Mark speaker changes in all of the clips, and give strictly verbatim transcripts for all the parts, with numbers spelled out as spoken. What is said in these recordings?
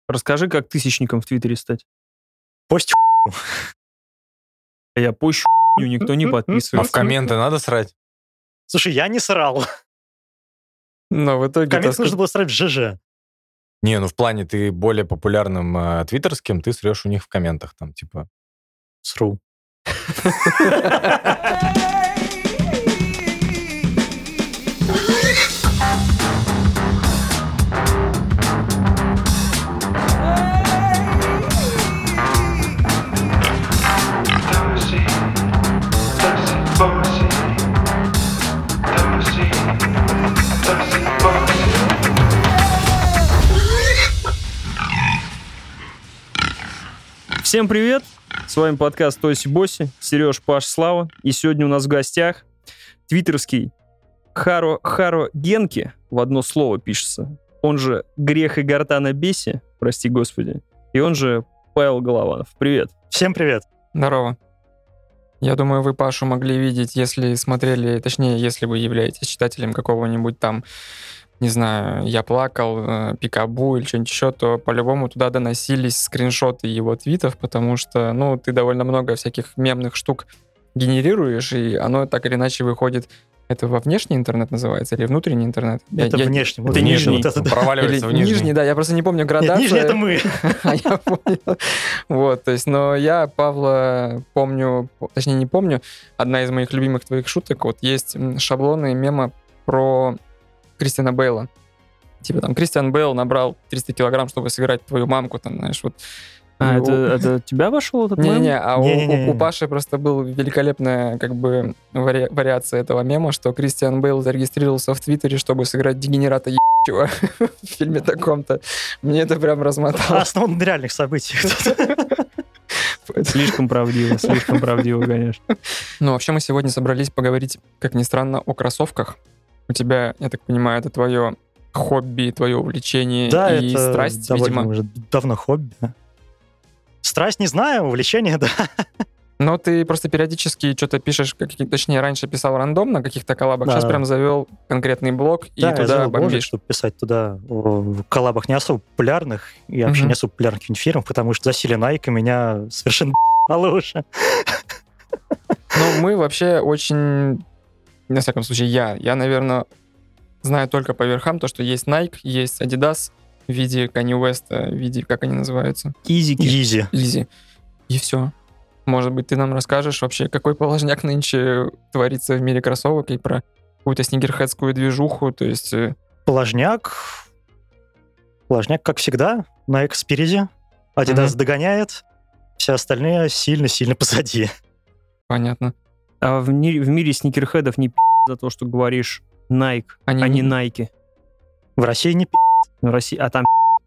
Speaker 1: Расскажи, как тысячником в Твиттере стать.
Speaker 2: Пость
Speaker 1: Я пощу никто не
Speaker 3: А
Speaker 1: подписывается.
Speaker 3: в комменты надо срать?
Speaker 2: Слушай, я не срал.
Speaker 1: Но в
Speaker 2: В
Speaker 1: итоге...
Speaker 2: коммент
Speaker 1: так
Speaker 2: нужно было срать в ЖЖ.
Speaker 3: Не, ну в плане ты более популярным э, твиттерским, ты срешь у них в комментах, там, типа...
Speaker 2: Сру.
Speaker 1: Всем привет! С вами подкаст Тоси Боси, Сереж, Паш, Слава. И сегодня у нас в гостях твиттерский Харо, Харо Генки, в одно слово пишется. Он же Грех и Гортана Беси, прости господи. И он же Павел Голованов. Привет.
Speaker 2: Всем привет.
Speaker 4: Здорово. Я думаю, вы Пашу могли видеть, если смотрели, точнее, если вы являетесь читателем какого-нибудь там, не знаю, «Я плакал», э, «Пикабу» или что-нибудь еще, то по-любому туда доносились скриншоты его твитов, потому что, ну, ты довольно много всяких мемных штук генерируешь, и оно так или иначе выходит. Это во внешний интернет называется или внутренний интернет?
Speaker 2: Это
Speaker 4: Я- я-
Speaker 2: внешний.
Speaker 1: это нижний.
Speaker 2: Вот это, да.
Speaker 3: Проваливается
Speaker 4: Или
Speaker 3: в нижний.
Speaker 4: нижний, да, я просто не помню
Speaker 2: Нет,
Speaker 4: градацию.
Speaker 2: нижний это мы.
Speaker 4: А я понял. Вот, то есть, но я Павла помню, точнее не помню, одна из моих любимых твоих шуток, вот есть м, шаблоны мема про Кристиана Бейла. Типа там Кристиан Бейл набрал триста килограмм, чтобы сыграть твою мамку, там, знаешь, вот.
Speaker 1: А,
Speaker 4: И
Speaker 1: это,
Speaker 4: у-
Speaker 1: это от тебя вошел этот мем?
Speaker 4: Не-не-не, а у-
Speaker 2: Не-не-не.
Speaker 4: у, у Паши просто была великолепная как бы вари- вариация этого мема, что Кристиан Бейл зарегистрировался в Твиттере, чтобы сыграть дегенерата ебучего в фильме таком-то. Мне это прям размотало.
Speaker 2: Основан на реальных событиях.
Speaker 1: Слишком правдиво, слишком правдиво, конечно.
Speaker 4: Ну, вообще мы сегодня собрались поговорить, как ни странно, о кроссовках. У тебя, я так понимаю, это твое хобби, твое увлечение
Speaker 2: Да,
Speaker 4: и
Speaker 2: это
Speaker 4: страсть,
Speaker 2: довольно
Speaker 4: видимо.
Speaker 2: уже давно хобби. Страсть не знаю, увлечение, да.
Speaker 4: Но ты просто периодически что-то пишешь, как, точнее, раньше писал рандомно на каких-то коллабах,
Speaker 2: Да.
Speaker 4: сейчас прям завел конкретный блог и
Speaker 2: Да, я
Speaker 4: туда
Speaker 2: завел бложек,
Speaker 4: бомбишь.
Speaker 2: чтобы писать туда о коллабах не особо популярных и вообще
Speaker 4: Мгм.
Speaker 2: не особо популярных каких-нибудь фирм, потому что засилие Nike меня совершенно мало уже.
Speaker 4: Ну, мы вообще очень, на всяком случае, я, я, наверное, знаю только по верхам то, что есть Nike, есть Adidas в виде Kanye West, в виде, как они называются,
Speaker 1: Кизики.
Speaker 2: Изи.
Speaker 4: Easy. И все. Может быть, ты нам расскажешь вообще, какой положняк нынче творится в мире кроссовок и про какую-то снигерхедскую движуху, то есть... э,
Speaker 2: Положняк. Положняк, как всегда. Nike спереди. Adidas
Speaker 4: Мгм.
Speaker 2: догоняет. Все остальные сильно-сильно позади.
Speaker 4: понятно.
Speaker 1: А в, мире- в мире сникерхедов не пи*** за то, что говоришь Nike,
Speaker 4: Они
Speaker 1: а не
Speaker 4: не-
Speaker 1: Nike.
Speaker 2: В России не пи***.
Speaker 1: В России, а там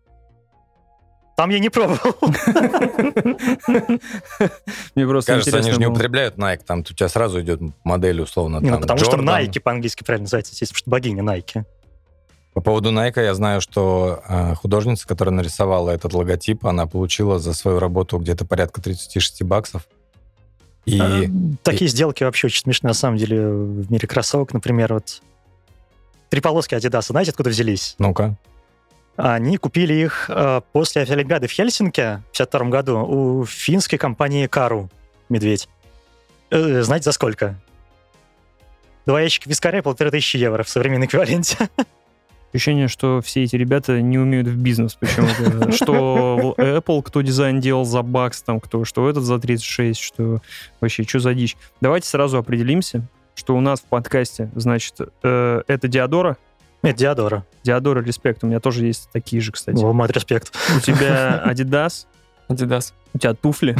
Speaker 2: Там я не пробовал.
Speaker 1: мне просто
Speaker 3: Кажется, они
Speaker 1: интересно
Speaker 3: же не
Speaker 1: было.
Speaker 3: употребляют Nike, там у тебя сразу идет модель, условно,
Speaker 2: Не, ну,
Speaker 3: там,
Speaker 2: потому что
Speaker 3: Jordan.
Speaker 2: Nike по-английски правильно называется, естественно, потому что богиня Nike.
Speaker 3: По поводу Nike я знаю, что э, художница, которая нарисовала этот логотип, она получила за свою работу где-то порядка тридцать шесть баксов. И
Speaker 2: А, Такие сделки вообще очень смешные, на самом деле, в мире кроссовок. Например, вот три полоски Adidas, знаете, откуда взялись?
Speaker 3: ну-ка,
Speaker 2: Они купили их э, после Олимпиады в Хельсинки в пятьдесят втором году у финской компании Кару, медведь. Э, знаете, за сколько? Два ящика вискаря, полторы тысячи евро в современном эквиваленте.
Speaker 1: Ощущение, что все эти ребята не умеют в бизнес почему-то. Что в Apple кто дизайн делал за бакс, там кто, что этот за тридцать шесть, что вообще, что за дичь. Давайте сразу определимся, что у нас в подкасте, значит, э, это Диадора.
Speaker 2: Это Диадора.
Speaker 1: Диадора, респект. У меня тоже есть такие же, кстати.
Speaker 2: О, мать, респект.
Speaker 1: У тебя Adidas,
Speaker 4: Adidas.
Speaker 1: у тебя туфли,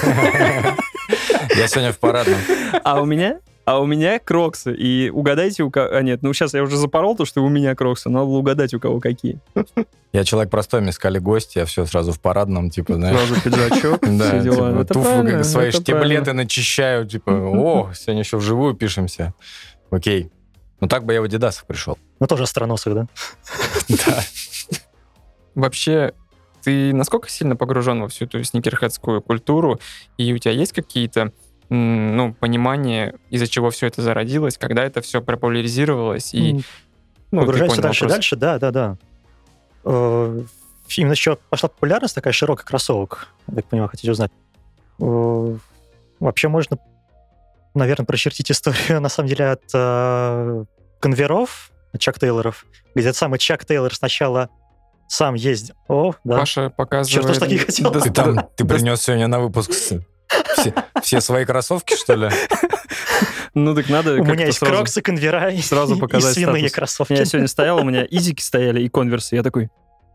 Speaker 3: я сегодня в парадном.
Speaker 1: а у меня... А у меня кроксы. И угадайте, у кого... А нет, ну сейчас я уже запорол то, что у меня кроксы. Надо было угадать, у кого какие.
Speaker 3: Я человек простой, мне сказали гости, я все сразу в парадном, типа, знаешь.
Speaker 1: Сразу пиджачок,
Speaker 3: Да,
Speaker 1: все дела.
Speaker 3: типа,
Speaker 1: Это
Speaker 3: туфли,
Speaker 1: правильно,
Speaker 3: как свои
Speaker 1: это
Speaker 3: штиблеты
Speaker 1: правильно.
Speaker 3: начищаю, типа, о, сегодня еще вживую пишемся. Окей. Ну так бы я в Адидасах пришел.
Speaker 2: Ну, тоже остроносых, да?
Speaker 3: Да.
Speaker 4: Вообще, ты насколько сильно погружен во всю эту сникерхедскую культуру, и у тебя есть какие-то м, ну, понимание, из-за чего все это зародилось, когда это все популяризировалось, и
Speaker 2: М,
Speaker 4: ну, ты
Speaker 2: Погружаешься
Speaker 4: понял
Speaker 2: дальше и
Speaker 4: вопрос.
Speaker 2: дальше, да, да, да. Э, именно еще пошла популярность такая широкая кроссовок, я так понимаю, хотите узнать. Э, Вообще можно, наверное, прочертить историю, на самом деле, от э, конверов, от Чак Тейлоров, где этот самый Чак Тейлор сначала сам ездил. О, да.
Speaker 4: Паша показывает...
Speaker 2: Чё, что ж такие хотел?
Speaker 3: Ты там, ты принес сегодня на выпуск с- все, все свои кроссовки, что ли?
Speaker 1: Ну так надо
Speaker 2: У
Speaker 1: как-то
Speaker 2: меня есть
Speaker 1: сразу-
Speaker 2: кроксы, конвера и,
Speaker 1: сразу
Speaker 2: и
Speaker 1: показать
Speaker 2: свиные
Speaker 1: статус.
Speaker 2: кроссовки.
Speaker 1: Я сегодня стоял, у меня изики стояли и конверсы. Я такой,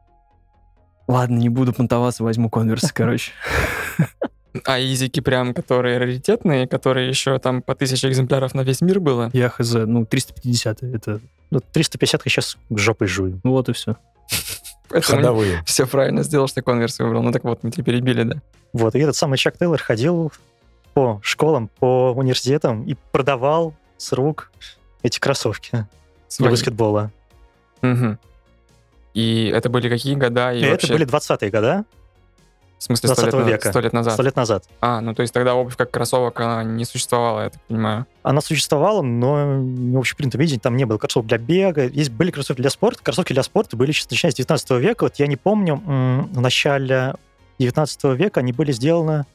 Speaker 1: ладно, не буду понтоваться, возьму конверсы, короче.
Speaker 4: А изики прям, которые раритетные, которые еще там по тысяче экземпляров на весь мир было.
Speaker 1: Я хз, ну, триста пятьдесят, это,
Speaker 2: Ну, триста пятьдесят я сейчас жопой жую.
Speaker 1: ну вот и все.
Speaker 4: Поэтому
Speaker 3: Ходовые.
Speaker 4: все правильно сделал, что конверсы выбрал. Ну так вот, мы тебя перебили, да.
Speaker 2: Вот, и этот самый Чак Тейлор ходил по школам, по университетам и продавал с рук эти кроссовки для
Speaker 4: Свои.
Speaker 2: баскетбола.
Speaker 4: Мгм. И это были какие года? И,
Speaker 2: И это
Speaker 4: вообще,
Speaker 2: были двадцатые года,
Speaker 4: в смысле, сто лет,
Speaker 2: двадцатого
Speaker 4: на-
Speaker 2: века.
Speaker 4: сто лет назад?
Speaker 2: сто лет назад.
Speaker 4: А, ну то есть тогда обувь как кроссовок, она не существовала, я так понимаю.
Speaker 2: Она существовала, но в общепринятом виде там не было кроссовок для бега. Есть были кроссовки для спорта. Кроссовки для спорта были еще начиная с девятнадцатого века. Вот я не помню, м, в начале девятнадцатого века они были сделаны...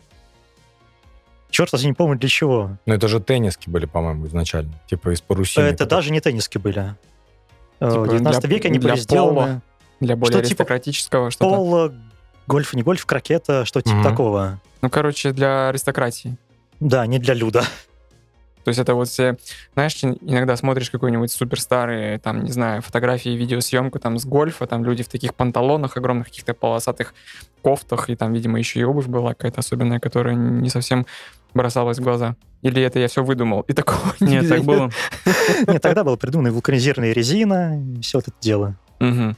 Speaker 2: Черт, я не помню для чего.
Speaker 3: Ну, это же тенниски были, по-моему, изначально. Типа из парусины.
Speaker 2: Это
Speaker 3: которые-
Speaker 2: даже не тенниски были. Э,
Speaker 4: Типа
Speaker 2: В девятнадцатом
Speaker 4: для-
Speaker 2: веке они
Speaker 4: для
Speaker 2: были сделаны...
Speaker 4: пола, Для более
Speaker 2: Что типа
Speaker 4: аристократического что-то.
Speaker 2: Поло, гольф, не гольф, крокета, что типа
Speaker 3: Мгм.
Speaker 2: такого.
Speaker 4: Ну, короче, для аристократии.
Speaker 2: Да, не для люда.
Speaker 4: То есть это вот все, знаешь, чин- иногда смотришь какой-нибудь суперстарый, там, не знаю, фотографии, видеосъемку там с гольфа, там люди в таких панталонах, огромных каких-то полосатых кофтах, и там, видимо, еще и обувь была какая-то особенная, которая не совсем бросалась в глаза. Или это я все выдумал? И такого
Speaker 1: Нет,
Speaker 4: нельзя.
Speaker 1: так было.
Speaker 2: Нет, тогда была придумана вулканизированная резина, и все вот это дело.
Speaker 4: Мгм.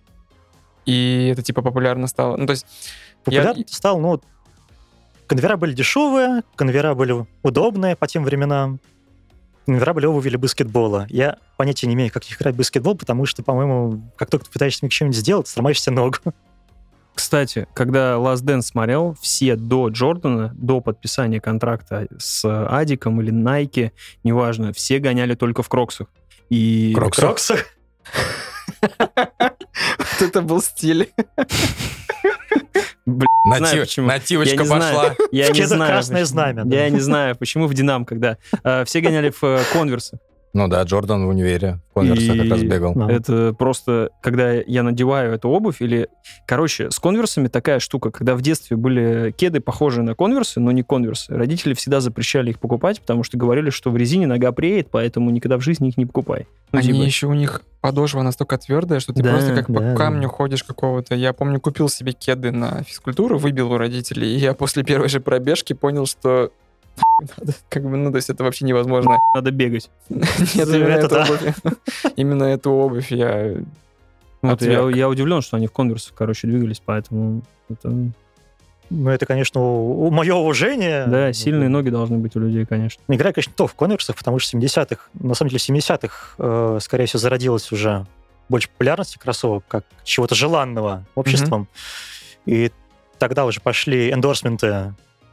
Speaker 4: И это типа популярно стало. Ну, то есть
Speaker 2: Популярным
Speaker 4: Я-
Speaker 2: стал, ну, конвера были дешевые, конвера были удобные по тем временам. Конвера были обуви для баскетбола. Я понятия не имею, как играть в баскетбол, потому что, по-моему, как только ты пытаешься что-нибудь сделать, сломаешь себе ногу.
Speaker 1: Кстати, когда Last Dance смотрел, все до Джордана, до подписания контракта с Адиком или Nike, неважно, все гоняли только в кроксах. И
Speaker 3: Кроксах?
Speaker 2: Кроксы.
Speaker 4: вот это был стиль.
Speaker 1: Блин,
Speaker 3: Натив-
Speaker 1: знаю, почему.
Speaker 3: Нативочка
Speaker 1: я не
Speaker 3: пошла.
Speaker 1: знаю, я
Speaker 2: В
Speaker 1: не
Speaker 2: кедах
Speaker 1: знаю,
Speaker 2: красное
Speaker 1: почему.
Speaker 2: знамя, да.
Speaker 1: Я не знаю, почему в Динамо, когда э, все гоняли в э, конверсы.
Speaker 3: Ну да, Джордан в универе. В конверсах
Speaker 1: И-
Speaker 3: как раз бегал.
Speaker 2: Да.
Speaker 1: Это просто, когда я надеваю эту обувь, или... Короче, с конверсами такая штука, когда в детстве были кеды, похожие на конверсы, но не конверсы, родители всегда запрещали их покупать, потому что говорили, что в резине нога преет, поэтому никогда в жизни их не покупай. Ну,
Speaker 4: Они
Speaker 1: типа,
Speaker 4: еще у них подошва настолько твердая, что ты
Speaker 1: Да,
Speaker 4: просто как по
Speaker 2: да, да.
Speaker 4: камню ходишь какого-то. Я помню, купил себе кеды на физкультуру, выбил у родителей, и я после первой же пробежки понял, что надо, как бы, ну, то есть это вообще невозможно.
Speaker 1: надо бегать.
Speaker 4: Нет, именно
Speaker 2: Это
Speaker 4: эту
Speaker 2: да.
Speaker 4: обувь. Именно эту обувь я...
Speaker 1: Вот, я,
Speaker 4: Отверг.
Speaker 1: я удивлен, что они в конверсах, короче, двигались, поэтому... Это...
Speaker 2: Ну, это, конечно, мое уважение.
Speaker 1: Да, сильные ноги должны быть у людей, конечно.
Speaker 2: Игра, конечно, то в конверсах, потому что в семидесятых, на самом деле, в семидесятых, э, скорее всего, зародилась уже больше популярности кроссовок, как чего-то желанного обществом. И тогда уже пошли эндорсменты э,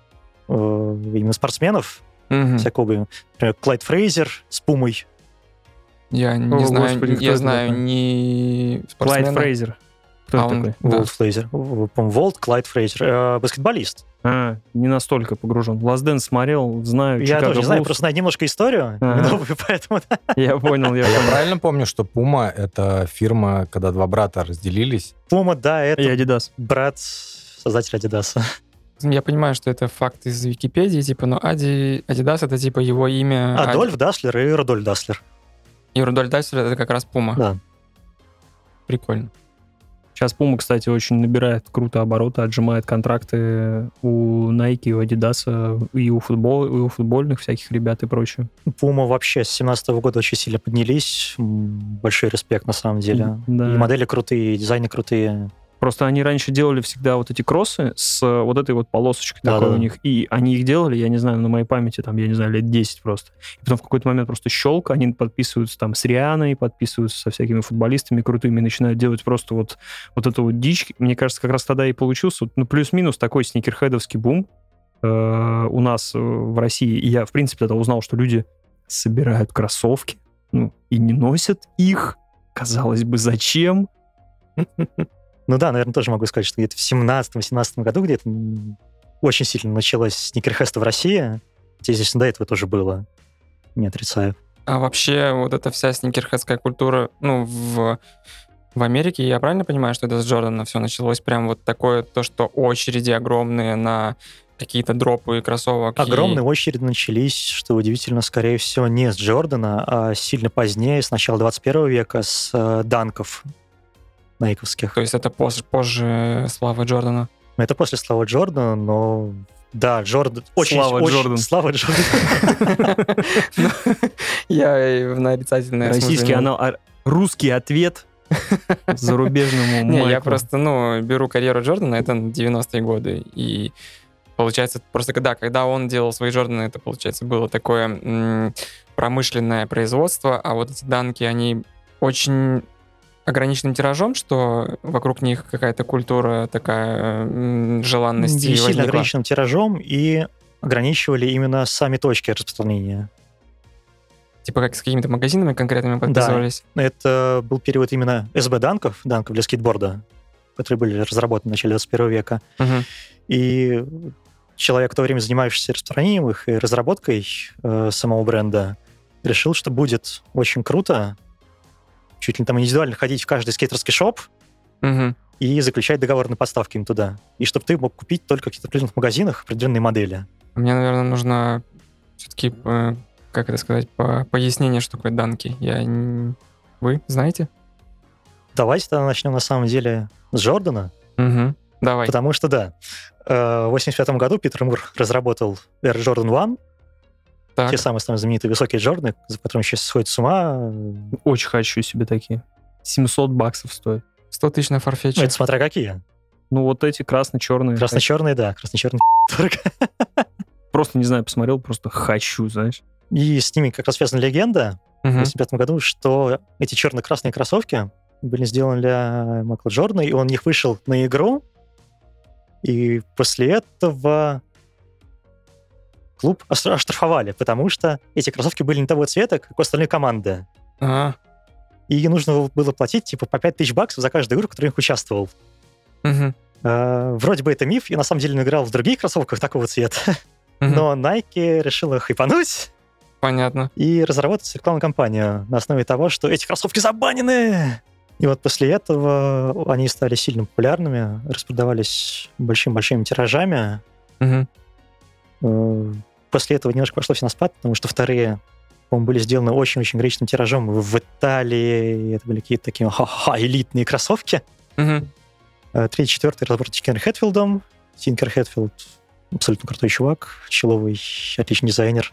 Speaker 2: именно спортсменов,
Speaker 4: Мгм.
Speaker 2: всякой обуви. Например, Клайд Фрейзер с Пумой.
Speaker 4: Я не
Speaker 1: О,
Speaker 4: знаю,
Speaker 1: господи, кто
Speaker 4: я
Speaker 1: это
Speaker 4: знаю
Speaker 1: такой?
Speaker 4: ни
Speaker 1: Клайд
Speaker 4: спортсмена.
Speaker 1: Фрейзер. Кто
Speaker 4: А
Speaker 1: это
Speaker 4: он-
Speaker 1: такой?
Speaker 4: Да.
Speaker 2: Волт Фрейзер. В- По-моему, Волт, Клайд Фрейзер. Э, баскетболист.
Speaker 1: А, не настолько погружен. Last Dance смотрел, знаю.
Speaker 2: Я
Speaker 1: Чикаго
Speaker 2: тоже не знаю,
Speaker 1: Буллс.
Speaker 2: просто знаю немножко историю,
Speaker 1: Ага.
Speaker 2: именно обуви, поэтому да.
Speaker 1: Я понял, я
Speaker 3: А я
Speaker 1: понял.
Speaker 3: правильно помню, что Puma — это фирма, когда два брата разделились?
Speaker 2: Пума, да, это
Speaker 1: И Adidas.
Speaker 2: брат создателя Адидаса.
Speaker 4: Я понимаю, что это факт из Википедии, типа, но Ади, Адидас это типа его имя.
Speaker 2: Адольф Даслер и Рудольф Даслер.
Speaker 4: И Рудольф Даслер это как раз Пума.
Speaker 2: Да.
Speaker 4: Прикольно.
Speaker 1: Сейчас Puma, кстати, очень набирает круто обороты, отжимает контракты у Nike, у Adidas, и у, футбол, и у футбольных всяких ребят и прочее.
Speaker 2: Пума вообще с семнадцатого года очень сильно поднялись. М, Большой респект, на самом деле.
Speaker 1: Да.
Speaker 2: И модели крутые, и дизайны крутые.
Speaker 1: Просто они раньше делали всегда вот эти кроссы с э, вот этой вот полосочкой
Speaker 2: Да,
Speaker 1: такой
Speaker 2: да.
Speaker 1: у них. И они их делали, я не знаю, на моей памяти, там, я не знаю, лет десять просто. И потом в какой-то момент просто щелк, они подписываются там с Рианой, подписываются со всякими футболистами крутыми, начинают делать просто вот, вот эту вот дичь. Мне кажется, как раз тогда и получился, вот, ну, плюс-минус такой сникерхедовский бум э, у нас э, в России. И я, в принципе, тогда узнал, что люди собирают кроссовки, ну, и не носят их. Казалось бы, зачем?
Speaker 2: Ну, Ну да, наверное, тоже могу сказать, что где-то в семнадцатом-восемнадцатом году где-то м, очень сильно началось сникерхеста в России. Хотя, естественно, до этого тоже было. Не отрицаю.
Speaker 4: А вообще вот эта вся сникерхедская культура, ну, в, в Америке, я правильно понимаю, что это с Джордана все началось? Прям вот такое, то, что очереди огромные на какие-то дропы кроссовок.
Speaker 2: Огромные
Speaker 4: и...
Speaker 2: очереди начались, что удивительно, скорее всего, не с Джордана, а сильно позднее, с начала двадцать первого века, с э, данков найковских.
Speaker 4: То есть это позже, позже славы Джордана?
Speaker 2: Это после славы Джордана, но... Да, Джордан... Очень,
Speaker 1: Слава
Speaker 2: очень...
Speaker 1: Джордан.
Speaker 2: Слава Джордан.
Speaker 4: Я в нарицательное
Speaker 1: Российский анал, а русский ответ зарубежному
Speaker 4: Не, я
Speaker 1: Майклу.
Speaker 4: просто, ну, беру карьеру Джордана, это девяностые годы, и получается, просто когда, когда он делал свои Джорданы, это, получается, было такое м, промышленное производство, а вот эти данки, они очень ограниченным тиражом, что вокруг них какая-то культура такая м, желанности
Speaker 2: Не сильно
Speaker 4: возникла.
Speaker 2: ограниченным тиражом и ограничивали именно сами точки распространения.
Speaker 4: Типа как с какими-то магазинами конкретными подписывались.
Speaker 2: Это был период именно эс би-данков, данков для скейтборда, которые были разработаны в начале двадцать первого века.
Speaker 4: Мгм.
Speaker 2: И человек, в то время занимающийся распространением их и разработкой э, самого бренда, решил, что будет очень круто чуть ли там индивидуально ходить в каждый скейтерский шоп
Speaker 4: Мгм.
Speaker 2: и заключать договор на поставки им туда. И чтобы ты мог купить только в каких-то определенных магазинах определенные модели.
Speaker 4: Мне, наверное, нужно все-таки, э, как это сказать, по пояснение, что такое данки. Я... н- Вы знаете?
Speaker 2: Давайте тогда начнем на самом деле с Джордана,
Speaker 4: Мгм. Давай.
Speaker 2: потому что, да, э, в восемьдесят пятом году Питер Мур разработал Air Jordan один,
Speaker 4: Так.
Speaker 2: те самые, самые знаменитые высокие Джорданы, за которыми сейчас сходит с ума.
Speaker 1: Очень хочу себе такие. семьсот баксов стоит.
Speaker 4: сто тысяч на
Speaker 2: Ну,
Speaker 4: фарфетче.
Speaker 2: это смотря какие.
Speaker 1: Ну, вот эти красно-черные.
Speaker 2: Красно-черные, да, красно-черные дорого.
Speaker 1: Просто, не знаю, посмотрел, просто хочу, знаешь.
Speaker 2: И с ними как раз связана легенда в
Speaker 4: Мгм.
Speaker 2: восемьдесят пятом году, что эти черно-красные кроссовки были сделаны для Майкла Джордана, и он в них вышел на игру, и после этого клуб остр- оштрафовали, потому что эти кроссовки были не того цвета, как у остальной команды.
Speaker 4: А,
Speaker 2: И нужно было платить типа по пять тысяч баксов за каждую игру, в которой он участвовал.
Speaker 4: мгм.
Speaker 2: Э, Вроде бы это миф, и на самом деле он играл в других кроссовках такого цвета,
Speaker 4: Мгм.
Speaker 2: но Nike решила хайпануть
Speaker 4: Понятно.
Speaker 2: и разработать рекламную кампанию на основе того, что эти кроссовки забанены. И вот после этого они стали сильно популярными, распродавались большими-большими тиражами.
Speaker 4: Мгм.
Speaker 2: Э, После этого немножко пошло все на спад, потому что вторые, по-моему, были сделаны очень-очень ограниченным тиражом в Италии. Это были какие-то такие ха-ха, элитные кроссовки.
Speaker 4: Мгм.
Speaker 2: Э, Третий, четвертый разработан Тинкер Хэтфилдом. Тинкер Хэтфилд абсолютно крутой чувак, человый, отличный дизайнер.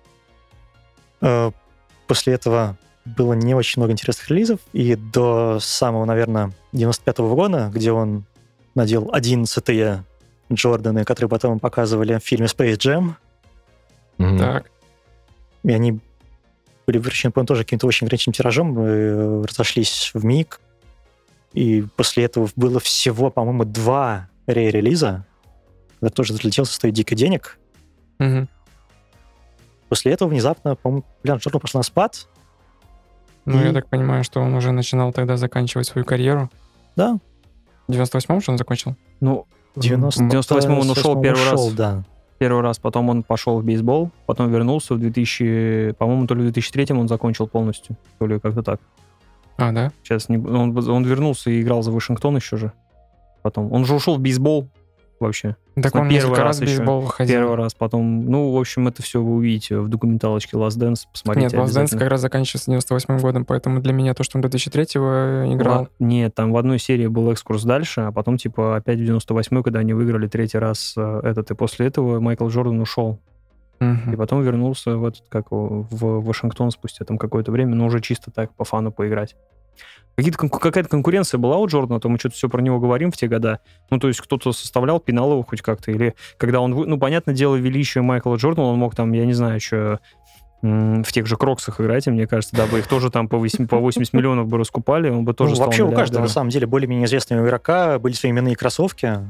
Speaker 2: Э, После этого было не очень много интересных релизов, и до самого, наверное, девяносто пятого года, где он надел одиннадцатые Джорданы, которые потом показывали в фильме Space Jam,
Speaker 3: Мгм.
Speaker 4: Так.
Speaker 2: и они были выпущены, по-моему, тоже каким-то очень ограниченным тиражом, э, разошлись в миг. И после этого было всего, по-моему, два ре-релиза, который тоже разлетелся, стоит дико денег.
Speaker 4: Мгм.
Speaker 2: После этого внезапно, по-моему, популярность Джордана пошла на спад.
Speaker 4: Ну,
Speaker 2: И-
Speaker 4: я так понимаю, что он уже начинал тогда заканчивать свою карьеру.
Speaker 2: Да,
Speaker 4: В девяносто восьмом, что он закончил?
Speaker 1: Ну,
Speaker 2: в девяносто
Speaker 1: в девяносто восьмом он ушел первый раз.
Speaker 2: Да.
Speaker 1: Первый раз, потом он пошел в бейсбол, потом вернулся в две тысячи, по-моему, то ли в две тысячи третьем он закончил полностью, то ли как-то так.
Speaker 4: А, да?
Speaker 1: Сейчас не, он, он вернулся и играл за Вашингтон еще же. Потом. Он же ушел в бейсбол вообще.
Speaker 4: Так
Speaker 1: На
Speaker 4: он
Speaker 1: первый
Speaker 4: несколько
Speaker 1: раз
Speaker 4: раз в
Speaker 1: еще.
Speaker 4: бейсбол выходил.
Speaker 1: Первый раз, потом... Ну, в общем, это все вы увидите в документалочке Last Dance. Посмотрите
Speaker 4: Нет, Last Dance
Speaker 1: обязательно.
Speaker 4: как раз заканчивается девяносто восьмым годом, поэтому для меня то, что он до две тысячи третьего играл...
Speaker 1: Ла- Нет, там в одной серии был экскурс дальше, а потом, типа, опять в девяносто восьмой, когда они выиграли третий раз э, этот, и после этого Майкл Джордан ушел.
Speaker 4: Мгм.
Speaker 1: И потом вернулся в этот, как его, в Вашингтон спустя там какое-то время, но уже чисто так, по фану поиграть. Какие-то, конку- какая-то конкуренция была у Джордана, то мы что-то все про него говорим в те года. Ну, то есть кто-то составлял, пинал его хоть как-то, или когда он... вы- Ну, понятное дело, величие Майкла Джордана, он мог там, я не знаю, что в тех же Кроксах играть, и мне кажется, дабы их тоже там по восемь- по восемьдесят миллионов бы раскупали, он бы тоже
Speaker 2: Ну,
Speaker 1: стал
Speaker 2: вообще у каждого, на
Speaker 1: миллиардером.
Speaker 2: самом деле, более-менее известного игрока были свои именные кроссовки.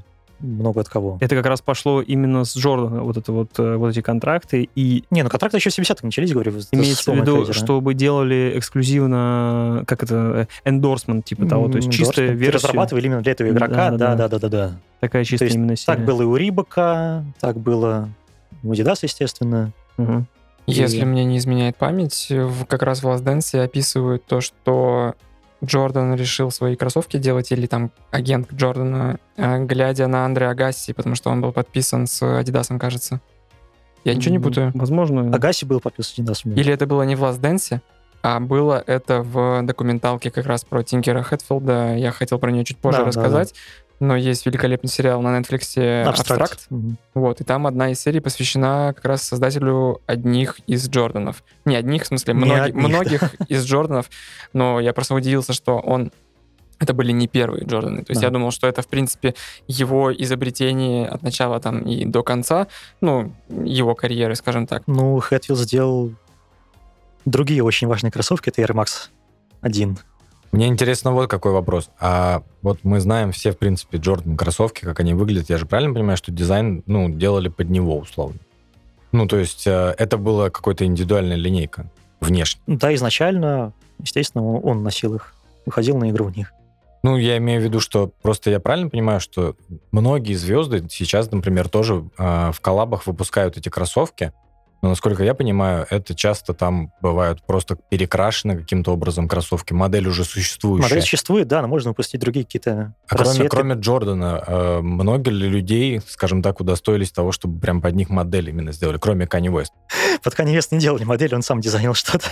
Speaker 2: много от кого.
Speaker 1: Это как раз пошло именно с Джордана, вот, это вот, э, вот эти контракты. И
Speaker 2: Не, ну контракты еще в семидесятых начались, говорю. с-
Speaker 1: имеется
Speaker 2: с
Speaker 1: в виду,
Speaker 2: Федера.
Speaker 1: чтобы делали эксклюзивно, как это, эндорсмент типа того, то есть
Speaker 2: М,
Speaker 1: чистая
Speaker 2: Endorsement. Ты
Speaker 1: версия.
Speaker 2: разрабатывали именно для этого игрока,
Speaker 1: Да-да-да.
Speaker 2: да-да-да-да.
Speaker 1: Такая чистая
Speaker 2: есть
Speaker 1: именно серия.
Speaker 2: Так было и у Рибака, так было у Adidas, естественно.
Speaker 1: Мгм.
Speaker 4: Если
Speaker 2: И-
Speaker 4: мне не изменяет память, в- как раз в Last Dance описывают то, что Джордан решил свои кроссовки делать, или там агент Джордана, э, глядя на Андре Агасси, потому что он был подписан с Адидасом, кажется. Я ничего не
Speaker 1: М,
Speaker 4: путаю?
Speaker 1: Возможно.
Speaker 2: Агаси был подписан Adidas.
Speaker 4: Или это было не в Last Dance, а было это в документалке как раз про Тинкера Хэтфилда. Я хотел про нее чуть позже
Speaker 2: Да, да,
Speaker 4: рассказать. Но есть великолепный сериал на Netflix
Speaker 2: Абстракт.
Speaker 4: «Абстракт».
Speaker 2: Мгм.
Speaker 4: Вот, и там одна из серий посвящена как раз создателю одних из Джорданов. Не одних, в смысле,
Speaker 2: Не
Speaker 4: многих,
Speaker 2: одних,
Speaker 4: многих из Джорданов, но я просто удивился, что он... Это были не первые Джорданы. То есть
Speaker 2: Да.
Speaker 4: я думал, что это, в принципе, его изобретение от начала там и до конца, ну, его карьеры, скажем так.
Speaker 2: Ну, Хэтфилд сделал другие очень важные кроссовки. Это Air Max один.
Speaker 3: Мне интересно вот какой вопрос. А вот мы знаем все, в принципе, Джордан кроссовки, как они выглядят. Я же правильно понимаю, что дизайн, ну, делали под него, условно? Ну, то есть э, это была какая-то индивидуальная линейка внешне.
Speaker 2: Да, изначально, естественно, он он носил их, выходил на игру в них.
Speaker 3: Ну, я имею в виду, что просто я правильно понимаю, что многие звезды сейчас, например, тоже э, в коллабах выпускают эти кроссовки, но, насколько я понимаю, это часто там бывают просто перекрашены каким-то образом кроссовки, модель уже существующая.
Speaker 2: Модель существует, да, но можно выпустить другие какие-то
Speaker 3: А кроме,
Speaker 2: расцветки.
Speaker 3: кроме Джордана, э, много ли людей, скажем так, удостоились того, чтобы прям под них модель именно сделали, кроме Kanye West?
Speaker 2: Под Kanye West не делали модель, он сам дизайнил что-то.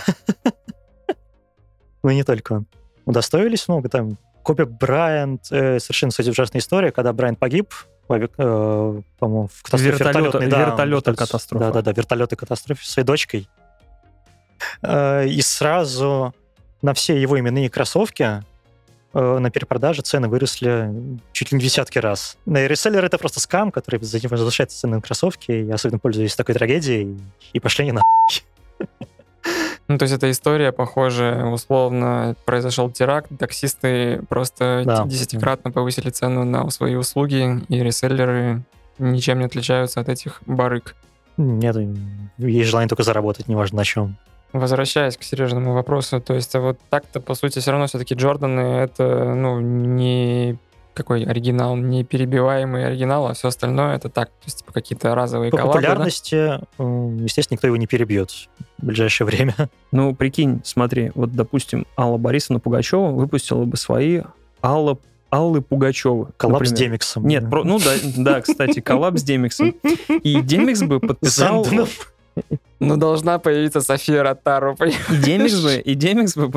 Speaker 2: Ну, и не только он. Удостоились много там. Коби Брайант, э, совершенно, кстати, ужасная история, когда Брайант погиб, в авиа- э, по-моему, в катастрофе
Speaker 1: Вертолета-
Speaker 2: вертолетной, да,
Speaker 1: вертолета
Speaker 2: вертолет-
Speaker 1: катастрофа.
Speaker 2: Да-да-да, вертолетной катастрофе со своей дочкой. Э, и сразу на все его именные кроссовки э, на перепродаже цены выросли чуть ли не в десятки раз. На реселлер это просто скам, который возвышает цены на кроссовки. Я особенно пользуюсь такой трагедией. И пошли не на.
Speaker 4: Ну, то есть эта история похожая. Условно, произошел теракт, таксисты просто
Speaker 2: Да.
Speaker 4: десятикратно повысили цену на свои услуги, и реселлеры ничем не отличаются от этих барыг.
Speaker 2: Нет, есть желание только заработать, неважно на чем.
Speaker 4: Возвращаясь к Сережному вопросу, то есть а вот так-то, по сути, все равно все-таки Джорданы — это, ну, не какой оригинал, не перебиваемый оригинал, а все остальное — это так, то есть типа какие-то разовые
Speaker 2: По
Speaker 4: коллабы, да?
Speaker 2: популярности, э, естественно, никто его не перебьет в ближайшее время.
Speaker 1: Ну, прикинь, смотри, вот, допустим, Алла Борисовна Пугачева выпустила бы свои Алла, Аллы Пугачевы.
Speaker 2: Коллапс с
Speaker 1: например.
Speaker 2: Демиксом.
Speaker 1: Нет, про- ну да, да, кстати, коллапс с Демиксом. И Демикс бы подписал...
Speaker 2: Занденов.
Speaker 4: Ну, должна появиться София Ротару,
Speaker 1: И Демикс бы... И Демикс бы...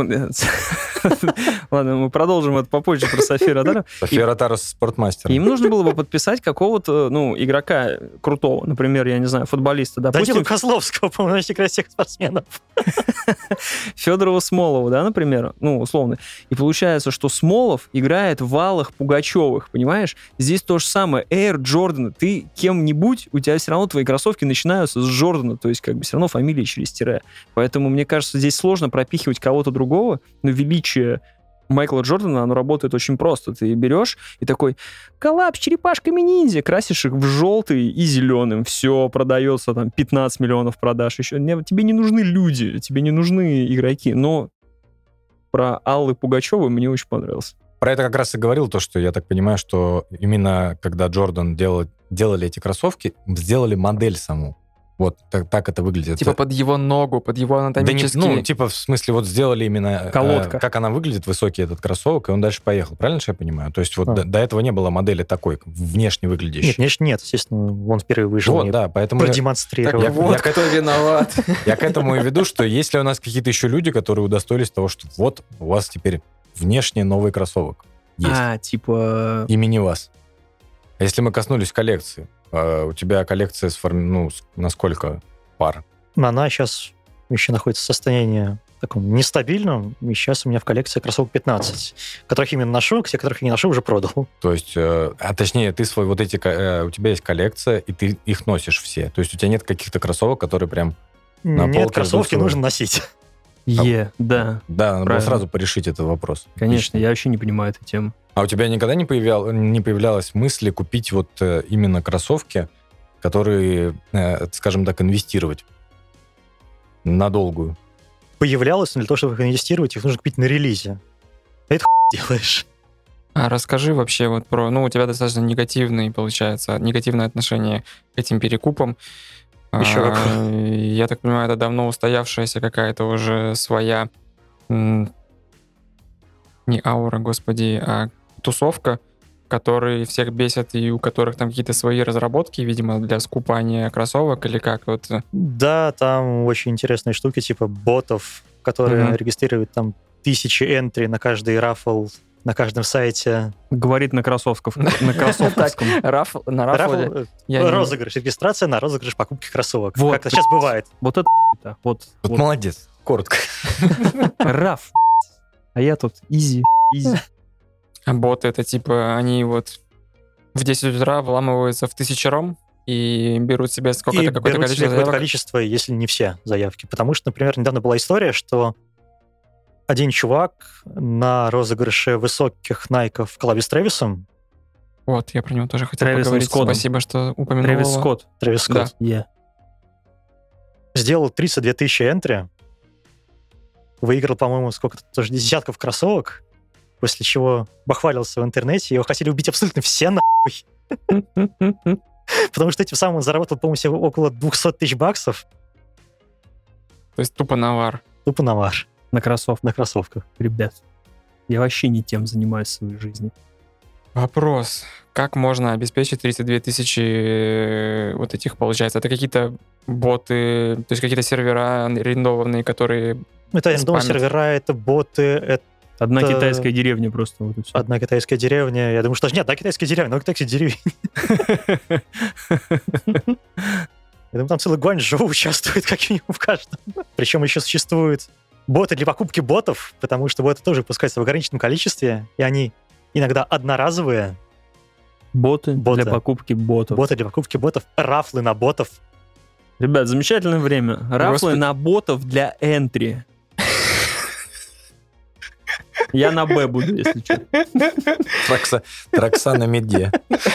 Speaker 1: Ладно, мы продолжим это попозже про Софию Радаров.
Speaker 3: София Ротару со спортмастером.
Speaker 1: Им нужно было бы подписать какого-то, ну, игрока крутого, например, я не знаю, футболиста,
Speaker 2: Да
Speaker 1: допустим,
Speaker 2: дело Козловского, по-моему, всех всех спортсменов.
Speaker 1: Федорова Смолова, да, например, ну, условно. И получается, что Смолов играет в Аллах Пугачевых, понимаешь? Здесь то же самое. Air Jordan, ты кем-нибудь, у тебя все равно твои кроссовки начинаются с Джордана, то есть как бы все равно фамилия через тире. Поэтому, мне кажется, здесь сложно пропихивать кого-то другого, но величие Майкла Джордана, оно работает очень просто. Ты берешь и такой, коллапс с черепашками ниндзя, красишь их в желтый и зеленым. Все, продается там пятнадцать миллионов продаж. Еще не, тебе не нужны люди, тебе не нужны игроки. Но про Аллы Пугачевой мне очень понравилось.
Speaker 3: Про это как раз и говорил, то, что я так понимаю, что именно когда Джордан делал, делали эти кроссовки, сделали модель саму. Вот так, так это выглядит.
Speaker 4: Типа под его ногу, под его
Speaker 3: Да не-
Speaker 4: анатомический...
Speaker 3: ну, типа, в смысле, вот сделали именно... э,
Speaker 1: Колодка.
Speaker 3: как она выглядит, высокий этот кроссовок, и он дальше поехал. Правильно же я понимаю? То есть вот
Speaker 2: А.
Speaker 3: до, до этого не было модели такой, внешне выглядящей.
Speaker 2: Нет, конечно, нет. Естественно, он впервые вышел
Speaker 3: Вот,
Speaker 2: и
Speaker 3: да, поэтому я,
Speaker 4: Так
Speaker 2: продемонстрировал.
Speaker 3: я-
Speaker 4: вот
Speaker 3: я-
Speaker 4: кто виноват.
Speaker 3: я к этому и веду, что если у нас какие-то еще люди, которые удостоились того, что вот у вас теперь внешне новый кроссовок есть,
Speaker 1: А, типа...
Speaker 3: имени вас. А если мы коснулись коллекции, э, у тебя коллекция сформи... ну, с- на сколько пар?
Speaker 2: Она сейчас еще находится в состоянии таком нестабильном, и сейчас у меня в коллекции кроссовок пятнадцать, которых именно ношу, те, которых я не ношу, уже продал.
Speaker 3: То есть, э, а точнее, ты свой вот эти, ко- э, у тебя есть коллекция, и ты их носишь все. То есть у тебя нет каких-то кроссовок, которые прям, На
Speaker 2: Нет,
Speaker 3: полке
Speaker 2: кроссовки
Speaker 3: ждут
Speaker 2: нужно носить.
Speaker 1: Е, да.
Speaker 3: да, надо было
Speaker 1: Правильно.
Speaker 3: сразу порешить этот вопрос.
Speaker 1: Конечно,
Speaker 3: Лично.
Speaker 1: я вообще не понимаю эту тему.
Speaker 3: А у тебя никогда не, появлял, не появлялась мысли купить вот э, именно кроссовки, которые, э, скажем так, инвестировать на долгую?
Speaker 2: Появлялось, но для того, чтобы их инвестировать, их нужно купить на релизе. А это хуй делаешь.
Speaker 4: А расскажи вообще вот про... Ну, у тебя достаточно негативный, получается, негативное отношение к этим перекупам.
Speaker 2: Еще
Speaker 4: А,
Speaker 2: какое.
Speaker 4: Я так понимаю, это давно устоявшаяся какая-то уже своя... м, Не аура, господи, а тусовка, которые всех бесят и у которых там какие-то свои разработки, видимо, для скупания кроссовок или как вот.
Speaker 2: Да, там очень интересные штуки, типа ботов, которые
Speaker 4: Мгм.
Speaker 2: регистрируют там тысячи энтри на каждый рафл, на каждом сайте.
Speaker 1: Говорит на кроссовках, на кроссовковском.
Speaker 4: Раф, на рафле
Speaker 2: Рафл, э,
Speaker 4: я не-
Speaker 2: розыгрыш, регистрация на розыгрыш покупки кроссовок.
Speaker 1: Вот.
Speaker 2: Как это сейчас бывает.
Speaker 1: Вот это хуйта. Вот,
Speaker 3: Вот,
Speaker 1: вот.
Speaker 3: молодец, коротко.
Speaker 1: Раф. А я тут изи, изи.
Speaker 4: А боты это типа, они вот в десять утра вламываются в тысячером и берут себе сколько-то
Speaker 2: И
Speaker 4: какое-то
Speaker 2: берут себе
Speaker 4: количество
Speaker 2: какое-то
Speaker 4: заявок.
Speaker 2: количество, если не все заявки. Потому что, например, недавно была история, что один чувак на розыгрыше высоких найков в коллабе с Трэвисом,
Speaker 4: Вот, я про него тоже хотел
Speaker 1: Трэвисом
Speaker 4: поговорить.
Speaker 1: Скоттом.
Speaker 4: Спасибо, что упомянул
Speaker 1: Трэвис
Speaker 4: его.
Speaker 1: Скотт.
Speaker 2: Трэвис Скотт,
Speaker 1: Я.
Speaker 2: сделал тридцать две тысячи энтри, выиграл, по-моему, сколько-то тоже десятков кроссовок, после чего бахвалился в интернете, его хотели убить абсолютно все, нахуй. Потому что этим самым он заработал, по-моему, себе около двести тысяч баксов.
Speaker 4: То есть тупо навар.
Speaker 2: Тупо навар
Speaker 1: На кроссовках.
Speaker 2: на кроссовках.
Speaker 1: Ребят, я вообще не тем занимаюсь в своей жизни.
Speaker 4: Вопрос. Как можно обеспечить тридцать две тысячи э, вот этих, получается? Это какие-то боты, то есть какие-то сервера арендованные, которые...
Speaker 2: Это арендованные
Speaker 4: Спамят.
Speaker 2: сервера, это боты, это
Speaker 1: Одна
Speaker 2: Это-
Speaker 1: китайская деревня просто. Вот и всё.
Speaker 2: одна китайская деревня. Я думаю, что даже нет, одна китайская деревня, но китайская деревня. Я думаю, там целый Гуанчжоу участвует как минимум в каждом. Причем еще существуют боты для покупки ботов, потому что боты тоже выпускаются в ограниченном количестве, и они иногда одноразовые.
Speaker 1: Боты,
Speaker 2: Боты.
Speaker 1: для покупки ботов.
Speaker 2: Боты для покупки ботов, рафлы на ботов.
Speaker 1: Ребят, замечательное время. Рафлы
Speaker 4: Господи.
Speaker 1: на ботов для энтри. Я на Б буду, если что.
Speaker 3: Тракса, Тракса на меде.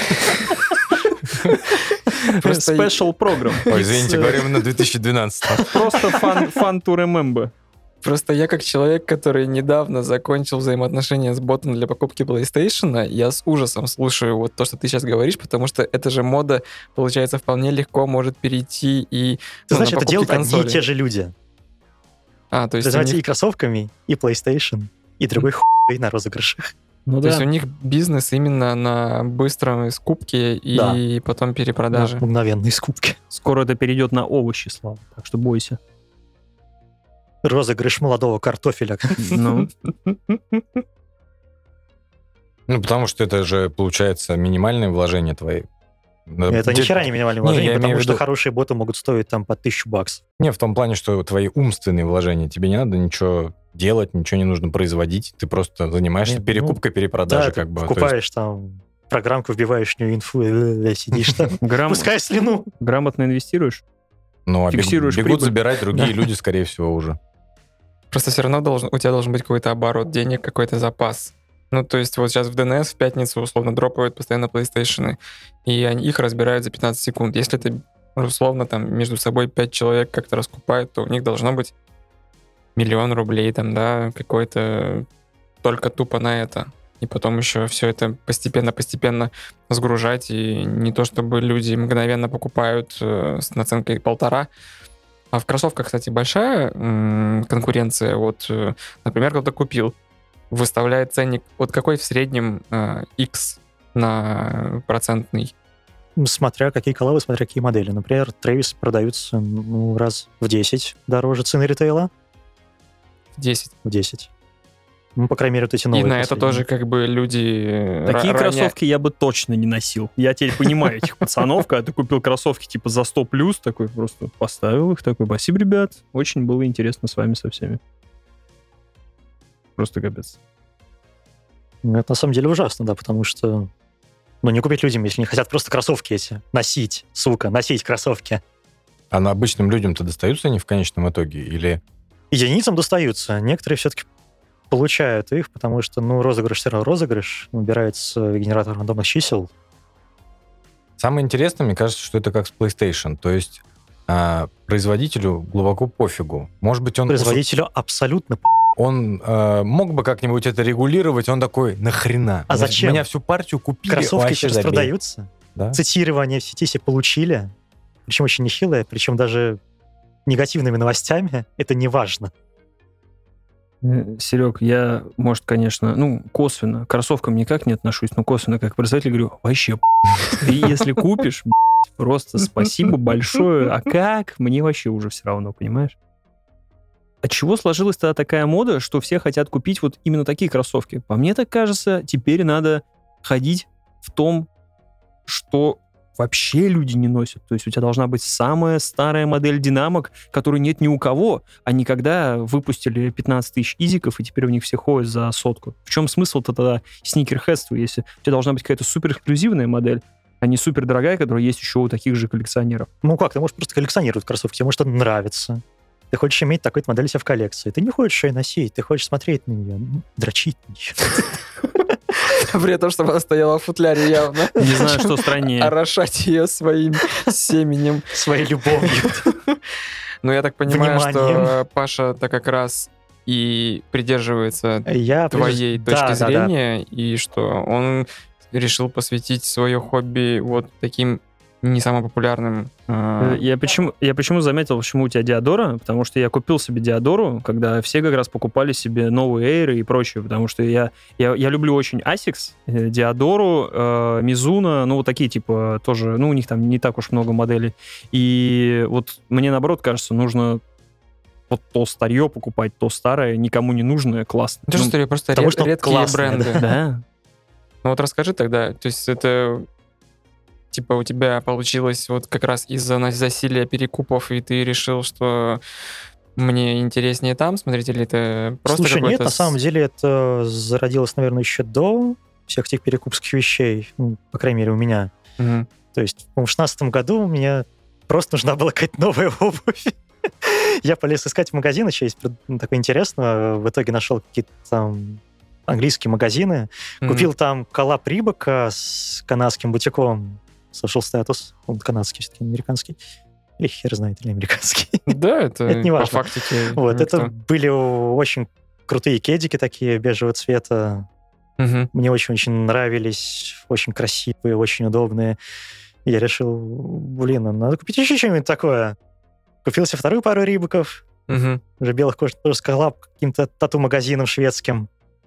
Speaker 4: Просто
Speaker 1: Special программ.
Speaker 3: Ой, извините, говорим на две тысячи двенадцатом.
Speaker 1: Просто fun, fun to remember.
Speaker 4: Просто я как человек, который недавно закончил взаимоотношения с ботом для покупки PlayStation, я с ужасом слушаю вот то, что ты сейчас говоришь, потому что это же мода, получается, вполне легко может перейти и
Speaker 2: Ты
Speaker 4: ну,
Speaker 2: знаешь,
Speaker 4: на
Speaker 2: это
Speaker 4: покупки
Speaker 2: делают одни и
Speaker 4: консолей.
Speaker 2: те же люди.
Speaker 4: А, то есть, у
Speaker 2: Занимаются
Speaker 4: них,
Speaker 2: и кроссовками, и PlayStation, и другой хуй на розыгрышах.
Speaker 1: Ну
Speaker 4: то есть
Speaker 1: да.
Speaker 4: у них бизнес именно на быстром скупке и
Speaker 2: Да.
Speaker 4: потом перепродаже.
Speaker 2: На мгновенные скупки.
Speaker 1: Скоро это перейдет на овощи, Слава. Так что бойся.
Speaker 2: Розыгрыш молодого картофеля.
Speaker 1: Ну,
Speaker 3: Ну, потому что это же, получается, минимальные вложения твои.
Speaker 2: Это ни хера не минимальное
Speaker 3: Не,
Speaker 2: вложение,
Speaker 3: я имею
Speaker 2: потому
Speaker 3: в
Speaker 2: что
Speaker 3: виду-
Speaker 2: хорошие боты могут стоить там по тысячу баксов.
Speaker 3: Не, в том плане, что твои умственные вложения, тебе не надо ничего делать, ничего не нужно производить, ты просто занимаешься
Speaker 2: Нет, ну,
Speaker 3: перекупкой, перепродажей,
Speaker 2: Да, ты
Speaker 3: как бы. То есть-
Speaker 2: покупаешь там программку, вбиваешь в нее инфу, э, сидишь там,
Speaker 1: грам-
Speaker 2: пускай слюну.
Speaker 1: грамотно инвестируешь?
Speaker 3: Ну, а бег-
Speaker 1: фиксируешь
Speaker 3: бегут
Speaker 1: прибыль.
Speaker 3: забирать другие люди, скорее всего, уже.
Speaker 4: Просто все равно должен, у тебя должен быть какой-то оборот денег, какой-то запас. Ну, то есть вот сейчас в ди эн эс в пятницу условно дропают постоянно PlayStation, и они их разбирают за пятнадцать секунд. Если это условно там между собой пять человек как-то раскупают, то у них должно быть миллион рублей там, да, какой-то только тупо на это. И потом еще все это постепенно-постепенно сгружать, и не то чтобы люди мгновенно покупают э, с наценкой полтора. А в кроссовках, кстати, большая м, конкуренция. Вот, э, например, кто-то купил, выставляет ценник, вот какой в среднем э, X на процентный.
Speaker 2: Смотря какие коллабы, смотря какие модели. Например, Трэвис продаются ну, раз в десять дороже цены ритейла.
Speaker 4: десять.
Speaker 2: В десять. Ну, по крайней мере, вот эти новые.
Speaker 4: И на это
Speaker 2: последние.
Speaker 4: тоже как бы люди... э,
Speaker 1: Такие
Speaker 4: ра-
Speaker 1: кроссовки я бы точно не носил. Я теперь понимаю этих пацанов, когда ты купил кроссовки типа за сто плюс, такой просто поставил их, такой, спасибо, ребят, очень было интересно с вами со всеми. Просто капец.
Speaker 2: Ну, это на самом деле ужасно, да, потому что ну, не купить людям, если не хотят просто кроссовки эти. Носить, сука, носить кроссовки.
Speaker 3: А на обычным людям-то достаются они в конечном итоге? Или
Speaker 2: Единицам достаются. Некоторые все-таки получают их, потому что, ну, розыгрыш все равно розыгрыш, набирается генератор рандомных чисел.
Speaker 3: Самое интересное, мне кажется, что это как с PlayStation. То есть а, производителю глубоко пофигу. Может быть, он...
Speaker 2: Производителю уж... абсолютно
Speaker 3: Он а, мог бы как-нибудь это регулировать, он такой, нахрена?
Speaker 2: А
Speaker 3: меня,
Speaker 2: зачем?
Speaker 3: Меня всю партию купили,
Speaker 2: кроссовки сейчас
Speaker 3: забей.
Speaker 2: продаются,
Speaker 3: Да?
Speaker 2: цитирование в сети себе получили, причем очень нехилое, причем даже негативными новостями, это не важно.
Speaker 1: Серег, я, может, конечно, ну, косвенно, к кроссовкам никак не отношусь, но косвенно, как производитель, говорю, вообще, ты если купишь, просто спасибо большое, а как? Мне вообще уже все равно, понимаешь? От чего сложилась тогда такая мода, что все хотят купить вот именно такие кроссовки? По мне так кажется, теперь надо ходить в том, что вообще люди не носят. То есть у тебя должна быть самая старая модель динамок, которой нет ни у кого, а не когда выпустили пятнадцать тысяч изиков, и теперь у них все ходят за сотку. В чем смысл-то тогда сникерхедства, если у тебя должна быть какая-то суперэксклюзивная модель, а не супердорогая, которая есть еще у таких же коллекционеров?
Speaker 2: Ну как, ты можешь просто коллекционировать кроссовки, тебе может это нравится. Ты хочешь иметь такую модель себе в коллекции. Ты не хочешь ее носить, ты хочешь смотреть на нее, дрочить на нее.
Speaker 4: При этом, чтобы она стояла в футляре явно.
Speaker 1: Не знаю, что страннее.
Speaker 4: Орошать ее своим семенем.
Speaker 2: Своей любовью.
Speaker 4: Ну, я так понимаю,
Speaker 2: Вниманием.
Speaker 4: что Паша-то как раз и придерживается
Speaker 2: Я
Speaker 4: твоей
Speaker 2: придерж-
Speaker 4: точки
Speaker 2: да, да, да.
Speaker 4: зрения, и что он решил посвятить свое хобби вот таким не самым популярным. э,
Speaker 1: Я почему, я почему заметил, почему у тебя Диадора? Потому что я купил себе Диадору, когда все как раз покупали себе новые Эйры и прочее, потому что я, я, я люблю очень Asics, э, Диадору, э, Mizuno, ну вот такие типа тоже, ну у них там не так уж много моделей. И вот мне наоборот кажется, нужно вот то старье покупать, то старое, никому не нужное, классно.
Speaker 4: Это же
Speaker 1: Ну,
Speaker 4: история, просто
Speaker 2: потому
Speaker 4: ред-
Speaker 2: что
Speaker 4: редкие
Speaker 2: классное,
Speaker 4: бренды.
Speaker 1: да.
Speaker 4: Ну вот расскажи тогда, то есть это типа у тебя получилось вот как раз из-за на- засилия перекупов, и ты решил, что мне интереснее там смотреть, или это просто
Speaker 2: Слушай, нет,
Speaker 4: какой-то
Speaker 2: на
Speaker 4: с-
Speaker 2: самом деле это зародилось, наверное, еще до всех этих перекупских вещей, ну, по крайней мере, у меня.
Speaker 4: Мгм.
Speaker 2: То есть, по-моему, в шестнадцатом году мне просто нужна была какая-то новая обувь. Я полез искать в магазины, что есть ну, такое интересное. В итоге нашел какие-то там английские магазины.
Speaker 4: Мгм.
Speaker 2: Купил там коллаб Рибока с канадским бутиком. Social Status. Он канадский, все-таки американский. Или хер знает, или американский.
Speaker 4: Да, это,
Speaker 2: Это не
Speaker 4: по
Speaker 2: важно.
Speaker 4: фактике.
Speaker 2: Вот,
Speaker 4: никто.
Speaker 2: это были очень крутые кедики такие бежевого цвета.
Speaker 4: Мгм.
Speaker 2: Мне очень-очень нравились, очень красивые, очень удобные. И я решил, блин, ну, надо купить еще что-нибудь такое. Купил себе вторую пару рибоков,
Speaker 4: Мгм.
Speaker 2: уже белых кож, тоже с коллаб каким-то тату-магазином шведским.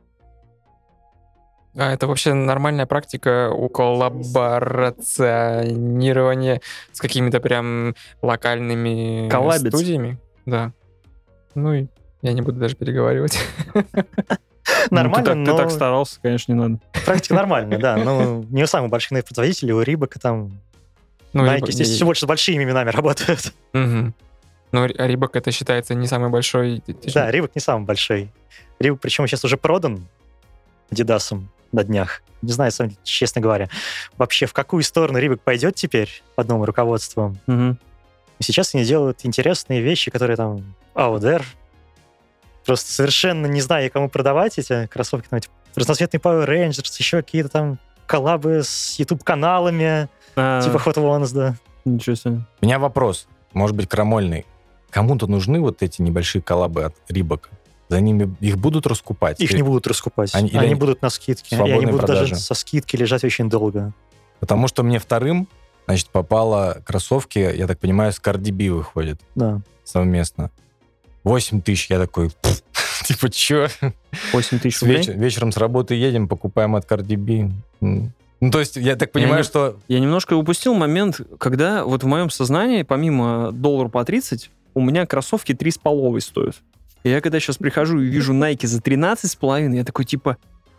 Speaker 4: А это вообще нормальная практика у коллаборационирования с какими-то прям локальными
Speaker 1: Коллабиться.
Speaker 4: студиями? Да. Ну и я не буду даже переговаривать.
Speaker 2: Нормально,
Speaker 1: Ну, ты, так,
Speaker 2: но
Speaker 1: ты так старался, конечно, не надо.
Speaker 2: практика нормальная, да. Ну, не у самых больших производителей, у Рибока там,
Speaker 4: Ну,
Speaker 2: Nike
Speaker 4: Рибок-
Speaker 2: здесь все больше с большими именами работают.
Speaker 4: Мгм. Ну, Ри- Рибок это считается не самый большой. ты- ты же-
Speaker 2: Да, Рибок не самый большой. Рибок, причем сейчас уже продан Адидасом на днях. Не знаю, сам, честно говоря, вообще в какую сторону Рибок пойдет теперь под новым руководством.
Speaker 1: Мгм.
Speaker 2: И сейчас они делают интересные вещи, которые там out there. Просто совершенно не знаю, кому продавать эти кроссовки. Там, эти разноцветные Power Rangers, еще какие-то там коллабы с YouTube-каналами,
Speaker 1: А,
Speaker 2: типа Hot Ones, да.
Speaker 1: Ничего себе.
Speaker 3: У меня вопрос, может быть, крамольный. Кому-то нужны вот эти небольшие коллабы от Рибока? За ними их будут раскупать?
Speaker 2: Их
Speaker 3: Или-
Speaker 2: не будут раскупать.
Speaker 3: Они-
Speaker 2: Они,
Speaker 3: или они
Speaker 2: будут на скидке. И
Speaker 3: свободной
Speaker 2: они будут
Speaker 3: продаже?
Speaker 2: даже со скидки лежать очень долго.
Speaker 3: Потому что мне вторым, значит, попало кроссовки, я так понимаю, с Cardi B выходит
Speaker 2: Да.
Speaker 3: совместно. восемь тысяч, я такой, «Пф, типа, чё?
Speaker 1: восемь тысяч
Speaker 3: С
Speaker 1: рублей?
Speaker 3: веч- вечером с работы едем, покупаем от Cardi B. М. Ну, то есть, я так понимаю,
Speaker 1: не-
Speaker 3: что...
Speaker 1: Я немножко упустил момент, когда вот в моем сознании, помимо доллара по тридцать, у меня кроссовки три с половой стоят. И я когда сейчас прихожу и вижу Nike за тринадцать с половиной, я такой типа,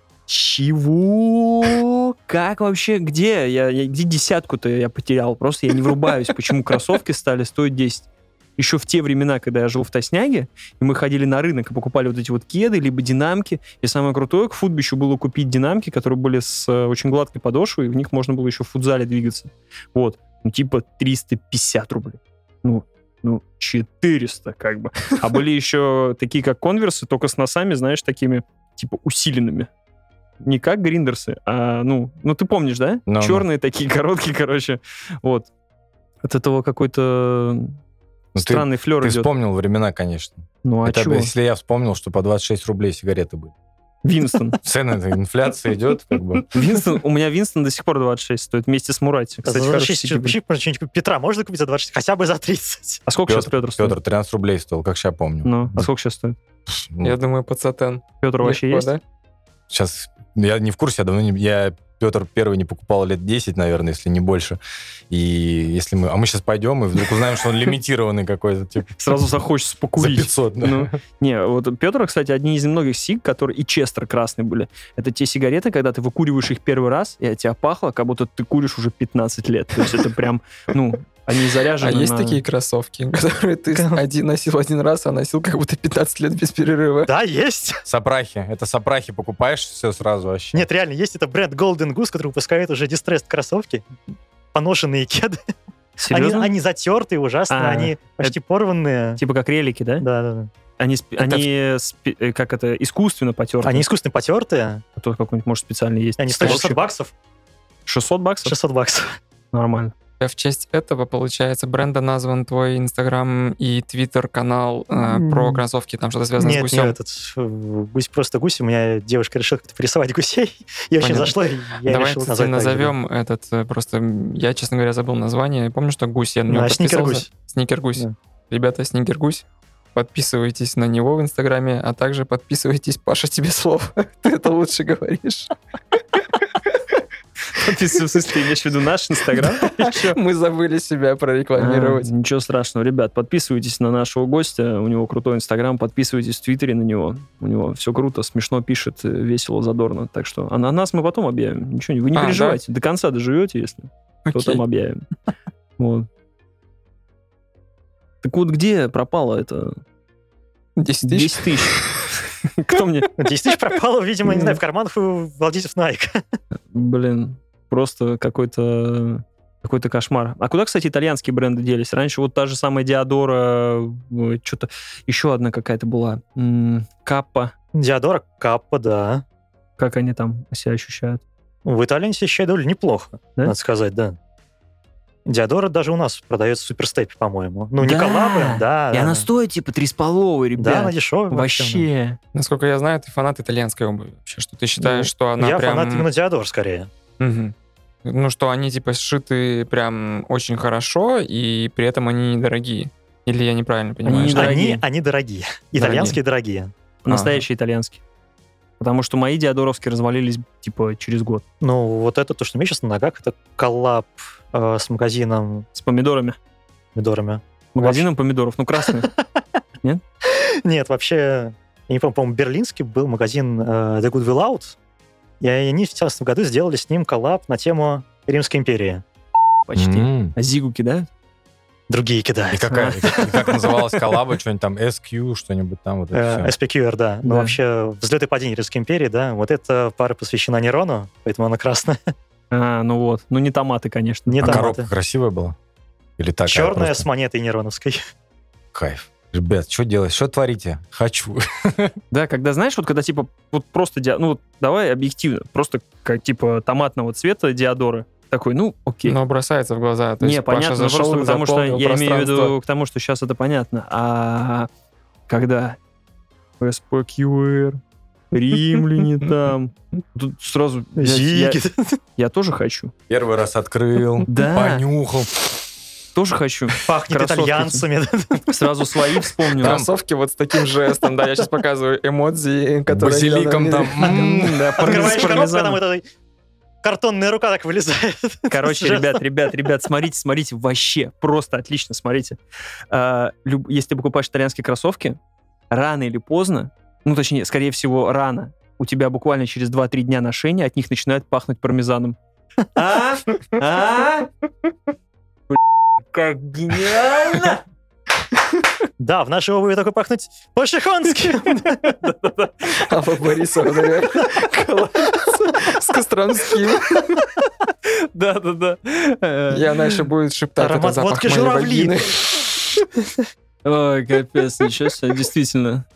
Speaker 1: чего? Как вообще? Где? Я, я- где десятку-то я потерял? Просто я не врубаюсь, почему кроссовки стали стоить десять. Еще в те времена, когда я жил в Тосняге, и мы ходили на рынок и покупали вот эти вот кеды, либо динамки. И самое крутое, к футбищу было купить динамки, которые были с э, очень гладкой подошвой, и в них можно было еще в футзале двигаться. Вот. Ну, типа триста пятьдесят рублей. Ну, ну, четыреста как бы. А были еще такие, как конверсы, только с носами, знаешь, такими, типа, усиленными. Не как гриндерсы, а, ну, ну ты помнишь, да?
Speaker 3: No,
Speaker 1: Черные no. такие, короткие, короче. Вот. От этого какой-то ну, странный
Speaker 3: ты,
Speaker 1: флер
Speaker 3: ты
Speaker 1: идет.
Speaker 3: Ты вспомнил времена, конечно.
Speaker 1: Ну, а
Speaker 3: Это
Speaker 1: чего?
Speaker 3: если я вспомнил, что по двадцать шесть рублей сигареты были.
Speaker 1: Винстон.
Speaker 3: Цены, инфляция идет, как бы.
Speaker 1: Винстон, у меня Винстон до сих пор двадцать шесть стоит вместе с Мурати.
Speaker 2: Кстати, за двадцать шесть что-нибудь Петра можно купить за двадцать шесть? Хотя бы за тридцать.
Speaker 1: А сколько
Speaker 3: Петр,
Speaker 1: сейчас Петр стоит?
Speaker 3: Петр тринадцать рублей стоил, как сейчас помню.
Speaker 1: Ну, а сколько сейчас стоит?
Speaker 3: Ну,
Speaker 4: Я думаю, под сатен.
Speaker 1: Петр вообще есть?
Speaker 4: Да?
Speaker 3: Сейчас, я не в курсе, я давно не... Я Петр первый не покупал лет десять, наверное, если не больше. И если мы... А мы сейчас пойдем и вдруг узнаем, что он лимитированный какой-то. Типа,
Speaker 1: сразу захочется покурить.
Speaker 3: За пятьсот, да.
Speaker 1: Ну, не, вот Петр, кстати, одни из немногих сиг, которые и Честер красные были. Это те сигареты, когда ты выкуриваешь их первый раз, и от тебя пахло, как будто ты куришь уже пятнадцать лет. То есть это прям, ну, они заряжены.
Speaker 4: А есть
Speaker 1: на...
Speaker 4: такие кроссовки, которые ты один носил один раз, а носил как будто пятнадцать лет без перерыва?
Speaker 2: Да, есть.
Speaker 3: Сапрахи. Это сапрахи покупаешь, все сразу вообще.
Speaker 2: Нет, реально, есть это бренд Golden Goose, который выпускает уже дистресс кроссовки, поношенные кеды.
Speaker 1: Серьезно?
Speaker 2: Они, они затертые ужасно,
Speaker 1: А,
Speaker 2: они почти порванные.
Speaker 1: Типа как релики, да?
Speaker 2: Да, да, да.
Speaker 1: Они, спи-
Speaker 2: Это-
Speaker 1: они спи- как это, искусственно потерты.
Speaker 2: Они искусственно потертые,
Speaker 1: А то какой-нибудь, может, специальный есть.
Speaker 2: они стоят шестьсот
Speaker 1: Вообще,
Speaker 2: баксов.
Speaker 1: шестьсот баксов?
Speaker 2: шестьсот баксов.
Speaker 1: Нормально.
Speaker 4: В честь этого, получается, бренда назван твой Инстаграм и Твиттер-канал э, про кроссовки, там что-то связано с
Speaker 2: Нет,
Speaker 4: гусем.
Speaker 2: нет, этот э, гусь просто гусь. У меня девушка решила как-то порисовать гусей. И очень
Speaker 4: Понятно.
Speaker 2: зашло, и я
Speaker 4: Давай,
Speaker 2: решил
Speaker 4: кстати,
Speaker 2: назвать так же.
Speaker 4: назовем этот, э, просто, я, честно говоря, забыл название. Помню, что гусь, я на него
Speaker 2: Да,
Speaker 4: подписался.
Speaker 2: Сникер-гусь.
Speaker 4: Сникер-гусь.
Speaker 2: Да.
Speaker 4: Ребята, Сникер-гусь. Подписывайтесь на него в Инстаграме, а также подписывайтесь, Паша, тебе слово. Ты это лучше говоришь.
Speaker 1: Подписывайся, в смысле, ты имеешь в виду наш Инстаграм?
Speaker 4: Мы забыли себя прорекламировать.
Speaker 1: А, ничего страшного. Ребят, подписывайтесь на нашего гостя. У него крутой Инстаграм. Подписывайтесь в Твиттере на него. У него все круто, смешно пишет, весело, задорно. Так что, а на нас мы потом объявим. Ничего, не- вы не
Speaker 4: А,
Speaker 1: переживайте. До конца доживете, если то
Speaker 4: Окей.
Speaker 1: там объявим. Вот. Так вот, где пропало это
Speaker 4: десять тысяч?
Speaker 1: десять тысяч? Кто мне?
Speaker 2: десять тысяч пропало, видимо, не знаю, в карманах у владельцев Nike.
Speaker 1: Блин, просто какой-то какой-то кошмар. А куда, кстати, итальянские бренды делись? Раньше вот та же самая Диадора, ой, что-то еще одна какая-то была. М, Каппа.
Speaker 2: Диадора, Каппа, да.
Speaker 1: Как они там себя ощущают?
Speaker 2: В Италии они себя ощущают довольно неплохо,
Speaker 1: Да?
Speaker 2: надо сказать, да. Диадора даже у нас продается в суперстепе, по-моему. Ну, не
Speaker 1: Да.
Speaker 2: коллабы, да.
Speaker 1: И
Speaker 2: да,
Speaker 1: она
Speaker 2: да.
Speaker 1: стоит типа три с половой,
Speaker 2: Да,
Speaker 1: ребят.
Speaker 2: она дешевая.
Speaker 1: Вообще.
Speaker 4: Насколько я знаю, ты фанат итальянской обуви вообще, что ты считаешь,
Speaker 2: Ну,
Speaker 4: что она
Speaker 2: Я
Speaker 4: прям...
Speaker 2: фанат именно Диадор, скорее.
Speaker 4: Мгм. Ну, что они типа сшиты прям очень хорошо, и при этом они недорогие. Или я неправильно понимаю?
Speaker 1: Они
Speaker 4: что-
Speaker 1: недорогие.
Speaker 2: Они, они дорогие. Итальянские дорогие.
Speaker 1: Настоящие итальянские. Потому что мои диадоровские развалились типа через год.
Speaker 2: Ну, вот это то, что у меня сейчас на ногах, это коллаб э, с магазином
Speaker 1: С помидорами.
Speaker 2: помидорами.
Speaker 1: Магазином помидоров. Ну, красные.
Speaker 2: Нет, вообще, я не помню, по-моему, берлинский был магазин э, The Good Will Out, и они в две тысячи семнадцатом году сделали с ним коллаб на тему Римской империи.
Speaker 1: Почти.
Speaker 3: М.
Speaker 1: А зигу кидают?
Speaker 2: Другие
Speaker 3: И,
Speaker 2: кидают.
Speaker 3: какая, и как называлась коллаба, что-нибудь там, эс кью, что-нибудь там, вот это
Speaker 2: Э,
Speaker 3: все.
Speaker 2: эс пи кью ар, да. Но
Speaker 1: Да.
Speaker 2: вообще взлет и падение Римской империи, да, вот эта пара посвящена Нерону, поэтому она красная.
Speaker 1: А, ну вот. Ну, не томаты, конечно.
Speaker 2: Не
Speaker 3: А
Speaker 2: томаты.
Speaker 3: коробка красивая была? Или такая
Speaker 2: Черная
Speaker 3: просто?
Speaker 2: с монетой Нероновской.
Speaker 3: Кайф. Ребят, что делать? Что творите? Хочу.
Speaker 1: Да, когда, знаешь, вот когда, типа, вот просто, диа- ну, вот давай объективно, просто, как, типа, томатного цвета диадоры, такой, ну, окей.
Speaker 4: Но бросается в глаза. То
Speaker 1: Не,
Speaker 4: есть Паша
Speaker 1: понятно, но
Speaker 4: зашел
Speaker 1: просто
Speaker 4: и
Speaker 1: потому что,
Speaker 4: заполнил
Speaker 1: я имею в
Speaker 4: пространство.
Speaker 1: виду к тому, что сейчас это понятно, а когда эс пи кью ар, римляне там, тут сразу, блядь, я,
Speaker 2: Зиги.
Speaker 1: я тоже хочу,
Speaker 3: Первый раз открыл,
Speaker 1: Да.
Speaker 3: понюхал.
Speaker 1: тоже хочу,
Speaker 2: Пахнет
Speaker 1: Кроссовки.
Speaker 2: итальянцами.
Speaker 1: сразу свои вспомнил.
Speaker 4: Кроссовки вот с таким жестом, да, я сейчас показываю эмодзи, которые...
Speaker 3: Базиликом там. м,
Speaker 1: Да,
Speaker 2: Открываешь
Speaker 1: с
Speaker 2: коробку, там
Speaker 1: пармезаном.
Speaker 2: вот эта картонная рука так вылезает.
Speaker 1: Короче,
Speaker 2: С жестом.
Speaker 1: ребят, ребят, ребят, смотрите, смотрите, вообще просто отлично, смотрите. А, люб- если ты покупаешь итальянские кроссовки, рано или поздно, ну, точнее, скорее всего, рано, у тебя буквально через два-три дня ношения от них начинает пахнуть пармезаном. А? А? Бля, как гениально!
Speaker 2: Да, в нашей обуви такой пахнуть по-шихонски.
Speaker 4: Алла Борисовна реально класс. С Костромским.
Speaker 1: Да-да-да.
Speaker 4: И она еще будет шептать, это
Speaker 2: Аромат
Speaker 4: запах
Speaker 2: водки
Speaker 4: моей
Speaker 2: журавли.
Speaker 4: вагины.
Speaker 1: Ой, капец, ничего себе, действительно.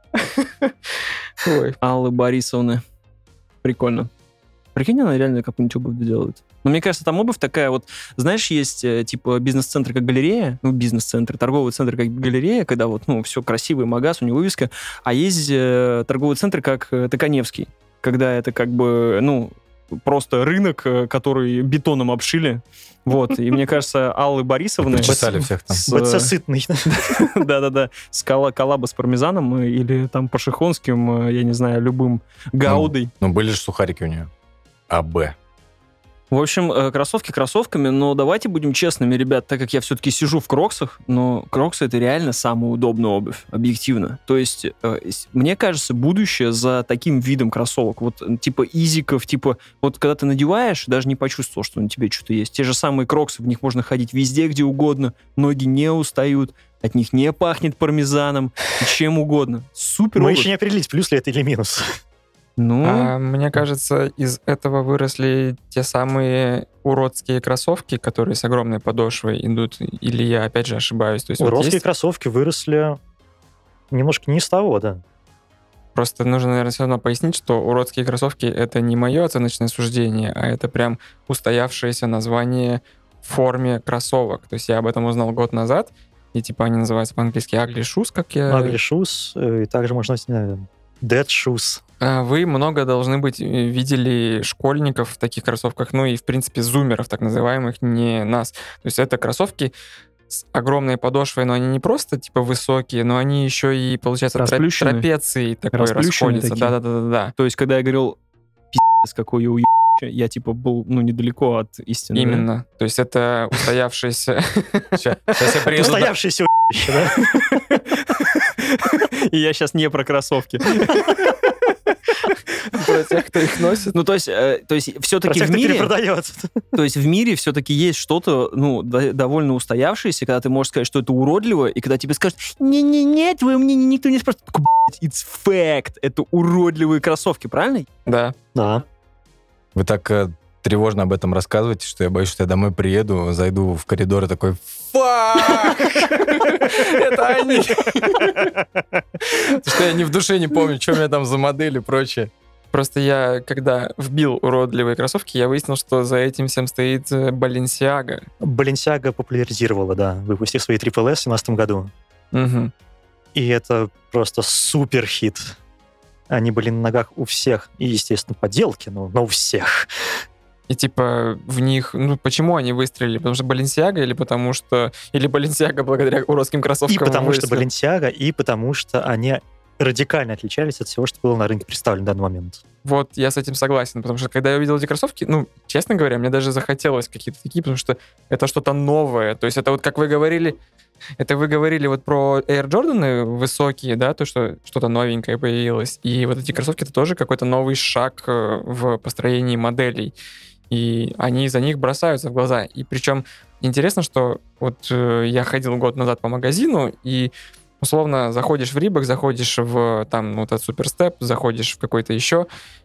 Speaker 4: Ой.
Speaker 1: Аллы Борисовны. Прикольно. Прикинь, она реально какую-нибудь обувь делает. Но мне кажется, там обувь такая вот, знаешь, есть э, типа бизнес-центр как галерея, ну, бизнес-центр, торговый центр как галерея, когда вот, ну, все красивый магаз, у него вывеска, а есть э, торговый центр как э, Токаневский, когда это как бы, ну, просто рынок, э, который бетоном обшили. Вот, и мне кажется, Аллы Борисовны...
Speaker 3: Почесали всех там.
Speaker 1: с-
Speaker 2: БЦ сытный.
Speaker 1: Да-да-да, с кола- коллаба с пармезаном э, или там пашихонским, э, я не знаю, любым гаудой.
Speaker 3: Ну, были же сухарики у нее. АБ.
Speaker 1: В общем, э, кроссовки кроссовками, но давайте будем честными, ребят, так как я все-таки сижу в кроксах, но кроксы — это реально самая удобная обувь, объективно. То есть, э, с- мне кажется, будущее за таким видом кроссовок, вот э, типа изиков, типа, вот когда ты надеваешь, даже не почувствовал, что на тебе что-то есть. Те же самые кроксы, в них можно ходить везде, где угодно, ноги не устают, от них не пахнет пармезаном, и чем угодно. Супер
Speaker 2: Мы
Speaker 1: обувь.
Speaker 2: еще не определились, плюс ли это или минус.
Speaker 1: Ну,
Speaker 4: А, мне кажется, из этого выросли те самые уродские кроссовки, которые с огромной подошвой идут. Или я опять же ошибаюсь? То есть вот
Speaker 2: Уродские
Speaker 4: есть-
Speaker 2: кроссовки выросли немножко не из того, да.
Speaker 4: Просто нужно, наверное, все равно пояснить, что уродские кроссовки — это не мое оценочное суждение, а это прям устоявшееся название в форме кроссовок. То есть я об этом узнал год назад, и типа они называются по-английски ugly shoes, как я...
Speaker 2: Ugly shoes, э, и также можно сказать, dead shoes.
Speaker 4: А Вы много должны быть э, видели школьников в таких кроссовках, ну и, в принципе, зумеров, так называемых, не нас. То есть это кроссовки с огромной подошвой, но они не просто, типа, высокие, но они еще и, получается, тра-
Speaker 1: Расплющенные.
Speaker 4: трапецией такой
Speaker 1: Расплющенные
Speaker 4: расходятся.
Speaker 1: такие.
Speaker 4: Да-да-да-да.
Speaker 1: то есть, когда я говорил, пиздец, какой я уебище, я типа был, ну, недалеко от истины. да?
Speaker 4: Именно. То есть это устоявшаяся...
Speaker 3: Сейчас я приеду.
Speaker 2: Устоявшиеся у***ща, да?
Speaker 1: И я сейчас не про кроссовки.
Speaker 4: Про тех, кто их носит.
Speaker 1: Ну, то есть, э, то есть
Speaker 2: Про
Speaker 1: все-таки
Speaker 2: тех,
Speaker 1: в
Speaker 2: кто
Speaker 1: мире,
Speaker 2: перепродает.
Speaker 1: то есть в мире все-таки есть что-то, ну, до- довольно устоявшееся, когда ты можешь сказать, что это уродливо, и когда тебе скажут, не-не-нет, твое мнение никто не спрашивает. Такой, блядь, it's fact, это уродливые кроссовки, правильно?
Speaker 4: Да.
Speaker 2: Да.
Speaker 3: Вы так э, тревожно об этом рассказываете, что я боюсь, что я домой приеду, зайду в коридор и такой, фак! Это они! Потому что я ни в душе не помню, что у меня там за модель и прочее.
Speaker 4: Просто я, когда вбил уродливые кроссовки, я выяснил, что за этим всем стоит э, Balenciaga.
Speaker 2: Balenciaga популяризировала, да, выпустив свои Triple S в две тысячи семнадцатом году.
Speaker 4: Мгм.
Speaker 2: И это просто супер хит. Они были на ногах у всех. И, естественно, подделки, но, но у всех.
Speaker 4: И типа в них... Ну, почему они выстрелили? Потому что Balenciaga или потому что... Или Balenciaga благодаря уродским кроссовкам
Speaker 2: И потому что
Speaker 4: выстрелил?
Speaker 2: Balenciaga, и потому что они радикально отличались от всего, что было на рынке представлено в данный момент.
Speaker 4: Вот, я с этим согласен, потому что когда я увидел эти кроссовки, ну, честно говоря, мне даже захотелось какие-то такие, потому что это что-то новое. То есть это вот, как вы говорили, это вы говорили вот про Air Jordan высокие, да, то, что что-то новенькое появилось. И вот эти кроссовки — это тоже какой-то новый шаг э, в построении моделей. И они за них бросаются в глаза. И причем интересно, что вот э, я ходил год назад по магазину, и условно заходишь в Reebok, заходишь в там вот этот Суперстеп, заходишь в какой-то еще,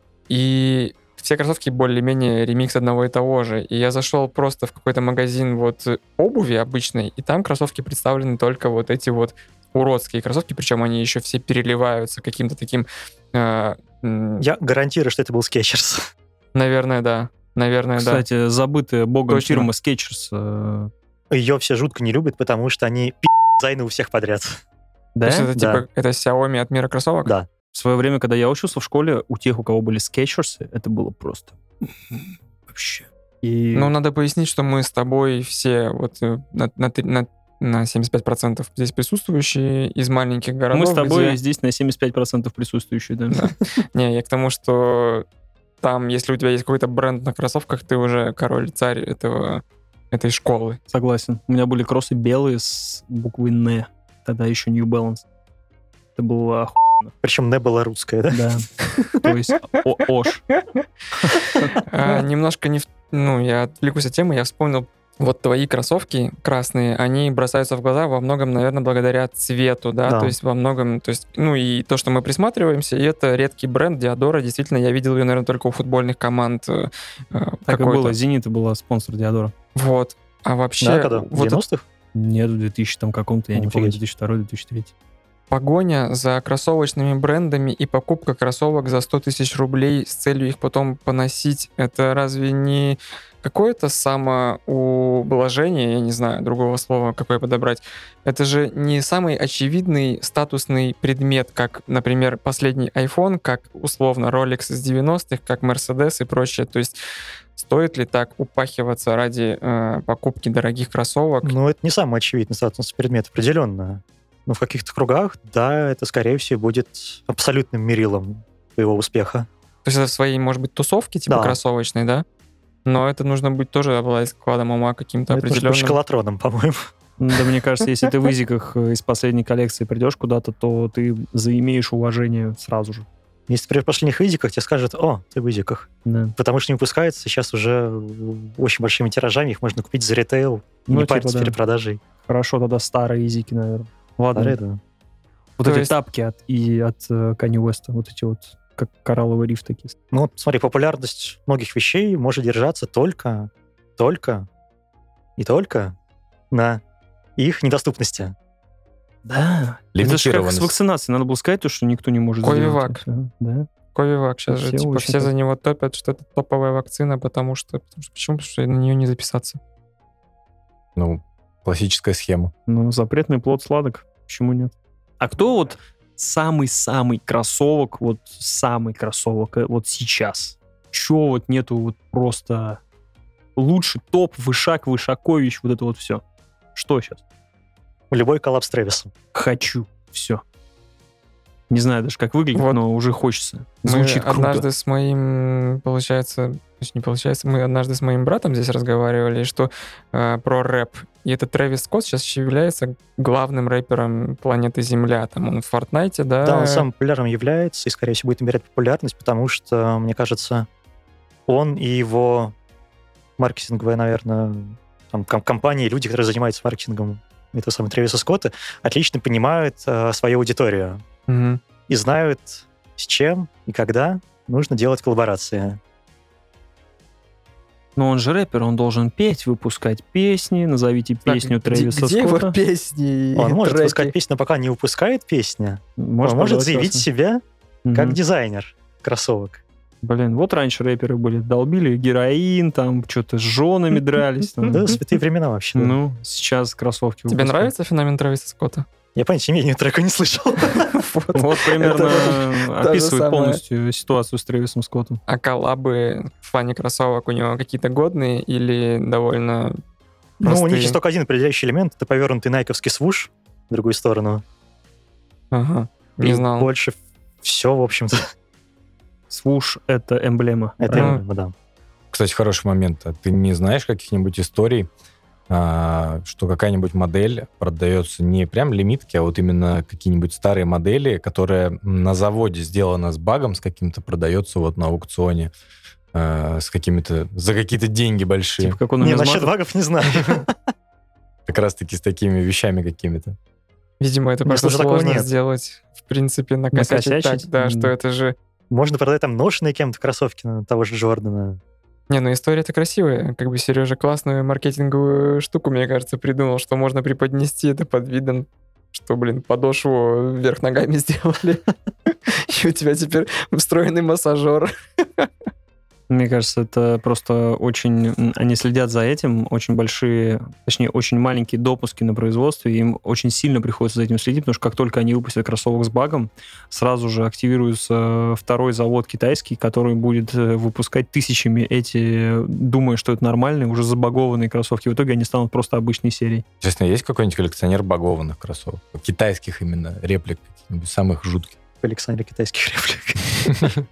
Speaker 4: и все кроссовки более-менее ремикс одного и того же. И я зашел просто в какой-то магазин вот обуви обычной, и там кроссовки представлены только вот эти вот уродские кроссовки, причем они еще все переливаются каким-то таким... э, м,
Speaker 2: Я гарантирую, что это был Skechers.
Speaker 4: Наверное, да. Наверное, да.
Speaker 1: Кстати, забытая богом
Speaker 4: Точно.
Speaker 1: фирма Skechers. э,
Speaker 2: Ее все жутко не любят, потому что они пи*** дизайны у всех подряд.
Speaker 1: Да?
Speaker 4: То есть это
Speaker 2: Да.
Speaker 4: типа это Xiaomi от мира кроссовок?
Speaker 2: Да.
Speaker 1: В свое время, когда я учился в школе, у тех, у кого были Skechers, это было просто вообще. И...
Speaker 4: Ну, надо пояснить, что мы с тобой все вот э, на, на, три- на, на семьдесят пять процентов здесь присутствующие из маленьких городов.
Speaker 1: мы с тобой
Speaker 4: где-
Speaker 1: здесь на семьдесят пять процентов присутствующие, да.
Speaker 4: Да. Не, я к тому, что там, если у тебя есть какой-то бренд на кроссовках, ты уже король, царь этого, этой школы.
Speaker 1: Согласен. У меня были кроссы белые с буквой Н. Тогда еще New Balance. Это было оху...
Speaker 2: Причем не была русская, да?
Speaker 1: Да. То есть о- Ош.
Speaker 4: А, Немножко не... в- Ну, я отвлекусь от темы, я вспомнил Вот твои кроссовки красные, они бросаются в глаза во многом, наверное, благодаря цвету, да?
Speaker 2: Да.
Speaker 4: То есть во многом, то есть, ну и то, что мы присматриваемся, и это редкий бренд Диадора. Действительно, я видел ее, наверное, только у футбольных команд. э,
Speaker 1: Так и
Speaker 4: какой-то.
Speaker 1: было, Зенит была спонсор Диадора.
Speaker 4: Вот. А вообще,
Speaker 2: Да, когда? В
Speaker 4: вот эта
Speaker 2: девяностых?
Speaker 1: Нет, в две тысячи там каком-то, я не помню,
Speaker 2: Офигеть.
Speaker 1: две тысячи второй - две тысячи третий.
Speaker 4: погоня за кроссовочными брендами и покупка кроссовок за сто тысяч рублей с целью их потом поносить, это разве не какое-то самоублажение, я не знаю, другого слова какое подобрать? Это же не самый очевидный статусный предмет, как, например, последний iPhone, как условно Rolex из девяностых, как Mercedes и прочее. То есть стоит ли так упахиваться ради э, покупки дорогих кроссовок?
Speaker 2: Ну, это не самый очевидный статусный предмет, определенно. Но в каких-то кругах, да, это, скорее всего, будет абсолютным мерилом твоего успеха.
Speaker 4: То есть это в своей, может быть, тусовке, типа
Speaker 2: Да.
Speaker 4: кроссовочной, да? Но это нужно быть тоже обладать складом ума каким-то
Speaker 2: Это может быть
Speaker 4: определенным.
Speaker 2: шоколатроном, по-моему.
Speaker 1: Да, мне кажется, если ты в изиках э, из последней коллекции придешь куда-то, то ты заимеешь уважение сразу же.
Speaker 2: Если при последних изиках тебе скажут: о, ты в изиках.
Speaker 1: Да.
Speaker 2: Потому что не выпускается сейчас уже очень большими тиражами, их можно купить за ритейл, и
Speaker 1: Ну,
Speaker 2: не
Speaker 1: типа,
Speaker 2: париться
Speaker 1: да.
Speaker 2: перепродажей.
Speaker 1: Хорошо, тогда старые изики, наверное. Ладно.
Speaker 2: Старые, да.
Speaker 1: Вот
Speaker 4: То
Speaker 1: эти
Speaker 4: есть-
Speaker 1: тапки от, и от э, Kanye West, вот эти вот, как коралловый риф такие.
Speaker 2: Ну, вот смотри, популярность многих вещей может держаться только, только и только на их недоступности.
Speaker 1: Да. Это же как с
Speaker 3: Лимитированность.
Speaker 1: вакцинацией. Надо было сказать то, что никто не может
Speaker 4: Ковивак.
Speaker 1: сделать. Всё, Да.
Speaker 4: Ковивак, сейчас же
Speaker 1: Все
Speaker 4: типа
Speaker 1: очень
Speaker 4: все за
Speaker 1: так.
Speaker 4: него топят, что это топовая вакцина, потому что, потому что почему? Потому что на нее не записаться.
Speaker 3: Ну, классическая схема.
Speaker 1: Ну, запретный плод сладок. Почему нет? А кто вот самый-самый кроссовок, вот самый кроссовок э, вот сейчас? Чего вот нету вот просто лучший топ, Вышак, Вышакович, вот это вот все? Что сейчас?
Speaker 2: Любой коллаб с Трэвисом.
Speaker 1: Хочу. Все. Не знаю даже, как выглядит,
Speaker 4: Вот.
Speaker 1: но уже хочется.
Speaker 4: Мы
Speaker 1: Звучит круто.
Speaker 4: однажды с моим, получается, то есть не получается, мы однажды с моим братом здесь разговаривали, что э, про рэп. И этот Трэвис Скотт сейчас еще является главным рэпером планеты Земля. Там он в Фортнайте, да?
Speaker 2: Да, он самым популярным является и, скорее всего, будет набирать популярность, потому что, мне кажется, он и его маркетинговая, наверное, там, ком- компании, люди, которые занимаются маркетингом этого самого Трэвиса Скотта, отлично понимают э, свою аудиторию
Speaker 4: Мгм.
Speaker 2: и знают, с чем и когда нужно делать коллаборации.
Speaker 1: Но он же рэпер, он должен петь, выпускать песни. Назовите
Speaker 4: Так,
Speaker 1: песню
Speaker 4: где-
Speaker 1: Трэвиса
Speaker 4: где
Speaker 1: Скотта.
Speaker 4: его песни и
Speaker 2: Он может
Speaker 4: треки?
Speaker 2: выпускать песню, но пока не выпускает песню,
Speaker 1: Может,
Speaker 2: он может
Speaker 1: продавать
Speaker 2: заявить
Speaker 1: классно.
Speaker 2: себя как
Speaker 1: Мгм.
Speaker 2: дизайнер кроссовок.
Speaker 1: Блин, вот раньше рэперы были, долбили героин, там что-то с женами дрались. там.
Speaker 2: Да, святые времена вообще. да.
Speaker 1: Ну, сейчас кроссовки
Speaker 4: Тебе
Speaker 1: выпускают.
Speaker 4: нравится феномен Трэвиса Скотта?
Speaker 2: Я понятия не имею, ни трека не слышал.
Speaker 4: Вот.
Speaker 1: Вот примерно
Speaker 4: Это же
Speaker 1: описывает
Speaker 4: самое.
Speaker 1: полностью ситуацию с Трэвисом Скоттом.
Speaker 4: А коллабы в плане кроссовок у него какие-то годные или довольно
Speaker 2: Ну, у них
Speaker 4: простые?
Speaker 2: есть только один определяющий элемент, это повернутый найковский свуш в другую сторону.
Speaker 4: Ага, не
Speaker 2: И
Speaker 4: знал.
Speaker 2: больше все, в общем-то.
Speaker 1: Свуш — это эмблема.
Speaker 2: Это,
Speaker 1: правильно?
Speaker 2: эмблема, да.
Speaker 3: Кстати, хороший момент. А ты не знаешь каких-нибудь историй, а, что какая-нибудь модель продается не прям лимитки, а вот именно какие-нибудь старые модели, которые на заводе сделаны с багом, с каким-то продается вот на аукционе а, с какими-то за какие-то деньги большие.
Speaker 1: Типа как он
Speaker 2: Не,
Speaker 1: нумизмат.
Speaker 2: насчет багов не знаю.
Speaker 3: Как раз-таки с такими вещами какими-то.
Speaker 4: Видимо, это
Speaker 2: Нет,
Speaker 4: просто
Speaker 2: уже такого
Speaker 4: сложно
Speaker 2: нет.
Speaker 4: сделать. В принципе, накосячить,
Speaker 1: Накосячить?
Speaker 4: так, да,
Speaker 1: М.
Speaker 4: что это же...
Speaker 2: Можно продать там ношенные кем-то кроссовки на того же Джордана.
Speaker 4: Не, ну история-то красивая. Как бы Сережа классную маркетинговую штуку, мне кажется, придумал, что можно преподнести это под видом, что, блин, подошву вверх ногами сделали. И у тебя теперь встроенный массажер.
Speaker 1: Мне кажется, это просто очень... м, Они следят за этим, очень большие, точнее, очень маленькие допуски на производстве, и им очень сильно приходится за этим следить, потому что как только они выпустят кроссовок с багом, сразу же активируется второй завод китайский, который будет э, выпускать тысячами эти, думая, что это нормальные, уже забагованные кроссовки. В итоге они станут просто обычной серией.
Speaker 3: Честно, есть какой-нибудь коллекционер багованных кроссовок? Китайских именно, реплик, каких-нибудь самых жутких.
Speaker 2: Коллекционер китайских реплик.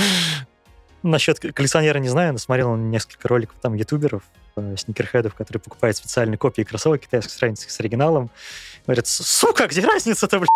Speaker 2: Насчет коллекционера не знаю, но смотрел несколько роликов там ютуберов, э, сникерхедов, которые покупают специальные копии кроссовок китайских с разницей с оригиналом. Говорят: сука, где разница-то, блядь?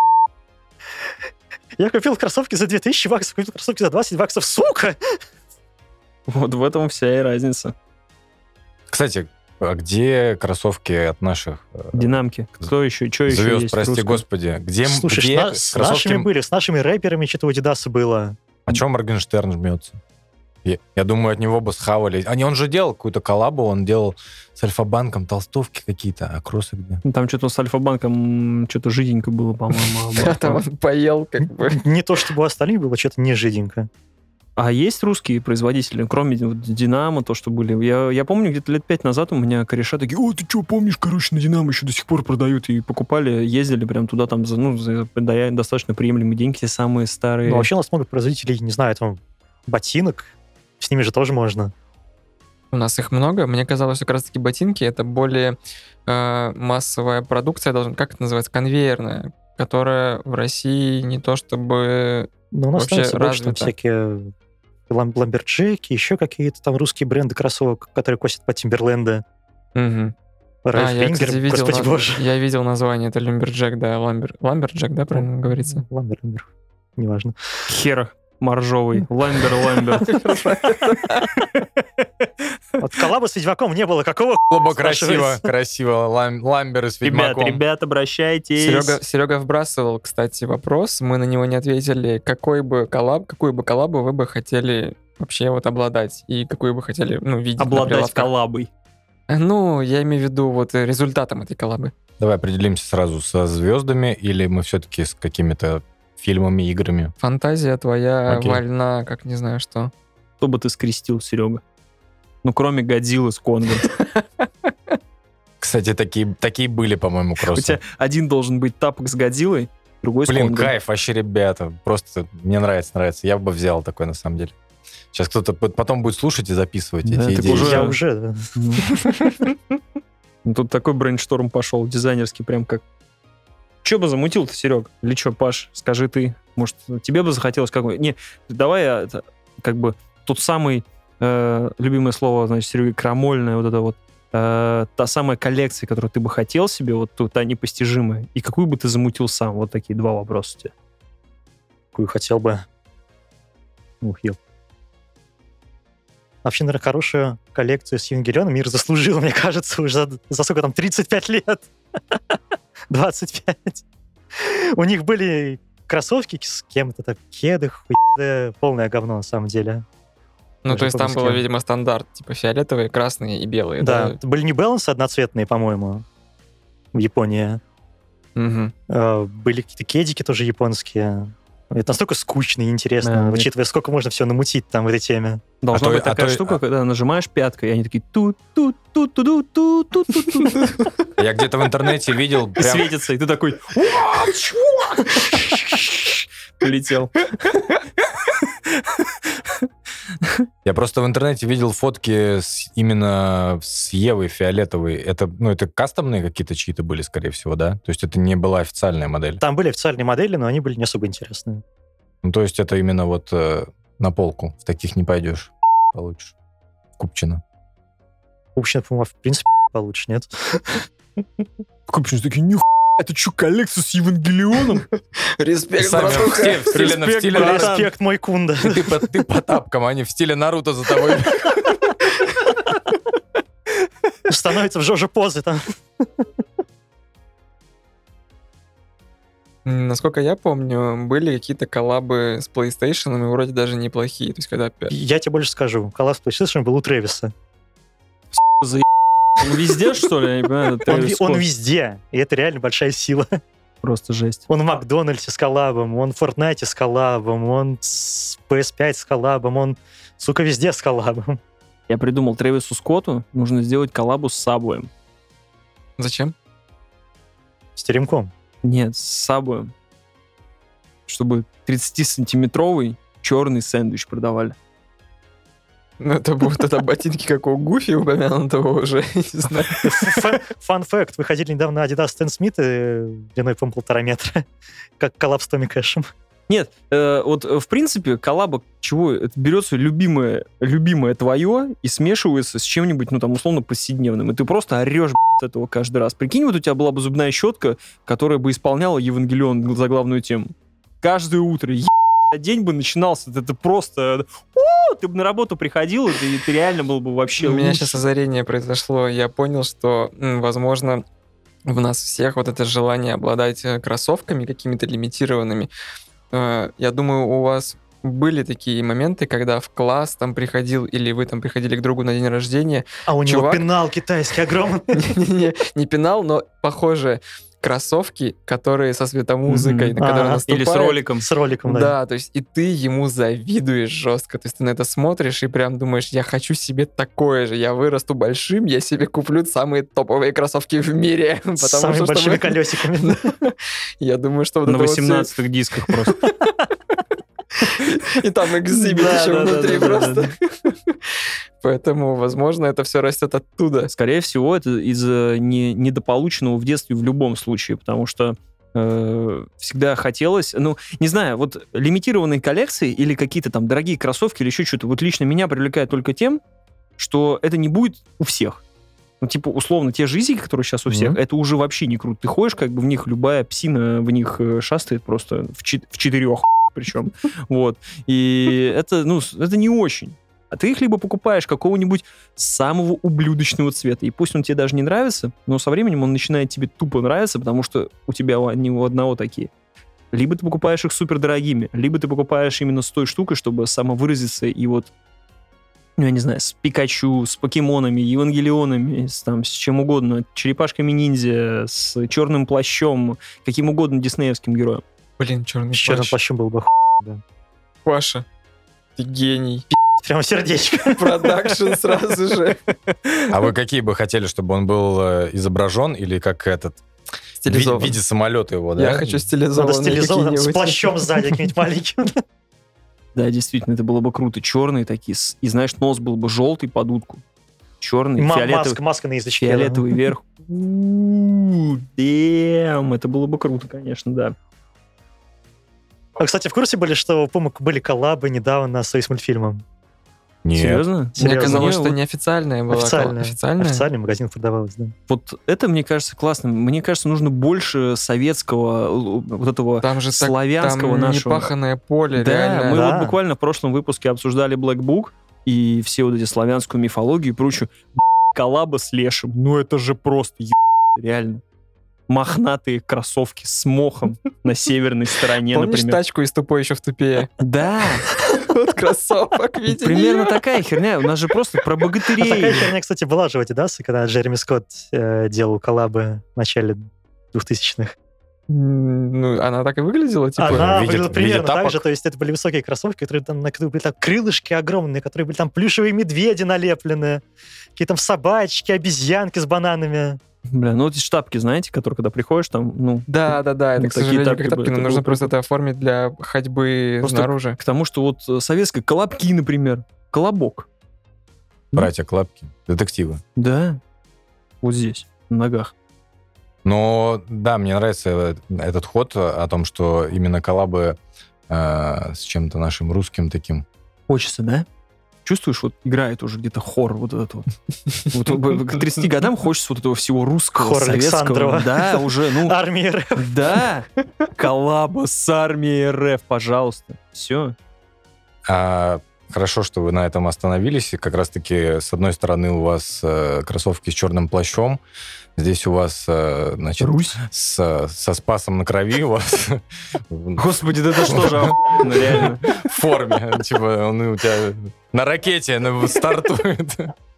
Speaker 2: Я купил кроссовки за две тысячи баксов, купил кроссовки за двадцать баксов, сука!
Speaker 1: Вот в этом вся и разница.
Speaker 3: Кстати, А где кроссовки от наших э,
Speaker 1: Динамки. Кто еще? Что еще
Speaker 3: звезд,
Speaker 1: есть
Speaker 3: прости
Speaker 1: русское?
Speaker 3: господи? Где,
Speaker 2: Слушай,
Speaker 3: где
Speaker 2: с, на- с
Speaker 3: кроссовки...
Speaker 2: нашими были, с нашими рэперами что-то у Адидаса было.
Speaker 3: А чем Моргенштерн жмется? Я, я думаю, от него бы схавали. А не, он же делал какую-то коллабу, он делал с Альфа-банком толстовки какие-то, а кроссы где?
Speaker 1: Ну, там что-то с Альфа-банком что-то жиденько было, по-моему.
Speaker 4: Да, там он поел как бы.
Speaker 2: Не то, чтобы у остальных было что-то не жиденько.
Speaker 1: А есть русские производители, кроме вот Динамо, то, что были? Я, я помню, где-то лет пять назад у меня кореша такие: о, ты что, помнишь, короче, на Динамо еще до сих пор продают, и покупали, ездили прям туда, там, за, ну, за да, достаточно приемлемые деньги, те самые старые.
Speaker 2: Но вообще у нас много производителей, не знаю, там, ботинок. С ними же тоже можно.
Speaker 4: У нас их много. Мне казалось, что как раз-таки ботинки — это более э, массовая продукция, должна, как это называется, конвейерная, которая в России не то чтобы
Speaker 2: Но у нас,
Speaker 4: вообще
Speaker 2: знаете, больше там
Speaker 4: развита.
Speaker 2: всякие лам- ламберджеки, еще какие-то там русские бренды кроссовок, которые косят под Тимберленда.
Speaker 4: Мгм.
Speaker 2: Ральф
Speaker 4: А, я,
Speaker 2: Фингер,
Speaker 4: кстати, видел,
Speaker 2: господи
Speaker 4: наз-
Speaker 2: боже.
Speaker 4: я видел название, это Lumberjack, да, Ламбер... Ламберджек, да, правильно говорится?
Speaker 2: Ламбер, ламбер. Неважно.
Speaker 1: Хер моржовый. Ламбер, ламбер.
Speaker 2: Вот коллаба с Ведьмаком не было. Какого
Speaker 3: Было бы
Speaker 2: спрашивается?
Speaker 3: красиво, красиво. Лам- Ламберы с
Speaker 1: Ребят,
Speaker 3: Ведьмаком.
Speaker 1: ребят, обращайтесь.
Speaker 4: Серега, Серега вбрасывал, кстати, вопрос, мы на него не ответили. Какой бы коллаб, какую бы коллабу вы бы хотели вообще вот обладать? И какую бы хотели, ну, видеть на
Speaker 1: Обладать
Speaker 4: прилавках?
Speaker 1: коллабой.
Speaker 4: Ну, я имею в виду вот э, результатом этой коллабы.
Speaker 3: Давай определимся сразу со звездами, или мы все-таки с какими-то фильмами, играми?
Speaker 4: Фантазия твоя
Speaker 3: Окей.
Speaker 4: вольна, как не знаю что.
Speaker 1: Что бы ты скрестил, Серега? Ну, кроме Годзиллы с Конго.
Speaker 3: Кстати, такие, такие были, по-моему,
Speaker 1: У
Speaker 3: кроссы.
Speaker 1: тебя один должен быть тапок с Годзиллой, другой с
Speaker 3: Блин,
Speaker 1: Конго.
Speaker 3: кайф, вообще, ребята. Просто мне нравится, нравится. Я бы взял такой, на самом деле. Сейчас кто-то п- потом будет слушать и записывать
Speaker 1: Да,
Speaker 3: эти
Speaker 1: так
Speaker 3: идеи.
Speaker 1: уже-
Speaker 2: Я уже, да.
Speaker 1: Ну. Ну, тут такой брейншторм пошел, дизайнерский, прям как... Че бы замутил-то, Серег? Или что, Паш, скажи ты. Может, тебе бы захотелось какой... Не, давай я, это, как бы, тот самый, э, любимое слово, значит, Серега, крамольное, вот это вот, э, та самая коллекция, которую ты бы хотел себе, вот ту- та непостижимая, и какую бы ты замутил сам? Вот такие два вопроса у тебя.
Speaker 2: Какую хотел бы. Ух, ел. Вообще, наверное, хорошую коллекцию с Евангелионом мир заслужил, мне кажется, уже за, за сколько там, тридцать пять лет? двадцать пять. У них были кроссовки с кем-то, там, кеды, хуй, полное говно, на самом деле.
Speaker 4: Ну,
Speaker 2: Даже
Speaker 4: то есть там
Speaker 2: помню, с
Speaker 4: было,
Speaker 2: кем.
Speaker 4: видимо, стандарт, типа фиолетовые, красные и белые,
Speaker 2: Да,
Speaker 4: да?
Speaker 2: были New Balance одноцветные, по-моему, в Японии.
Speaker 4: Мгм.
Speaker 2: Э, Были какие-то кедики тоже японские. Это настолько скучно и интересно,
Speaker 1: Да,
Speaker 2: учитывая, сколько можно всего намутить там в этой теме.
Speaker 1: Должна
Speaker 3: А то-
Speaker 1: быть
Speaker 3: а
Speaker 1: такая
Speaker 3: то-
Speaker 1: штука, когда нажимаешь пяткой, и они такие тут тут тут тут тут тут тут тут
Speaker 3: Я где-то в интернете видел
Speaker 1: и
Speaker 3: прям...
Speaker 1: светится, и ты такой «Уа, чувак!» полетел.
Speaker 3: Я просто в интернете видел фотки с- именно с Евой фиолетовой. Это, ну, это кастомные какие-то чьи-то были, скорее всего, да? То есть это не была официальная модель.
Speaker 2: Там были официальные модели, но они были не особо интересные.
Speaker 3: Ну, то есть это именно вот э, на полку. В таких не пойдешь. Получишь. Купчино.
Speaker 2: В общем, по-моему, в принципе, получше, нет?
Speaker 1: Купчинс такие, нихуя, это что, коллекция с Евангелионом?
Speaker 4: Респект,
Speaker 3: Сами в
Speaker 4: братуха.
Speaker 3: стиле, в стиле- в
Speaker 1: Респект,
Speaker 3: стиле
Speaker 1: братан.
Speaker 3: Наруто.
Speaker 2: Респект, мой кунда.
Speaker 3: И ты, по, ты по тапкам, а не в стиле Наруто за тобой.
Speaker 2: Становится в жоже позы там.
Speaker 4: М, Насколько я помню, были какие-то коллабы с PlayStation, и вроде даже неплохие. То есть, когда опять...
Speaker 2: Я тебе больше скажу. Коллапс PlayStation был у Трэвиса.
Speaker 1: За Он везде, что ли? Я не понимаю, это
Speaker 2: Он,
Speaker 1: Трэвис
Speaker 2: ви- он
Speaker 1: Скотт.
Speaker 2: везде, и это реально большая сила.
Speaker 1: Просто жесть.
Speaker 2: Он в Макдональдсе с коллабом, он в Fortnite с коллабом, он с пи эс пять с коллабом, он, сука, везде с коллабом.
Speaker 1: Я придумал, Трэвису Скотту нужно сделать коллабу с Сабуем.
Speaker 4: Зачем?
Speaker 2: С теремком.
Speaker 1: Нет, с Сабуем. Чтобы тридцатисантиметровый черный сэндвич продавали.
Speaker 4: Ну, это будут это ботинки, как у Гуфи упомянутого уже, не знаю.
Speaker 2: Фан факт, выходили недавно Adidas Stan Smith э, длиной, по-моему, полтора метра, как коллаб с Томми Кэшем.
Speaker 1: Нет, э, вот э, в принципе коллаба чего? Это берется любимое, любимое твое и смешивается с чем-нибудь, ну там условно повседневным. И ты просто орешь б***ь, от этого каждый раз. Прикинь, вот у тебя была бы зубная щетка, которая бы исполняла Евангелион за главную тему. Каждое утро. Е- день бы начинался. Это просто... О, ты бы на работу приходил, и ты, ты реально был бы вообще
Speaker 4: У меня
Speaker 1: лучше.
Speaker 4: сейчас озарение произошло. Я понял, что, м, возможно, в нас всех вот это желание обладать э, кроссовками какими-то лимитированными. Э, Я думаю, у вас были такие моменты, когда в класс там приходил, или вы там приходили к другу на день рождения.
Speaker 2: А у него
Speaker 4: Чувак-
Speaker 2: пенал китайский огромный.
Speaker 4: Не, не пенал, но похожие кроссовки, которые со светомузыкой,
Speaker 2: Мгм.
Speaker 4: на которые
Speaker 2: А,
Speaker 1: Или с
Speaker 4: наступает.
Speaker 1: роликом.
Speaker 2: С роликом, да.
Speaker 4: Да, то есть и ты ему завидуешь жестко. То есть ты на это смотришь и прям думаешь, я хочу себе такое же. Я вырасту большим, я себе куплю самые топовые кроссовки в мире. Потому
Speaker 2: С самыми
Speaker 4: что,
Speaker 2: большими
Speaker 4: чтобы-
Speaker 2: колесиками.
Speaker 4: Я думаю, что вот
Speaker 1: На
Speaker 4: это вот всё-
Speaker 1: восемнадцатых дисках просто.
Speaker 4: И там экзибит
Speaker 1: Да,
Speaker 4: еще
Speaker 1: да, да,
Speaker 4: внутри
Speaker 1: да, да,
Speaker 4: просто. Поэтому, возможно, это все растет оттуда.
Speaker 1: Скорее всего, это из-за не- недополученного в детстве в любом случае, потому что э, всегда хотелось, ну, не знаю, вот лимитированные коллекции или какие-то там дорогие кроссовки или еще что-то, вот лично меня привлекает только тем, что это не будет у всех. Ну, типа, условно, те же изики, которые сейчас у всех,
Speaker 2: Мгм.
Speaker 1: это уже вообще не круто. Ты ходишь, как бы в них любая псина в них э, шастает просто в, чет- в четырех причем. Вот. И это, ну, с- это не очень. А ты их либо покупаешь какого-нибудь самого ублюдочного цвета, и пусть он тебе даже не нравится, но со временем он начинает тебе тупо нравиться, потому что у тебя у- они у одного такие. Либо ты покупаешь их супер дорогими, либо ты покупаешь именно с той штукой, чтобы самовыразиться и вот, ну, я не знаю, с Пикачу, с покемонами, евангелионами, с, там, с чем угодно, черепашками ниндзя, с черным плащом, каким угодно диснеевским героем.
Speaker 4: Блин, черный
Speaker 2: С черным
Speaker 4: плащ.
Speaker 2: плащом был бы оху- да.
Speaker 4: Паша, ты гений.
Speaker 2: Прямо сердечко.
Speaker 4: Продакшн сразу же.
Speaker 3: А вы какие бы хотели, чтобы он был э, изображен или как этот? В ви-
Speaker 4: Стилизован.
Speaker 3: в виде самолета его, да?
Speaker 4: Я хочу стилизованный
Speaker 2: Надо стилизованно, с
Speaker 4: какие-нибудь.
Speaker 2: плащом сзади каким-нибудь маленьким.
Speaker 1: Да, действительно, это было бы круто. Черные такие, с- и знаешь, нос был бы желтый под утку. Черный,
Speaker 2: Ма-
Speaker 1: фиолетовый,
Speaker 2: Маска, маска на язычке.
Speaker 1: фиолетовый вверх. У-у-у, Дэм, это было бы круто, конечно, да.
Speaker 2: А, кстати, в курсе были, что у Пумок были коллабы недавно с с мультфильмом?
Speaker 3: Нет.
Speaker 1: Серьезно?
Speaker 4: Мне
Speaker 2: Серьезно?
Speaker 4: казалось,
Speaker 1: Не,
Speaker 4: что
Speaker 1: вот-
Speaker 4: неофициальная была.
Speaker 2: Официальная.
Speaker 4: Официальная?
Speaker 2: Официальный магазин продавалось, да.
Speaker 1: Вот это, мне кажется, классно. Мне кажется, нужно больше советского, л- вот этого
Speaker 4: Там же так-
Speaker 1: славянского
Speaker 4: там
Speaker 1: нашего.
Speaker 4: непаханное поле,
Speaker 1: Да,
Speaker 4: реально.
Speaker 1: мы
Speaker 2: Да.
Speaker 1: вот буквально в прошлом выпуске обсуждали Black Book и все вот эти славянскую мифологию и прочую. Коллаба с Лешим. Ну это же просто еб... реально. Мохнатые кроссовки с мохом на северной стороне,
Speaker 4: Помнишь
Speaker 1: например.
Speaker 4: тачку из тупой еще в тупее?
Speaker 1: Да,
Speaker 4: Вот кроссовок, видите?
Speaker 1: примерно такая херня. У нас же просто про
Speaker 2: А такая
Speaker 1: богатырей.
Speaker 2: херня, кстати, была же в Адидас, когда Джереми Скотт э, делал коллабы в начале двухтысячных.
Speaker 4: М, Ну, она так и выглядела, типа.
Speaker 2: Она
Speaker 3: в виде-
Speaker 2: выглядела
Speaker 3: в виде
Speaker 2: примерно так
Speaker 3: тапок?
Speaker 2: же, то есть это были высокие кроссовки, которые там, на которые были там крылышки огромные, которые были там плюшевые медведи налеплены, какие-то там собачки, обезьянки с бананами.
Speaker 1: Бля, ну вот эти штапки, знаете, которые когда приходишь, там, ну,
Speaker 4: Да, да, да, это,
Speaker 1: Ну,
Speaker 4: к
Speaker 1: такие
Speaker 4: сожалению,
Speaker 1: тапки
Speaker 4: как
Speaker 1: бы,
Speaker 4: тапки, но
Speaker 1: это
Speaker 4: нужно
Speaker 1: было
Speaker 4: просто
Speaker 1: круто.
Speaker 4: это оформить для ходьбы
Speaker 1: Просто
Speaker 4: снаружи.
Speaker 1: к тому, что вот э, советская колобки, например, колобок.
Speaker 3: Братья Клапки, детективы.
Speaker 1: Да, вот здесь, на ногах.
Speaker 3: Но да, мне нравится э, этот ход о том, что именно коллабы э, с чем-то нашим русским таким.
Speaker 1: Хочется, да? Чувствуешь, вот играет уже где-то хор вот этот вот. Вот в- К тридцати годам хочется вот этого всего русского,
Speaker 2: Хор
Speaker 1: советского.
Speaker 2: Александрова.
Speaker 1: Да, уже, ну,
Speaker 2: Армия РФ.
Speaker 1: да. Коллаба с армией РФ, пожалуйста. Все.
Speaker 3: А, хорошо, что вы на этом остановились. И как раз-таки, с одной стороны, у вас э, кроссовки с черным плащом. Здесь у вас, э, значит,
Speaker 1: Русь.
Speaker 3: с- со спасом на крови у вас в
Speaker 1: Господи, да это что же охуенно, реально.
Speaker 3: форме. Типа, он у тебя на ракете ну, стартует.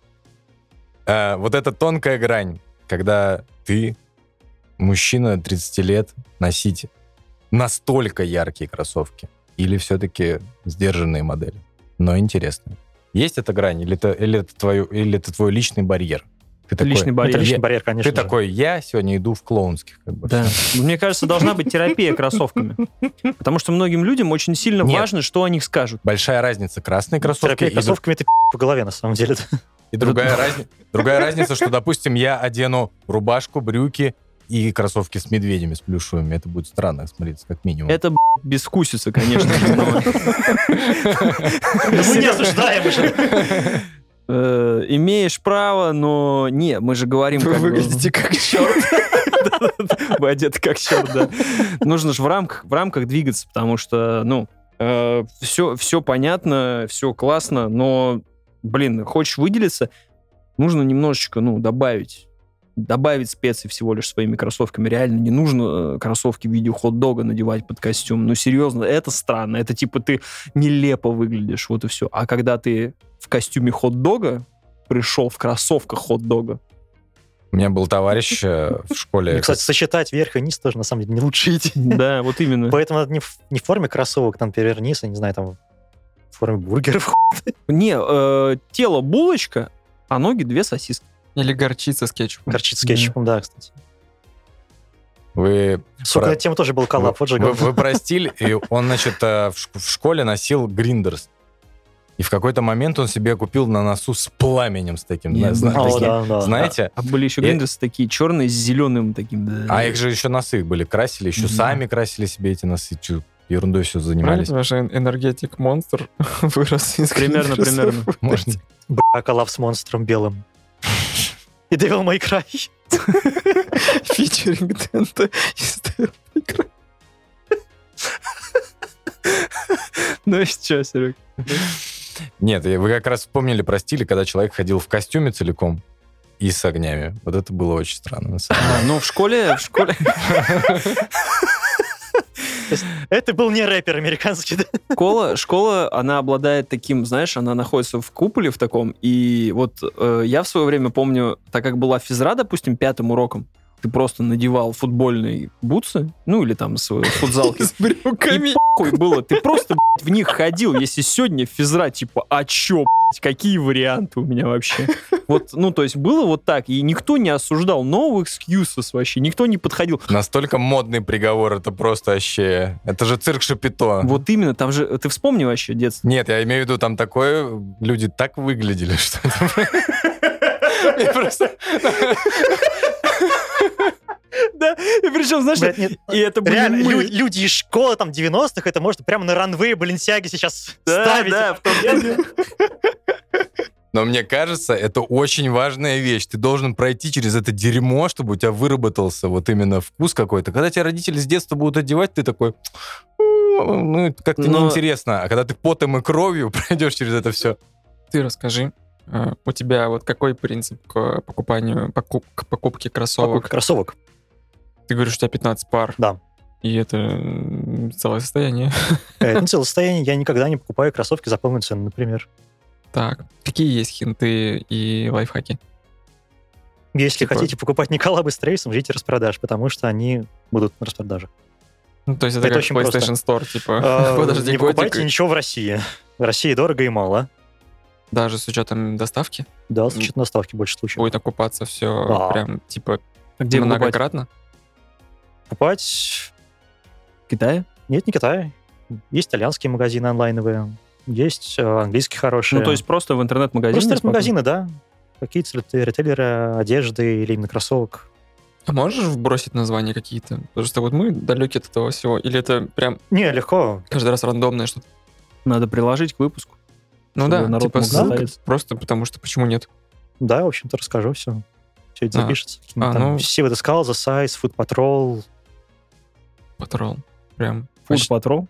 Speaker 3: А, Вот эта тонкая грань, когда ты, мужчина тридцати лет, носить настолько яркие кроссовки или все-таки сдержанные модели, но интересные. Есть эта грань или это, или это, твою, или это твой личный барьер? Ты такой,
Speaker 1: Личный барьер.
Speaker 2: Это личный
Speaker 3: Я-
Speaker 2: барьер, конечно
Speaker 3: Ты
Speaker 2: же.
Speaker 3: такой, я сегодня иду в клоунских. Как бы,
Speaker 1: Да.
Speaker 3: всё.
Speaker 1: Мне кажется, должна быть терапия кроссовками. Потому что многим людям очень сильно
Speaker 3: Нет.
Speaker 1: важно, что о них скажут.
Speaker 3: Большая разница красные кроссовки
Speaker 2: Терапия
Speaker 3: и, дру-
Speaker 2: кроссовками это по голове, на самом деле.
Speaker 3: и другая, разни- другая разница, что, допустим, я одену рубашку, брюки и кроссовки с медведями, с плюшевыми. Это будет странно смотреться, как минимум.
Speaker 1: Это, б***ь, безвкусица, конечно. но,
Speaker 2: Мы не осуждаем уже.
Speaker 1: э, Имеешь право, но не, мы же говорим...
Speaker 4: Вы
Speaker 1: как бы-
Speaker 4: выглядите как черт.
Speaker 1: Вы одеты как черт, да. Нужно же в рамках, в рамках двигаться, потому что, ну, все, все понятно, все классно, но, блин, хочешь выделиться, нужно немножечко, ну, добавить. Добавить специй всего лишь своими кроссовками. Реально не нужно кроссовки в виде хот-дога надевать под костюм. Ну, серьезно, это странно. Это типа ты нелепо выглядишь, вот и все. А когда ты в костюме хот-дога пришел в кроссовках хот-дога.
Speaker 3: У меня был товарищ э, в школе...
Speaker 2: Ну, кстати, сочетать верх и низ тоже, на самом деле, не лучшая идея.
Speaker 1: Да, вот именно.
Speaker 2: Поэтому надо не в, не в форме кроссовок, там, например, низ, я не знаю, там, в форме бургеров.
Speaker 1: Не, э, тело булочка, а ноги две сосиски.
Speaker 4: Или горчица с кетчупом.
Speaker 2: Горчица с кетчупом, да, кстати.
Speaker 3: Вы...
Speaker 2: Сука,
Speaker 3: про-
Speaker 2: на тему тоже был коллаб, вот же
Speaker 3: Вы,
Speaker 2: говно.
Speaker 3: вы про стиль, и он, значит, э, в ш- в школе носил гриндерс. И в какой-то момент он себе купил на носу с пламенем с таким.
Speaker 1: Я
Speaker 3: зна-
Speaker 1: знаю.
Speaker 2: О,
Speaker 3: таким,
Speaker 2: да, да.
Speaker 3: знаете?
Speaker 1: А были еще
Speaker 3: Я-
Speaker 1: гриндерсы такие черные с зеленым таким. Да.
Speaker 3: А их же еще носы были, красили, еще
Speaker 1: Мгм.
Speaker 3: сами красили себе эти носы. Чё, ерундой все занимались.
Speaker 4: Ваш энергетик монстр вырос из
Speaker 1: Примерно,
Speaker 4: гриндерсов.
Speaker 1: примерно.
Speaker 3: Можно.
Speaker 2: Бля, коллаб с монстром белым. И Devil May Cry.
Speaker 4: Фичеринг Дента из Devil May Cry.
Speaker 1: Ну и что, Серег?
Speaker 3: Нет, и вы как раз вспомнили про стиль, когда человек ходил в костюме целиком и с огнями. Вот это было очень странно, на самом деле.
Speaker 1: А, ну, в школе, в школе...
Speaker 2: Это был не рэпер американский, да?
Speaker 1: Школа, школа, она обладает таким, знаешь, она находится в куполе в таком, и вот э, я в свое время помню, так как была физра, допустим, пятым уроком, ты просто надевал футбольные бутсы, ну или там с футзалки,
Speaker 4: С брюками.
Speaker 1: и похуй было, ты просто, блядь, в них ходил, если сегодня физра, типа, а чё, блядь, какие варианты у меня вообще? Вот, ну, то есть было вот так, и никто не осуждал, no excuses вообще, никто не подходил.
Speaker 3: Настолько модный приговор, это просто вообще... Это же цирк Шапито.
Speaker 1: Вот именно, там же, ты вспомни вообще детство.
Speaker 3: Нет, я имею в виду, там такое... Люди так выглядели, что это... Мне просто...
Speaker 1: Да, и причем, знаешь,
Speaker 2: Блядь, нет,
Speaker 1: и это были
Speaker 2: реально,
Speaker 1: мы.
Speaker 2: лю- люди из школы там девяностых, это можно прямо на ранвее Баленсиаги сейчас
Speaker 1: Да,
Speaker 2: ставить.
Speaker 1: да, в том-то и дело.
Speaker 3: Но мне кажется, это очень важная вещь. Ты должен пройти через это дерьмо, чтобы у тебя выработался вот именно вкус какой-то. Когда тебя родители с детства будут одевать, ты такой... Ну, это как-то
Speaker 1: Но-
Speaker 3: неинтересно. А когда ты потом и кровью пройдешь через это все...
Speaker 4: Ты расскажи, э, у тебя вот какой принцип к покупанию, покуп- к покупке кроссовок?
Speaker 2: Кроссовок.
Speaker 4: Ты говоришь, у тебя пятнадцать пар.
Speaker 2: Да.
Speaker 4: И это м, целое состояние.
Speaker 2: Это не целое состояние, я никогда не покупаю кроссовки за полную цену, например.
Speaker 4: Так, какие есть хинты и лайфхаки?
Speaker 2: Если
Speaker 4: Типа-
Speaker 2: хотите покупать не коллабы с Трейсом, ждите распродаж, потому что они будут на распродаже.
Speaker 4: Ну, то есть это,
Speaker 2: Это
Speaker 4: как
Speaker 2: очень
Speaker 4: PlayStation Store, типа,
Speaker 2: А,
Speaker 4: подожди,
Speaker 2: Не
Speaker 4: годик,
Speaker 2: покупайте ничего в России. В России дорого и мало.
Speaker 4: даже с учетом доставки,
Speaker 2: Да, с учетом доставки больше случаев.
Speaker 4: будет окупаться все
Speaker 2: Да.
Speaker 4: прям, типа,
Speaker 1: А где покупать?
Speaker 4: многократно?
Speaker 2: Покупать...
Speaker 1: В Китае?
Speaker 2: Нет, не Китай. Есть итальянские магазины онлайновые, есть э, английские хорошие.
Speaker 1: Ну, то есть просто в интернет-магазине?
Speaker 2: Просто
Speaker 1: смотрим?
Speaker 2: магазины, да. Какие-то ритейлеры одежды или именно кроссовок.
Speaker 4: А можешь вбросить названия какие-то? Потому что вот мы далеки от этого всего. Или это прям
Speaker 2: Не, легко.
Speaker 4: каждый раз рандомное что-то?
Speaker 1: Надо приложить к выпуску.
Speaker 4: Ну
Speaker 1: Чтобы
Speaker 4: да,
Speaker 1: народ
Speaker 4: типа
Speaker 1: мог
Speaker 4: ссылка,
Speaker 1: готовиться.
Speaker 4: просто потому что почему нет?
Speaker 2: Да, в общем-то, расскажу все. Все это
Speaker 4: А.
Speaker 2: запишется. Какие-нибудь
Speaker 4: А,
Speaker 2: там
Speaker 4: ну.
Speaker 2: Sea of the Skull, The Size, Food Patrol.
Speaker 4: Патрол. Прям.
Speaker 1: Food
Speaker 4: почти-
Speaker 1: Patrol?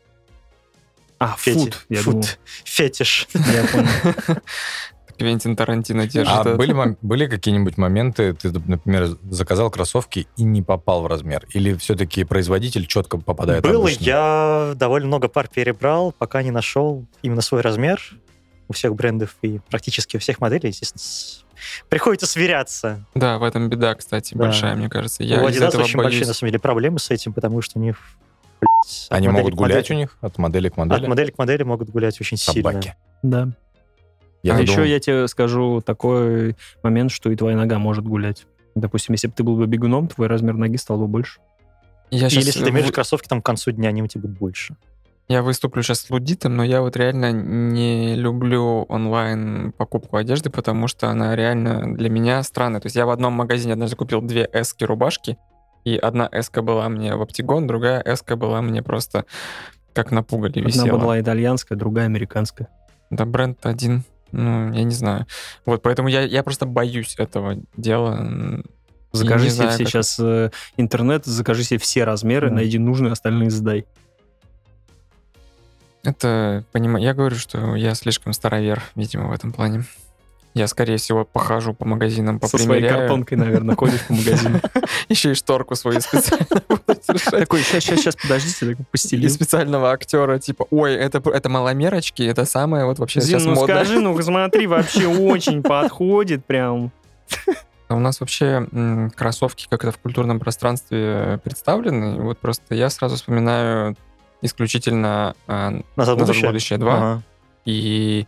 Speaker 1: А,
Speaker 2: Фети-
Speaker 1: фуд, я
Speaker 2: фуд.
Speaker 1: думал.
Speaker 2: Фетиш.
Speaker 1: Я понял.
Speaker 4: Квентин Тарантино держит.
Speaker 3: А
Speaker 4: это.
Speaker 3: были, мом- были какие-нибудь моменты, ты, например, заказал кроссовки и не попал в размер? Или все-таки производитель четко попадает
Speaker 2: Было,
Speaker 3: обычно?
Speaker 2: я довольно много пар перебрал, пока не нашел именно свой размер у всех брендов и практически у всех моделей, естественно, с- приходится сверяться.
Speaker 4: Да, в этом беда, кстати,
Speaker 2: Да.
Speaker 4: большая, мне кажется. Я
Speaker 2: у
Speaker 4: из
Speaker 2: Adidas
Speaker 4: этого
Speaker 2: очень большие,
Speaker 4: боюсь.
Speaker 2: на самом деле, проблемы с этим, потому что у них, блядь, от
Speaker 3: Они
Speaker 2: модели
Speaker 3: могут
Speaker 2: к
Speaker 3: гулять
Speaker 2: модели-
Speaker 3: у них от модели к
Speaker 2: От
Speaker 3: модели?
Speaker 2: модели к модели могут гулять очень
Speaker 3: Собаки.
Speaker 2: сильно.
Speaker 1: Да.
Speaker 3: Я
Speaker 1: а
Speaker 3: думал,
Speaker 1: еще я тебе скажу такой момент, что и твоя нога может гулять. Допустим, если бы ты был бы бегуном, твой размер ноги стал бы больше.
Speaker 4: Я,
Speaker 2: Или
Speaker 4: щас
Speaker 2: если ты меришь
Speaker 4: вы-
Speaker 2: кроссовки, там к концу дня они у тебя будут больше.
Speaker 4: я выступлю сейчас лудитом, но я вот реально не люблю онлайн покупку одежды, потому что она реально для меня странная. То есть я в одном магазине однажды купил две эски рубашки, и одна эска была мне в оптигон, другая эска была мне просто как на пугале
Speaker 1: Одна
Speaker 4: висела.
Speaker 1: была итальянская, другая американская.
Speaker 4: Да, бренд один, ну, я не знаю. Вот, поэтому я, я просто боюсь этого дела. м, и
Speaker 1: Закажи
Speaker 4: не
Speaker 1: себе
Speaker 4: знаю, как-
Speaker 1: сейчас э, интернет, закажи себе все размеры,
Speaker 2: Да.
Speaker 1: найди нужные, остальные сдай.
Speaker 4: Это, понимаю, я говорю, что я слишком старовер, видимо, в этом плане. Я, скорее всего, похожу по магазинам,
Speaker 1: Со своей
Speaker 4: попримеряю.
Speaker 1: картонкой, наверное, ходишь по магазину.
Speaker 4: Еще и шторку свою специально буду держать.
Speaker 1: Такой, сейчас, сейчас, сейчас, подождите, такой
Speaker 4: И
Speaker 1: постелил.
Speaker 4: специального актера, типа, ой, это, это маломерочки, это самое вот вообще
Speaker 1: Зин,
Speaker 4: сейчас
Speaker 1: ну
Speaker 4: модно.
Speaker 1: скажи, ну смотри, вообще очень подходит прям.
Speaker 4: А у нас вообще м, кроссовки как-то в культурном пространстве представлены. И вот просто я сразу вспоминаю исключительно а,
Speaker 2: Назад в
Speaker 4: «Назад в
Speaker 2: будущее?
Speaker 4: будущее два».
Speaker 2: Ага.
Speaker 4: И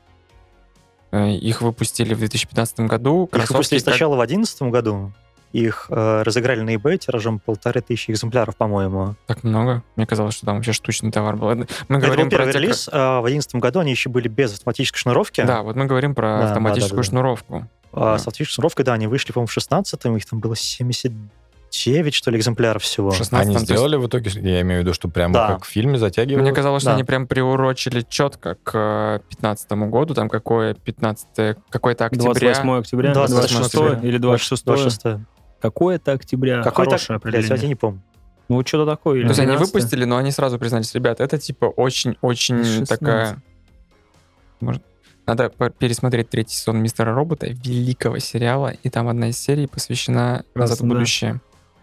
Speaker 4: э, их выпустили в две тысячи пятнадцатом году.
Speaker 2: Их
Speaker 4: Кроссовки
Speaker 2: выпустили
Speaker 4: как-
Speaker 2: сначала в две тысячи одиннадцатом году. Их э, разыграли на eBay тиражом полторы тысячи экземпляров, по-моему.
Speaker 4: Так много. Мне казалось, что там вообще штучный товар был. Это- Мы
Speaker 2: Это
Speaker 4: говорим
Speaker 2: был первый
Speaker 4: про те кро-
Speaker 2: релиз, а в две тысячи одиннадцатом году они еще были без автоматической шнуровки.
Speaker 4: Да, вот мы говорим про
Speaker 2: Да,
Speaker 4: автоматическую
Speaker 2: да, да, да.
Speaker 4: шнуровку.
Speaker 2: А
Speaker 4: Да.
Speaker 2: с автоматической шнуровкой, да, они вышли, по-моему, в шестнадцатом, их там было семьдесят девять, что ли, экземпляров всего.
Speaker 4: В шестнадцатом,
Speaker 3: Они
Speaker 4: то есть
Speaker 3: сделали в итоге, я имею в виду, что прямо
Speaker 2: Да.
Speaker 3: как в фильме затягивали?
Speaker 4: Мне казалось, что
Speaker 2: Да.
Speaker 4: они прям приурочили четко к пятнадцатому году, там какое пятнадцатое, какое-то октября.
Speaker 1: двадцать восьмое октября,
Speaker 2: двадцать
Speaker 1: двадцать шестое
Speaker 2: октября.
Speaker 1: или двадцать шестое.
Speaker 2: двадцать шестое.
Speaker 1: Какое-то октября.
Speaker 2: Какой
Speaker 1: Хорошее
Speaker 2: так, блядь, я
Speaker 1: определение.
Speaker 2: не помню.
Speaker 1: Ну вот что-то такое. или
Speaker 4: То есть они
Speaker 1: двенадцатое.
Speaker 4: выпустили, но они сразу признались, ребята, это типа очень-очень
Speaker 1: шестнадцать.
Speaker 4: такая... Может, надо по- пересмотреть третий сезон «Мистера Робота», великого сериала, и там одна из серий посвящена «Назад в
Speaker 1: Красный, да.
Speaker 4: будущее».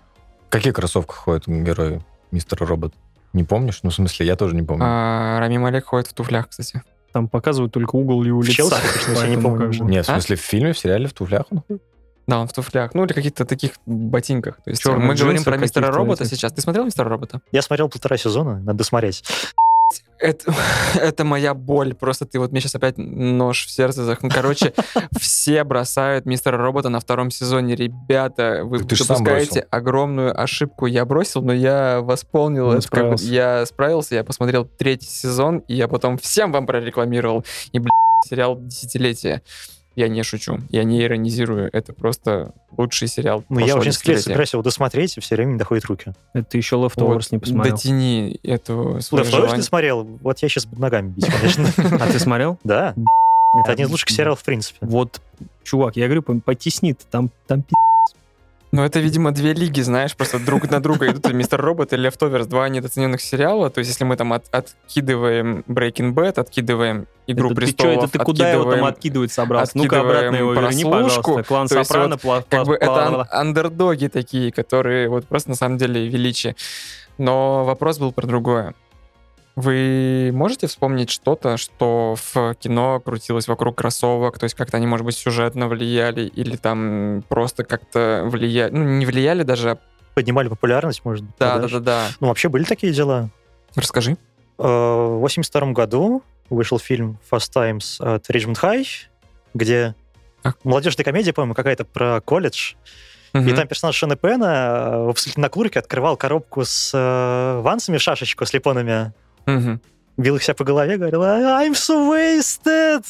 Speaker 3: В каких кроссовках ходят герои Мистер Робот? Не помнишь? Ну, в смысле, я тоже не помню.
Speaker 4: А, Рами Малек ходит в туфлях, кстати.
Speaker 1: Там показывают только угол его
Speaker 2: В
Speaker 1: лица.
Speaker 2: Челси, точно, я не
Speaker 1: поэтому
Speaker 2: помню
Speaker 1: как
Speaker 2: уже.
Speaker 1: бы-
Speaker 3: Нет, в
Speaker 4: А?
Speaker 3: смысле, в фильме, в сериале, в туфлях он ходит?
Speaker 4: Да, он в туфлях. Ну, или каких-то таких ботинках. То есть
Speaker 1: Чёрных
Speaker 4: мы говорим
Speaker 1: джинсах
Speaker 4: про «Мистера
Speaker 1: каких-то
Speaker 4: Робота»
Speaker 1: этих.
Speaker 4: сейчас. Ты смотрел «Мистера Робота»?
Speaker 2: Я смотрел полтора сезона, надо досмотреть.
Speaker 4: Это, это моя боль. Просто ты вот мне сейчас опять нож в сердце захнул. Короче, все бросают «Мистера Робота» на втором сезоне. Ребята, вы
Speaker 3: Так ты ж сам
Speaker 4: допускаете
Speaker 3: бросил.
Speaker 4: огромную ошибку. Я бросил, но я восполнил
Speaker 1: Он
Speaker 4: это. Как бы
Speaker 1: справился.
Speaker 4: я справился, я посмотрел третий сезон, и я потом всем вам прорекламировал. И, блядь, сериал десятилетия. Я не шучу, я не иронизирую. Это просто лучший сериал
Speaker 2: Ну, я
Speaker 4: прошлого
Speaker 2: уже несколько лет
Speaker 4: десятилетия.
Speaker 2: собираюсь его досмотреть, и все время не доходит руки.
Speaker 1: Это ты еще Leftovers
Speaker 4: Вот,
Speaker 1: не посмотрел.
Speaker 4: дотяни эту свое
Speaker 2: Leftovers
Speaker 4: желание.
Speaker 2: не смотрел, вот я сейчас буду ногами бить, конечно.
Speaker 1: А ты смотрел?
Speaker 2: Да. Это один из лучших сериалов, в принципе.
Speaker 1: Вот, чувак, я говорю, потесни ты, там, там пи***.
Speaker 4: Ну, это, видимо, две лиги, знаешь, просто друг на друга идут. «Мистер Робот» и «Leftovers», два недооцененных сериала. То есть, если мы там от- откидываем «Breaking Bad», откидываем «Игру
Speaker 1: Это ты чё,
Speaker 4: престолов»,
Speaker 1: это ты куда его там
Speaker 4: откидываем-
Speaker 1: откидывать собрался? Ну-ка,
Speaker 4: откидываем
Speaker 1: обратно его верни,
Speaker 4: прослушку.
Speaker 1: пожалуйста. Клан
Speaker 4: То есть
Speaker 1: Сопрано,
Speaker 4: вот
Speaker 1: пла-
Speaker 4: Как бы
Speaker 1: пла-
Speaker 4: это
Speaker 1: пла-
Speaker 4: ан-
Speaker 1: пла-
Speaker 4: андердоги такие, которые вот просто на самом деле величие. Но вопрос был про другое. Вы можете вспомнить что-то, что в кино крутилось вокруг кроссовок, то есть как-то они, может быть, сюжетно влияли или там просто как-то влияли, ну, не влияли даже, а
Speaker 2: Поднимали популярность, может быть.
Speaker 4: да, да,
Speaker 2: продаж.
Speaker 4: да, да.
Speaker 2: Ну, вообще были такие дела.
Speaker 4: Расскажи.
Speaker 2: Э, В восемьдесят втором году вышел фильм Fast Times at Ridgemont High, где
Speaker 4: А.
Speaker 2: молодежная комедия, по-моему, какая-то про колледж. И
Speaker 4: Мгм.
Speaker 2: там персонаж Шона Пена э, в абсолютно накурке открывал коробку с э, вансами в шашечку, с липонами,
Speaker 4: Мгм.
Speaker 2: бил их себя по голове, говорил «I'm so wasted!»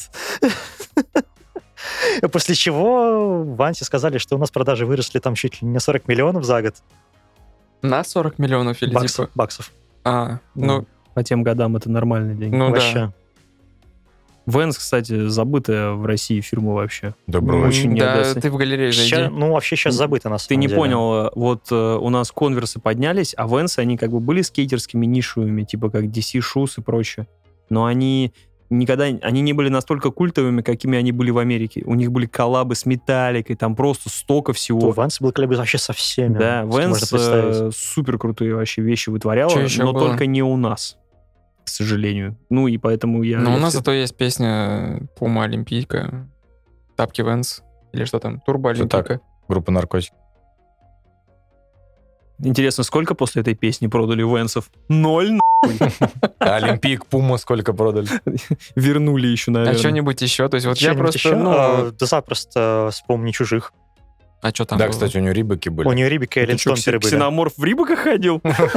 Speaker 2: После чего в Вансе сказали, что у нас продажи выросли там чуть ли не на сорок миллионов за год.
Speaker 4: На сорок миллионов или
Speaker 2: Баксов.
Speaker 4: типа...
Speaker 2: баксов.
Speaker 4: А, ну,
Speaker 1: По тем годам это нормальные деньги.
Speaker 4: ну да.
Speaker 2: Вообще.
Speaker 1: Венс, кстати, забытая в России фирма вообще.
Speaker 3: Добрый
Speaker 2: М,
Speaker 1: Очень
Speaker 4: Да,
Speaker 1: недооцен-
Speaker 4: ты в галерею
Speaker 2: Ща-
Speaker 4: зайди.
Speaker 2: ну, вообще сейчас забыто, на самом
Speaker 1: Ты не
Speaker 2: деле.
Speaker 1: понял, э, вот э, у нас конверсы поднялись, а Венсы, они как бы были скейтерскими нишевыми, типа как ди си Shoes и прочее. Но они никогда, они не были настолько культовыми, какими они были в Америке. У них были коллабы с Металликой, там просто столько
Speaker 2: У
Speaker 1: всего.
Speaker 2: Ванс был коллаб вообще со всеми.
Speaker 1: Да,
Speaker 2: что можно
Speaker 1: Венс
Speaker 2: представить.
Speaker 1: э, супер крутые вообще вещи вытворяла,
Speaker 4: Чё ещё
Speaker 1: но
Speaker 4: было?
Speaker 1: только не у нас, к сожалению. Ну и поэтому я...
Speaker 4: Но
Speaker 1: я
Speaker 4: у нас
Speaker 1: всё-
Speaker 4: зато есть песня Пума Олимпийка, Тапки Венс, или что там, Турбо
Speaker 3: Всё так.
Speaker 4: Олимпийка.
Speaker 3: Группа наркотиков.
Speaker 1: Интересно, сколько после этой песни продали Венсов? Ноль,
Speaker 3: А Олимпик, Пума сколько продали?
Speaker 1: вернули еще,
Speaker 4: А
Speaker 1: наверное.
Speaker 4: что-нибудь еще? То есть вот я
Speaker 2: Что-нибудь
Speaker 4: просто,
Speaker 2: еще?
Speaker 4: ну...
Speaker 2: А, да запросто вспомни «Чужих».
Speaker 4: А что там
Speaker 3: Да,
Speaker 4: было?
Speaker 3: кстати, у него рибаки были.
Speaker 2: У нее Рибик и
Speaker 1: Ты
Speaker 2: Эллен
Speaker 1: чё,
Speaker 2: Стомперы
Speaker 1: кси-
Speaker 2: были.
Speaker 1: ксеноморф в Рибаках ходил?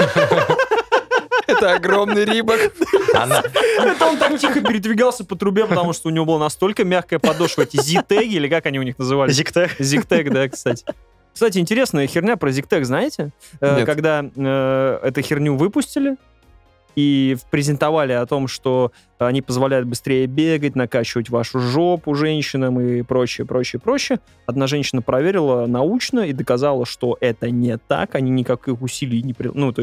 Speaker 4: Это огромный рибок.
Speaker 3: Она...
Speaker 1: Это он так тихо передвигался по трубе, потому что у него была настолько мягкая подошва, эти зиг-теги, или как они у них назывались?
Speaker 2: Зиг-тег.
Speaker 1: Зиг-тег, да, кстати. Кстати, интересная херня про зиг-тег, знаете? Э,
Speaker 4: Нет.
Speaker 1: Когда э, эту херню выпустили и презентовали о том, что они позволяют быстрее бегать, накачивать вашу жопу женщинам и прочее, прочее, прочее, одна женщина проверила научно и доказала, что это не так, они никаких усилий не... при- Ну, то есть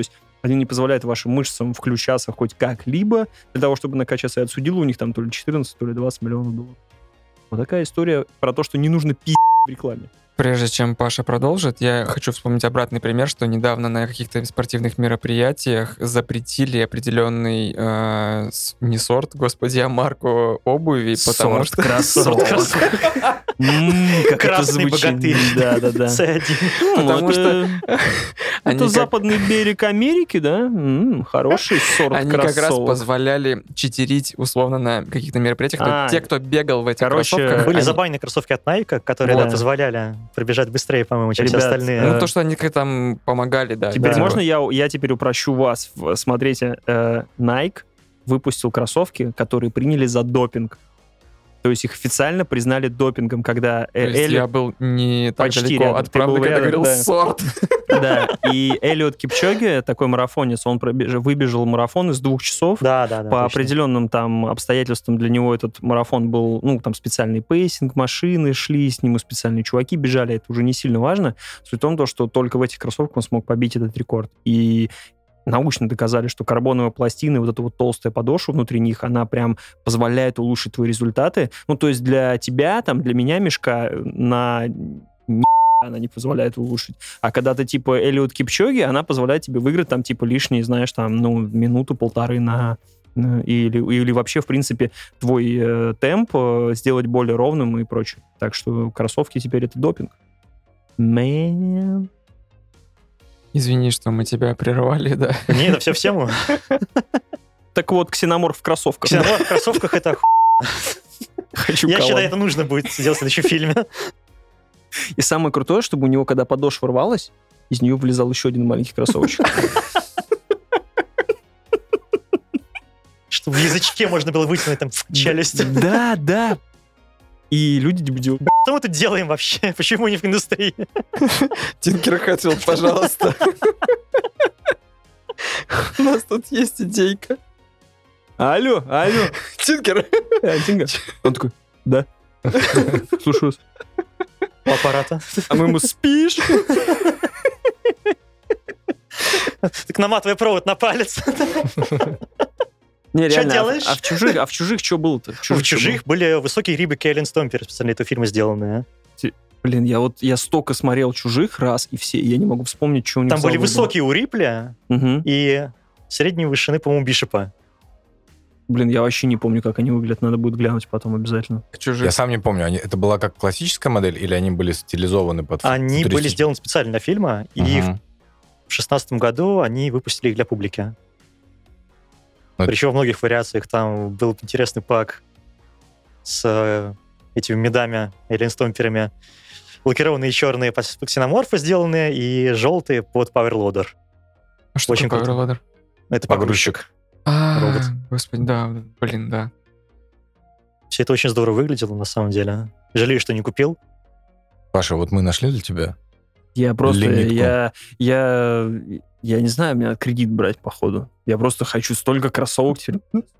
Speaker 1: Они не позволяют вашим мышцам включаться хоть как-либо для того, чтобы накачаться. И отсудил у них там то ли четырнадцать, то ли двадцать миллионов долларов. Вот такая история про то, что не нужно пи*** в рекламе.
Speaker 4: Прежде чем Паша продолжит, я хочу вспомнить обратный пример, что недавно на каких-то спортивных мероприятиях запретили определенный э, с- не сорт, господи, а марку обуви, потому
Speaker 1: Сорт
Speaker 4: что...
Speaker 1: кроссовок. М, Как это
Speaker 2: Красный
Speaker 1: звучит.
Speaker 2: богатырь.
Speaker 1: Да-да-да.
Speaker 2: С один.
Speaker 4: Потому
Speaker 1: Ну,
Speaker 4: что
Speaker 1: это-
Speaker 4: они
Speaker 1: Это
Speaker 4: как-
Speaker 1: западный берег Америки, да? М, Хороший сорт
Speaker 4: Они как раз
Speaker 1: кроссовок.
Speaker 4: позволяли читерить условно на каких-то мероприятиях. То
Speaker 1: А,
Speaker 4: те, кто бегал в этих
Speaker 1: короче,
Speaker 4: кроссовках,
Speaker 2: Были
Speaker 4: они-
Speaker 2: забавные кроссовки от Nike, которые
Speaker 1: Вот.
Speaker 2: да, позволяли пробежать быстрее, по-моему, чем все
Speaker 1: Ребят,
Speaker 2: остальные.
Speaker 4: Ну,
Speaker 1: э,
Speaker 4: то, что они как там помогали, да.
Speaker 1: Теперь
Speaker 2: Да.
Speaker 1: можно я, я теперь упрощу вас? В- Смотрите, э, Nike выпустил кроссовки, которые приняли за допинг. То есть их официально признали допингом, когда
Speaker 4: То
Speaker 1: э,
Speaker 4: есть
Speaker 1: Элли-
Speaker 4: я был не так
Speaker 1: Почти
Speaker 4: далеко
Speaker 1: рядом.
Speaker 4: от
Speaker 1: Ты был
Speaker 4: правды, когда
Speaker 1: рядом,
Speaker 4: говорил
Speaker 1: да.
Speaker 4: сорт.
Speaker 1: Да, и Эллиот Кипчоги, такой марафонец, он пробеж- выбежал марафон из двух часов.
Speaker 2: Да, да, да.
Speaker 1: По
Speaker 2: точно.
Speaker 1: определенным там обстоятельствам для него этот марафон был, ну, там специальный пейсинг, машины шли, с ним специальные чуваки бежали, это уже не сильно важно. Суть в том, то, что только в этих кроссовках он смог побить этот рекорд. И научно доказали, что карбоновая пластина, вот эта вот толстая подошва внутри них, она прям позволяет улучшить твои результаты. Ну, то есть для тебя, там, для меня мешка на ни она не позволяет улучшить. А когда ты, типа, Эллиот Кипчоги, она позволяет тебе выиграть, там, типа, лишние, знаешь, там, ну, минуту-полторы на... на- Или, или вообще, в принципе, твой э, темп э, сделать более ровным и прочее. Так что кроссовки теперь это допинг. Мэн.
Speaker 4: Извини, что мы тебя прервали, да.
Speaker 2: Не, это все в тему.
Speaker 1: Так вот, ксеноморф в кроссовках.
Speaker 2: Ксеноморф в кроссовках — это оху-
Speaker 1: Хочу
Speaker 2: Я
Speaker 1: коллаб.
Speaker 2: считаю, это нужно будет сделать в следующем фильме.
Speaker 1: И самое крутое, чтобы у него, когда подошва рвалась, из нее вылезал еще один маленький кроссовочек.
Speaker 2: Чтобы в язычке можно было вытянуть там челюсть.
Speaker 1: Да, да. И люди делают.
Speaker 2: Что мы тут делаем вообще? Почему не в индустрии?
Speaker 4: Тинкер Хэтфилд, пожалуйста. У нас тут есть идейка.
Speaker 1: Алло, алло.
Speaker 4: Тинкер.
Speaker 1: Э, Тинга. Он такой, да. Слушаю.
Speaker 2: У аппарата.
Speaker 1: А мы ему спишь?
Speaker 2: Так наматывай провод на палец.
Speaker 1: Не,
Speaker 2: Чё
Speaker 1: реально. а-
Speaker 2: делаешь?
Speaker 1: А в чужих, а в чужих что было-то?
Speaker 2: В чужих были высокие рибы Кейлин Стомпер, специально для этого фильма сделанные.
Speaker 1: Блин, я вот я столько смотрел чужих раз, и все, я не могу вспомнить, что у них
Speaker 2: Там были
Speaker 1: забыл.
Speaker 2: высокие у Рипли
Speaker 1: Мгм.
Speaker 2: и средней вышины, по-моему, Бишопа.
Speaker 1: Блин, я вообще не помню, как они выглядят. Надо будет глянуть потом обязательно.
Speaker 4: Чужих.
Speaker 3: Я сам не помню, они, это была как классическая модель или они были стилизованы под
Speaker 2: Они были
Speaker 3: футуристические?
Speaker 2: сделаны специально для фильма, и в
Speaker 3: Мгм.
Speaker 2: шестнадцатом году они выпустили их для публики.
Speaker 3: Ну,
Speaker 2: Причем в многих вариациях там был интересный пак с э, этими медами или стомперами. Лакированные черные под ксеноморфы сделанные и желтые под пауэрлодер.
Speaker 4: А что
Speaker 2: очень
Speaker 4: такое
Speaker 2: круто.
Speaker 4: Пауэрлодер?
Speaker 2: Это
Speaker 3: Погрузчик.
Speaker 4: А,
Speaker 2: Робот.
Speaker 4: Господи, да, блин, да.
Speaker 2: Все это очень здорово выглядело, на самом деле. Жалею, что не купил.
Speaker 3: Паша, вот мы нашли для тебя.
Speaker 1: Я просто,
Speaker 3: Лимитку.
Speaker 1: я, я, я не знаю, мне надо кредит брать, походу. Я просто хочу столько кроссовок теперь.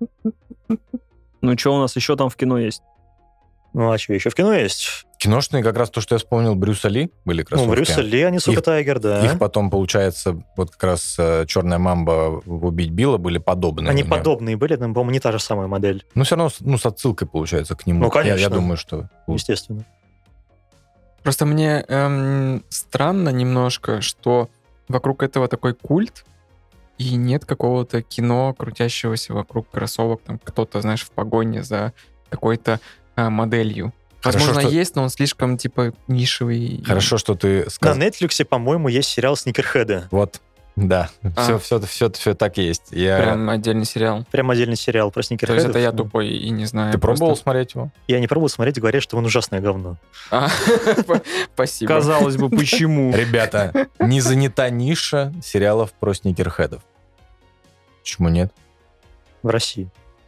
Speaker 1: Ну, что у нас еще там в кино есть?
Speaker 2: Ну, а что, еще в кино есть?
Speaker 3: Киношные, как раз то, что я вспомнил, Брюса Ли были кроссовки.
Speaker 2: Ну, Брюса Ли, они Сука
Speaker 3: Их-
Speaker 2: Тайгер, да.
Speaker 3: Их потом, получается, вот как раз э, «Черная мамба» в «Убить Билла» были подобные.
Speaker 2: Они
Speaker 3: у него.
Speaker 2: подобные были, но, по-моему, не та же самая модель,
Speaker 3: Ну, все равно с- ну, с отсылкой, получается, к нему.
Speaker 2: Ну,
Speaker 3: Я- Я,
Speaker 2: конечно.
Speaker 3: думаю, что...
Speaker 2: естественно.
Speaker 4: Просто мне эм, странно немножко, что вокруг этого такой культ, и нет какого-то кино, крутящегося вокруг кроссовок, там кто-то, знаешь, в погоне за какой-то э, моделью.
Speaker 3: Хорошо,
Speaker 4: Возможно,
Speaker 3: что-
Speaker 4: есть, но он слишком, типа, нишевый. и-
Speaker 3: Хорошо, что ты
Speaker 2: На
Speaker 3: сказал.
Speaker 2: Netflix, по-моему, есть сериал «Сникерхеды».
Speaker 3: Вот, да,
Speaker 4: А.
Speaker 3: все, все, все, все так и есть. Я...
Speaker 4: Прям отдельный сериал.
Speaker 2: Прям отдельный сериал про
Speaker 4: То есть
Speaker 2: сникерхедов.
Speaker 4: это я тупой и не знаю.
Speaker 3: Ты пробовал
Speaker 4: просто.
Speaker 3: смотреть его?
Speaker 2: Я не пробовал смотреть, говорят, что он ужасное говно.
Speaker 4: А, Спасибо.
Speaker 1: Казалось бы, почему?
Speaker 3: Ребята, не занята ниша сериалов про сникерхедов. Почему нет?
Speaker 2: В России.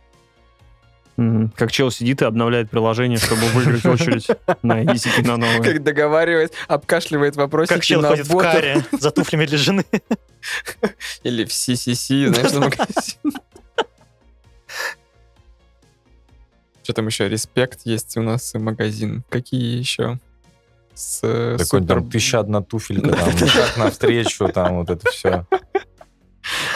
Speaker 1: Мгм. Как чел сидит и обновляет приложение, чтобы выиграть очередь на Изи кино новое.
Speaker 4: Как договаривает, обкашливает вопросики
Speaker 2: Как чел
Speaker 4: на
Speaker 2: ходит в
Speaker 4: ботах.
Speaker 2: каре за туфлями для жены.
Speaker 4: Или в си си си, знаешь, на магазин. Что там еще? Респект есть у нас магазин. Какие еще? С э,
Speaker 3: Такой
Speaker 4: супер...
Speaker 3: там тысяча одна туфелька, там, шаг навстречу, там вот это все.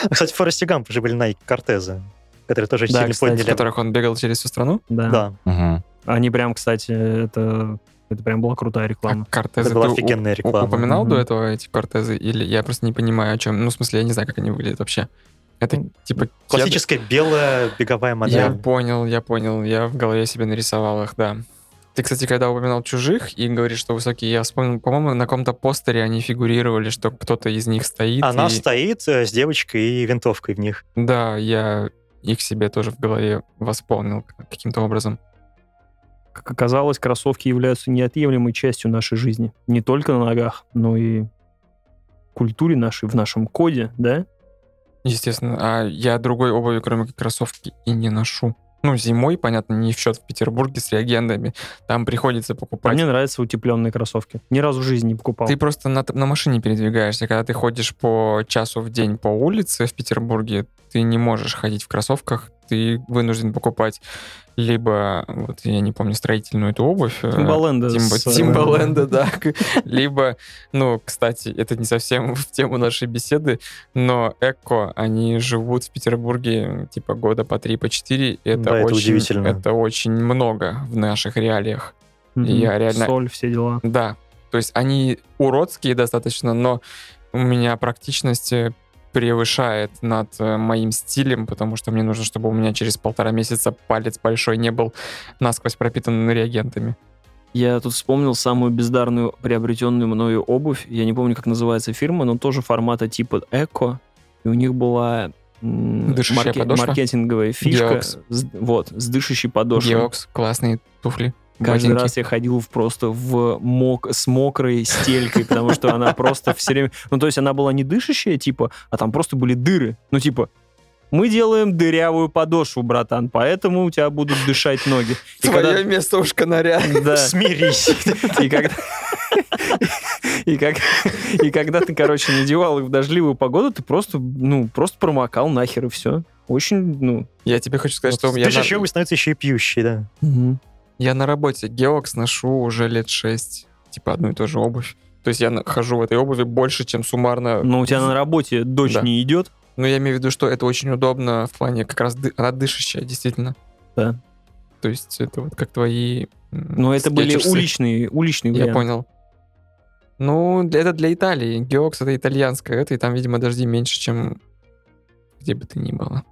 Speaker 2: Кстати, в Форесте Гамп уже были Nike Кортезы, которые тоже очень
Speaker 1: Да,
Speaker 2: сильно
Speaker 1: кстати,
Speaker 4: В
Speaker 2: подняли.
Speaker 4: которых он бегал через всю страну?
Speaker 1: Да.
Speaker 2: Да,
Speaker 3: Мгм.
Speaker 1: Они прям, кстати, это, это прям была крутая реклама.
Speaker 4: А Кортезы
Speaker 2: это была
Speaker 4: ты у-
Speaker 2: офигенная
Speaker 4: у-
Speaker 2: реклама.
Speaker 4: упоминал до
Speaker 1: Мгм.
Speaker 4: этого эти Кортезы? Или я просто не понимаю, о чем... Ну, в смысле, я не знаю, как они выглядят вообще. Это
Speaker 2: Ну,
Speaker 4: типа... кеды?
Speaker 2: Классическая белая беговая
Speaker 4: Я
Speaker 2: модель.
Speaker 4: понял, я понял. Я в голове себе нарисовал их, да. Ты, кстати, когда упоминал «Чужих» и говоришь, что высокие, я вспомнил, по-моему, на каком-то постере они фигурировали, что кто-то из них стоит.
Speaker 2: Она
Speaker 4: и-
Speaker 2: стоит э, с девочкой и винтовкой в них.
Speaker 4: Да, я их себе тоже в голове восполнил к- каким-то образом.
Speaker 1: Как оказалось, кроссовки являются неотъемлемой частью нашей жизни. Не только на ногах, но и в культуре нашей, в нашем коде, да?
Speaker 4: Естественно. А я другой обуви, кроме как кроссовки, и не ношу. Ну, зимой, понятно, не в счет в Петербурге с реагентами. Там приходится
Speaker 1: А
Speaker 4: покупать.
Speaker 1: мне нравятся утепленные кроссовки. Ни разу в жизни не покупал.
Speaker 4: Ты просто на, на машине передвигаешься. Когда ты ходишь по часу в день по улице в Петербурге, ты не можешь ходить в кроссовках, ты вынужден покупать либо, вот я не помню, строительную эту обувь. э,
Speaker 1: Тимбаленда.
Speaker 4: Тимба-
Speaker 1: с, э,
Speaker 4: Тимбаленда, да. Либо, ну, кстати, это не совсем в тему нашей беседы, но Эко, они живут в Петербурге типа года по три, по четыре. Это
Speaker 2: Да, это
Speaker 4: очень,
Speaker 2: удивительно.
Speaker 4: Это очень много в наших реалиях.
Speaker 1: мгм,
Speaker 4: я реально-
Speaker 1: Соль, все дела.
Speaker 4: Да, то есть они уродские достаточно, но у меня практичность э, превышает над э, моим стилем, потому что мне нужно, чтобы у меня через полтора месяца палец большой не был насквозь пропитан реагентами.
Speaker 1: Я тут вспомнил самую бездарную приобретенную мною обувь. Я не помню, как называется фирма, но тоже формата типа Эко. И у них была м,
Speaker 4: Дышащая подошва?
Speaker 1: маркетинговая фишка.
Speaker 4: Геокс.
Speaker 1: с- вот, с дышащей подошвой.
Speaker 4: Геокс, классные туфли.
Speaker 1: Каждый
Speaker 4: ботинки.
Speaker 1: раз я ходил в просто в мок, с мокрой стелькой, потому что она просто все время... Ну, то есть она была не дышащая, типа, а там просто были дыры. Ну, типа, мы делаем дырявую подошву, братан, поэтому у тебя будут дышать ноги. И
Speaker 4: Твое
Speaker 1: когда-
Speaker 4: место у шканаря.
Speaker 1: Да.
Speaker 2: Смирись.
Speaker 1: И когда... И, как... и когда ты, короче, надевал их в дождливую погоду, ты просто, ну, просто промокал нахер, и все. Очень, ну...
Speaker 4: Я тебе хочу сказать, что я
Speaker 2: Дышащий
Speaker 4: на,
Speaker 2: обувь становится еще и пьющий, да.
Speaker 4: я на работе Геокс ношу уже лет шесть. Типа одну и ту же обувь. То есть я на- хожу в этой обуви больше, чем суммарно.
Speaker 1: Но у тебя на работе дождь
Speaker 4: Да.
Speaker 1: не идет.
Speaker 4: Но я имею в виду, что это очень удобно в плане как раз ды- она дышащая, действительно.
Speaker 1: Да.
Speaker 4: То есть это вот как твои... м,
Speaker 1: Но это были
Speaker 4: скетчерсы.
Speaker 1: уличные, уличные
Speaker 4: Я
Speaker 1: варианты.
Speaker 4: понял. Ну, для- это для Италии. Геокс это итальянское, это и там, видимо, дожди меньше, чем где бы то ни было.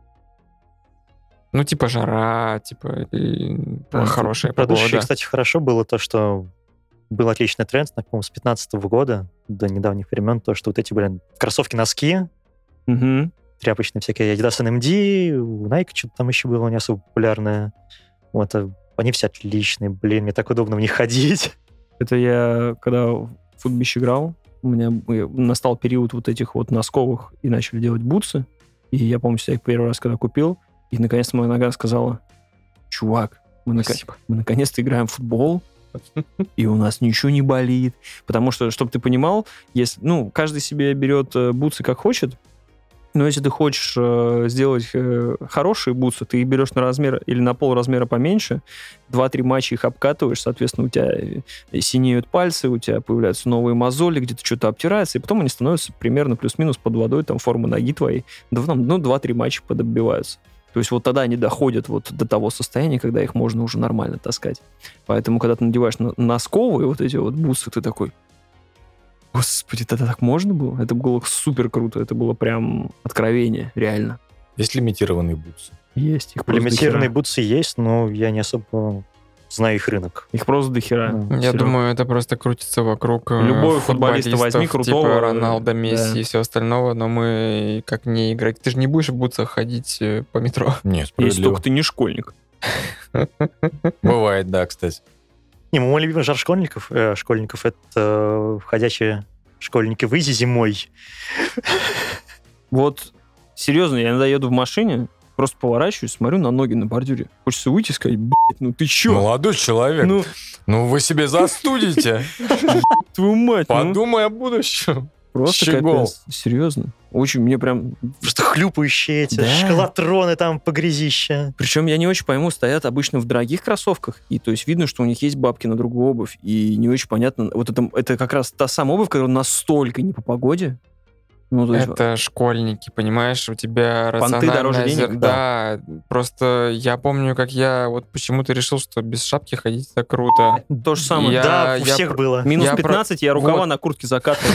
Speaker 4: Ну, типа жара, типа и
Speaker 1: А,
Speaker 4: хорошая
Speaker 2: Про дышащие,
Speaker 4: погода.
Speaker 2: кстати, хорошо было то, что был отличный тренд, по-моему, с пятнадцатого года до недавних времен, то, что вот эти, блин, кроссовки-носки,
Speaker 1: Мгм.
Speaker 2: тряпочные всякие, Adidas эн эм ди, у Nike что-то там еще было не особо популярное. Вот, а они все отличные, блин, мне так удобно в них ходить.
Speaker 1: Это я, когда в футбищ играл, у меня э, настал период вот этих вот носковых, и начали делать бутсы. И я помню себя первый раз, когда купил, и наконец-то моя нога сказала: чувак, мы, нака-
Speaker 4: Спасибо.
Speaker 1: мы наконец-то играем в футбол, и у нас ничего не болит. Потому что, чтобы ты понимал, если, ну, каждый себе берет э, бутсы как хочет, но если ты хочешь э, сделать э, хорошие бутсы, ты их берешь на размер или на пол размера поменьше, два-три матча их обкатываешь, соответственно, у тебя э, синеют пальцы, у тебя появляются новые мозоли, где-то что-то обтирается, и потом они становятся примерно плюс-минус под водой, там, формы ноги твоей. Да, там, ну, два-три матча подобиваются. То есть вот тогда они доходят вот до того состояния, когда их можно уже нормально таскать. Поэтому, когда ты надеваешь на- носковые вот эти вот бутсы, ты такой: господи, тогда так можно было? Это было супер круто, это было прям откровение, реально.
Speaker 3: Есть лимитированные бутсы.
Speaker 1: Есть. Их просто
Speaker 2: Лимитированные
Speaker 1: дохера.
Speaker 2: бутсы есть, но я не особо знаю их рынок.
Speaker 1: Их просто дохера.
Speaker 2: Ну,
Speaker 4: Я
Speaker 1: Серёг.
Speaker 4: думаю, это просто крутится вокруг э,
Speaker 1: Любого футболиста
Speaker 4: футболистов,
Speaker 1: возьми, крутого,
Speaker 4: типа Роналда, Месси
Speaker 1: да.
Speaker 4: и все остальное, но мы как не играть. Ты же не будешь в бутсах ходить э, по метро.
Speaker 3: Не,
Speaker 1: Если
Speaker 3: справедливо.
Speaker 1: только ты не школьник.
Speaker 3: Бывает, да, кстати.
Speaker 2: Не, мой любимый жанр школьников, э, школьников это э, ходячие школьники в Изи зимой.
Speaker 1: Вот, серьезно, я иногда еду в машине, просто поворачиваюсь, смотрю на ноги на бордюре. Хочется выйти и сказать: блядь, ну ты чё?
Speaker 3: Молодой человек, ну,
Speaker 1: Ну,
Speaker 3: вы себе застудите.
Speaker 1: твою мать, ну,
Speaker 3: Подумай о будущем.
Speaker 1: просто
Speaker 3: щегол.
Speaker 1: капец. Серьезно. Очень, мне прям...
Speaker 2: Просто хлюпающие эти
Speaker 1: Да.
Speaker 2: шкалатроны там по грязище.
Speaker 1: Причем я не очень пойму, стоят обычно в дорогих кроссовках, и то есть видно, что у них есть бабки на другую обувь, и не очень понятно. Вот это, это как раз та самая обувь, которая настолько не по погоде, Ну, то есть
Speaker 4: Это школьники, понимаешь, у тебя
Speaker 1: Понты
Speaker 4: рациональное...
Speaker 1: дороже денег,
Speaker 4: зер- Да, просто я помню, как я вот почему-то решил, что без шапки ходить это круто.
Speaker 1: то же самое.
Speaker 4: Я-
Speaker 2: Да, у
Speaker 4: я
Speaker 2: всех
Speaker 4: про-
Speaker 2: было.
Speaker 1: Минус
Speaker 4: Я про-
Speaker 1: пятнадцать, я рукава
Speaker 4: Вот.
Speaker 1: на куртке закатывал.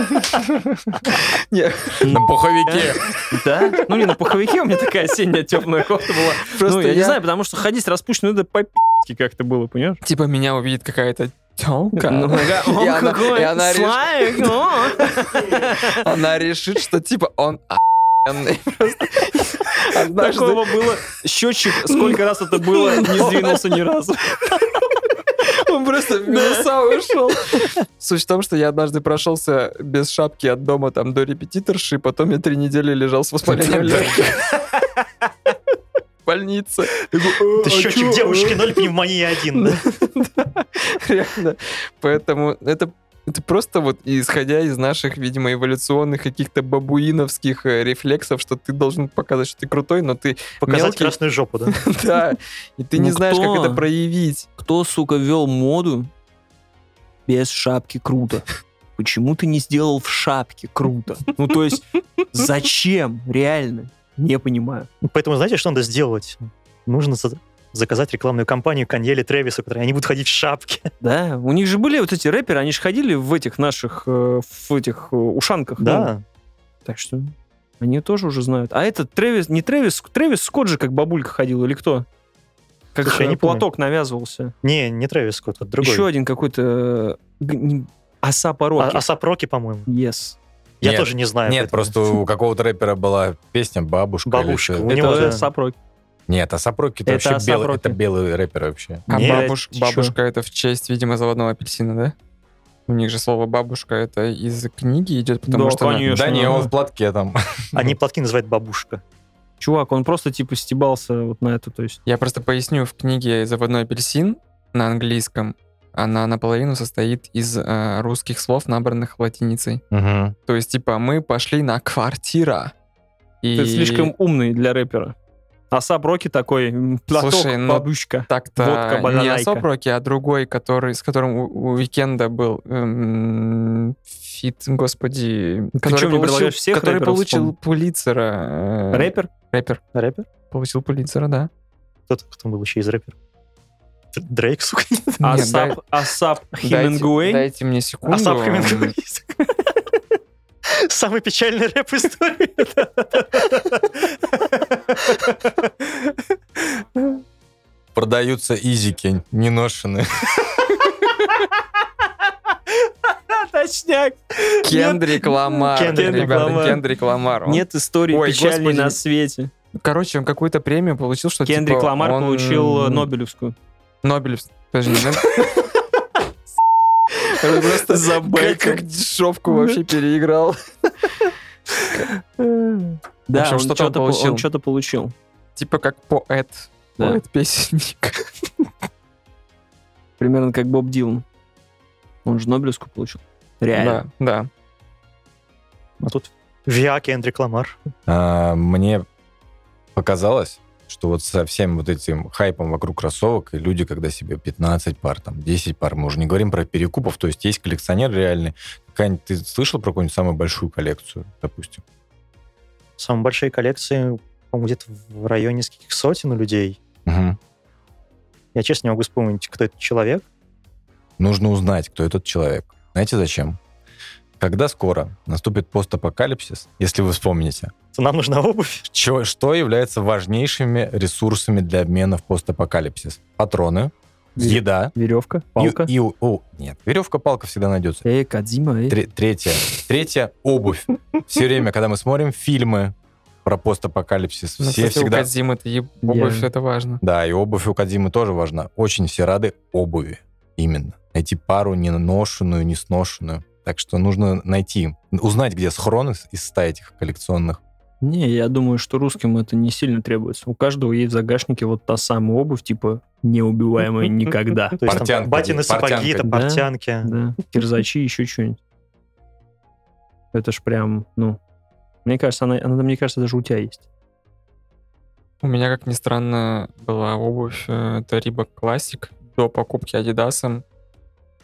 Speaker 4: Не,
Speaker 3: На пуховике.
Speaker 1: Да? Ну, не на пуховике, у меня такая осенняя теплая кофта была.
Speaker 4: Просто
Speaker 1: Ну, я не
Speaker 4: я-
Speaker 1: знаю, потому что ходить распущенным, это по-пи***ски как-то было, понимаешь?
Speaker 4: Типа меня увидит какая-то тёлка,
Speaker 1: Ну, ага,
Speaker 4: и
Speaker 1: о,
Speaker 4: она-
Speaker 1: какой
Speaker 4: и она реш-
Speaker 1: слайк, о.
Speaker 4: она решит, что типа он охуенный. Просто однажды-
Speaker 1: Такого было. Счетчик, сколько раз это было, не сдвинулся ни разу.
Speaker 4: Он просто в минуса ушел. Суть в том, что я однажды прошелся без шапки от дома там до репетиторши, потом я три недели лежал с воспалением легких. В больнице.
Speaker 2: Ты счетчик девушки ноль, пневмония один. да?
Speaker 4: Реально. Поэтому это это просто вот исходя из наших, видимо, эволюционных каких-то бабуиновских э, рефлексов, что ты должен показать, что ты крутой, но ты
Speaker 2: Показать
Speaker 4: мелкий.
Speaker 2: красную жопу, да?
Speaker 4: да, и ты не
Speaker 1: Ну
Speaker 4: знаешь,
Speaker 1: кто?
Speaker 4: как это проявить.
Speaker 1: Кто, сука, вел моду без шапки круто? Почему ты не сделал в шапке круто? Ну, то есть, зачем? Реально. Не понимаю.
Speaker 2: Поэтому знаете, что надо сделать? Нужно за- заказать рекламную кампанию Канье или Трэвису, которые они будут ходить в шапке.
Speaker 1: Да, у них же были вот эти рэперы, они же ходили в этих наших, э, в этих э, ушанках. ну,
Speaker 2: Да.
Speaker 1: так что они тоже уже знают. А этот Трэвис, не Трэвис, Трэвис Скотт же как бабулька ходил, или кто? Как
Speaker 2: Слушай, я
Speaker 1: э,
Speaker 2: не помню.
Speaker 1: платок навязывался.
Speaker 2: Не, не Трэвис Скотт, вот другой.
Speaker 1: Еще один какой-то э, г- не- Асап
Speaker 2: А-
Speaker 1: Роки.
Speaker 2: Асап Роки, по-моему.
Speaker 1: Yes.
Speaker 2: Я
Speaker 3: Нет,
Speaker 2: тоже не знаю.
Speaker 3: Нет,
Speaker 2: поэтому.
Speaker 3: просто у какого-то рэпера была песня «Бабушка». или
Speaker 2: Бабушка.
Speaker 3: что.
Speaker 2: У
Speaker 1: Это
Speaker 2: него же-
Speaker 1: Асап Роки.
Speaker 3: Нет, Асап Роки это
Speaker 1: Это
Speaker 3: вообще
Speaker 1: Асап
Speaker 3: белый,
Speaker 1: Роки.
Speaker 3: это белый рэпер вообще.
Speaker 4: А
Speaker 2: Нет,
Speaker 4: бабуш-
Speaker 1: чё?
Speaker 4: бабушка это в честь, видимо, заводного апельсина, да? У них же слово бабушка это из книги идет, потому
Speaker 1: Да,
Speaker 4: что... на-
Speaker 1: конечно.
Speaker 3: Да не, он в платке там.
Speaker 2: Они платки называют бабушка.
Speaker 1: Чувак, он просто типа стебался вот на это, то есть.
Speaker 4: Я просто поясню, в книге «Заводной апельсин» на английском она наполовину состоит из э, русских слов, набранных латиницей.
Speaker 3: Мгм.
Speaker 4: То есть, типа, мы пошли на квартира. И
Speaker 1: Ты слишком умный для рэпера. Асап Роки такой, м, платок,
Speaker 4: Слушай, ну,
Speaker 1: бабушка.
Speaker 4: так-то
Speaker 1: водка,
Speaker 4: не
Speaker 1: балалайка.
Speaker 4: Асап Роки, а другой, который, с которым у, у Уикенда был эм, фит, господи, который
Speaker 1: чё, мне
Speaker 4: получил,
Speaker 1: предлагаешь всех
Speaker 4: который
Speaker 1: рэперов
Speaker 4: получил
Speaker 1: вспомнить?
Speaker 4: Пулитцера. э,
Speaker 1: Рэпер?
Speaker 4: Рэпер.
Speaker 2: Рэпер?
Speaker 4: Получил Пулитцера, да.
Speaker 2: Кто-то, кто был еще из рэперов? Дрейк, сука.
Speaker 4: Нет,
Speaker 1: Асап,
Speaker 4: дай-
Speaker 1: Асап
Speaker 4: дайте,
Speaker 1: Хемингуэй?
Speaker 4: дайте мне секунду.
Speaker 2: Асап Хемингуэй. Самый печальный рэп истории.
Speaker 3: Продаются изики, неношенные.
Speaker 1: Точняк.
Speaker 4: Кендрик Ламар.
Speaker 2: Кендрик
Speaker 4: Ребята,
Speaker 1: Ламар.
Speaker 4: Кендрик Ламар. Он-
Speaker 1: Нет истории
Speaker 4: Ой,
Speaker 1: печальней
Speaker 4: господи.
Speaker 1: на свете.
Speaker 4: Короче, он какую-то премию получил, что
Speaker 1: Кендрик
Speaker 4: типа,
Speaker 1: Ламар
Speaker 4: он-
Speaker 1: получил э, Нобелевскую.
Speaker 4: Нобелевскую. Подожди, не надо. Это просто
Speaker 1: Забайтил.
Speaker 4: как дешевку вообще переиграл.
Speaker 1: Да,
Speaker 4: общем,
Speaker 1: он
Speaker 4: что-то он
Speaker 1: что-то
Speaker 4: получил.
Speaker 1: он что-то получил.
Speaker 4: Типа как поэт.
Speaker 1: Да.
Speaker 4: Поэт-песенник.
Speaker 1: Примерно как Боб Дилан. Он же Нобелевскую получил. Реально.
Speaker 4: Да, да.
Speaker 2: А тут Виа Кендрик Ламар.
Speaker 3: А, Мне показалось, что вот со всем вот этим хайпом вокруг кроссовок, и люди, когда себе пятнадцать пар, там, десять пар, мы уже не говорим про перекупов, то есть есть коллекционер реальный. Какая-нибудь, ты слышал про какую-нибудь самую большую коллекцию, допустим?
Speaker 2: Самые большие коллекции, по-моему, где-то в районе нескольких сотен у людей.
Speaker 3: Мгм.
Speaker 2: Я честно не могу вспомнить, кто этот человек.
Speaker 3: Нужно узнать, кто этот человек. Знаете зачем? Когда скоро наступит постапокалипсис, если вы вспомните,
Speaker 2: Нам нужна обувь.
Speaker 3: чё- что является важнейшими ресурсами для обмена в постапокалипсис? Патроны,
Speaker 1: Ве-
Speaker 3: еда.
Speaker 1: Веревка,
Speaker 3: И,
Speaker 1: палка.
Speaker 3: и- о, нет, веревка-палка всегда найдется.
Speaker 1: Эй, Кадзима, эй.
Speaker 3: Тре- Третье. Третье — обувь. Все время, когда мы смотрим фильмы про постапокалипсис,
Speaker 4: Ну,
Speaker 3: все
Speaker 4: кстати, у
Speaker 3: всегда...
Speaker 4: Кодзимы это еб- обувь,
Speaker 1: Я-
Speaker 4: это важно.
Speaker 3: Да, и обувь у Кодзимы тоже важна. Очень все рады обуви. Именно. Найти пару не ношенную, не сношенную. Так что нужно найти, узнать, где схрон из, из ста этих коллекционных.
Speaker 1: Не, я думаю, что русским это не сильно требуется. У каждого есть в загашнике вот та самая обувь, типа неубиваемая никогда.
Speaker 2: То есть там
Speaker 3: Портянка,
Speaker 2: батины сапоги,
Speaker 3: портянка.
Speaker 2: это
Speaker 1: Да.
Speaker 2: портянки.
Speaker 1: Да, кирзачи, еще что-нибудь. Это ж прям, ну... Мне кажется, она, она, мне кажется, даже у тебя есть.
Speaker 4: У меня, как ни странно, была обувь, э, это Reebok Classic до покупки Адидасом.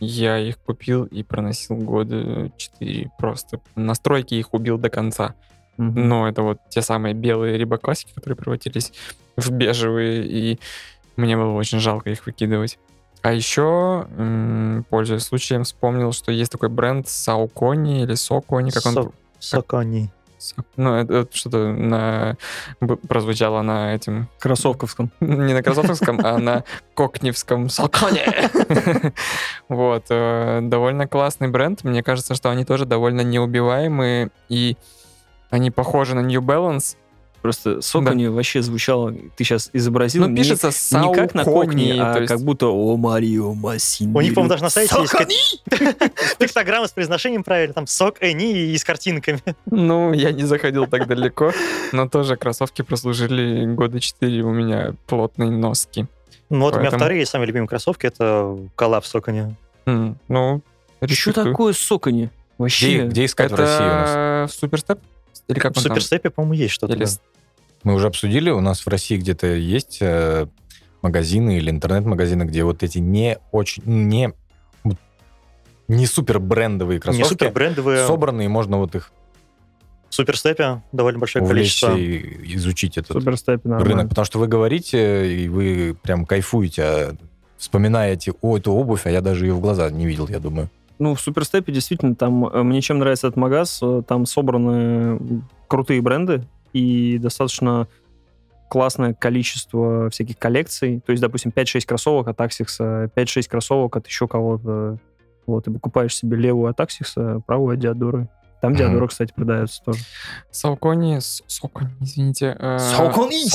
Speaker 4: я их купил и проносил года четыре просто. Настройки их убил до конца.
Speaker 1: Мгм.
Speaker 4: Но это вот те самые белые Reebok классики, которые превратились в бежевые, и мне было очень жалко их выкидывать. А еще, м, пользуясь случаем, вспомнил, что есть такой бренд Saucony или Socony, как он...
Speaker 2: Со- Сокони.
Speaker 4: Со- Ну, это, это что-то на... б- прозвучало на этим...
Speaker 1: Кроссовковском.
Speaker 4: Не на кроссовковском, а на кокневском Saucony. Вот. э, Довольно классный бренд. Мне кажется, что они тоже довольно неубиваемые, и они похожи на New Balance.
Speaker 1: Просто Сокони вообще звучало, ты сейчас изобразил,
Speaker 4: Ну,
Speaker 1: не-
Speaker 4: пишется
Speaker 1: не как на кокни,
Speaker 4: Saucony,
Speaker 1: а
Speaker 4: то есть-
Speaker 1: как будто «О, Марио Массини».
Speaker 2: У них, по-моему, даже на сайте есть
Speaker 1: Сокони!
Speaker 2: пиктограмма с произношением правильно, там сок Эни и с картинками.
Speaker 4: Ну, я не заходил так далеко, но тоже кроссовки прослужили года четыре у меня плотные носки.
Speaker 2: Ну вот у меня
Speaker 4: Поэтому-
Speaker 2: вторые самые любимые кроссовки, это коллапс Сокони.
Speaker 4: М, Ну,
Speaker 1: Что
Speaker 4: респектую.
Speaker 1: такое Сокони? Вообще.
Speaker 3: Где, где искать в России у нас?
Speaker 4: Это Суперстеп? Или как
Speaker 2: В
Speaker 4: он там?
Speaker 2: Суперстепе, по-моему, есть что-то.
Speaker 4: Или
Speaker 2: да.
Speaker 4: с-
Speaker 3: Мы уже обсудили, у нас в России где-то есть э, магазины или интернет-магазины, где вот эти не очень, не, вот не супер брендовые
Speaker 2: Не
Speaker 3: кроссовки
Speaker 2: супер брендовые.
Speaker 3: собранные, можно вот их
Speaker 2: В Суперстепе довольно большое
Speaker 3: увлечься
Speaker 2: количество.
Speaker 3: и изучить этот
Speaker 1: Суперстепе нормально.
Speaker 3: рынок, потому что вы говорите, и вы прям кайфуете, а вспоминаете, о, эту обувь, а я даже ее в глаза не видел, я думаю.
Speaker 1: Ну, в Суперстепе действительно там... э, Мне чем нравится этот магаз, э, там собраны крутые бренды и достаточно классное количество всяких коллекций. То есть, допустим, пять-шесть кроссовок от Asics, пять-шесть кроссовок от еще кого-то. Вот, и покупаешь себе левую от Asics, правую от Диадоры. Там
Speaker 3: Мгм.
Speaker 1: Диадора, кстати, продается тоже.
Speaker 4: Saucony, С- Saucony, извините. э,
Speaker 1: Saucony!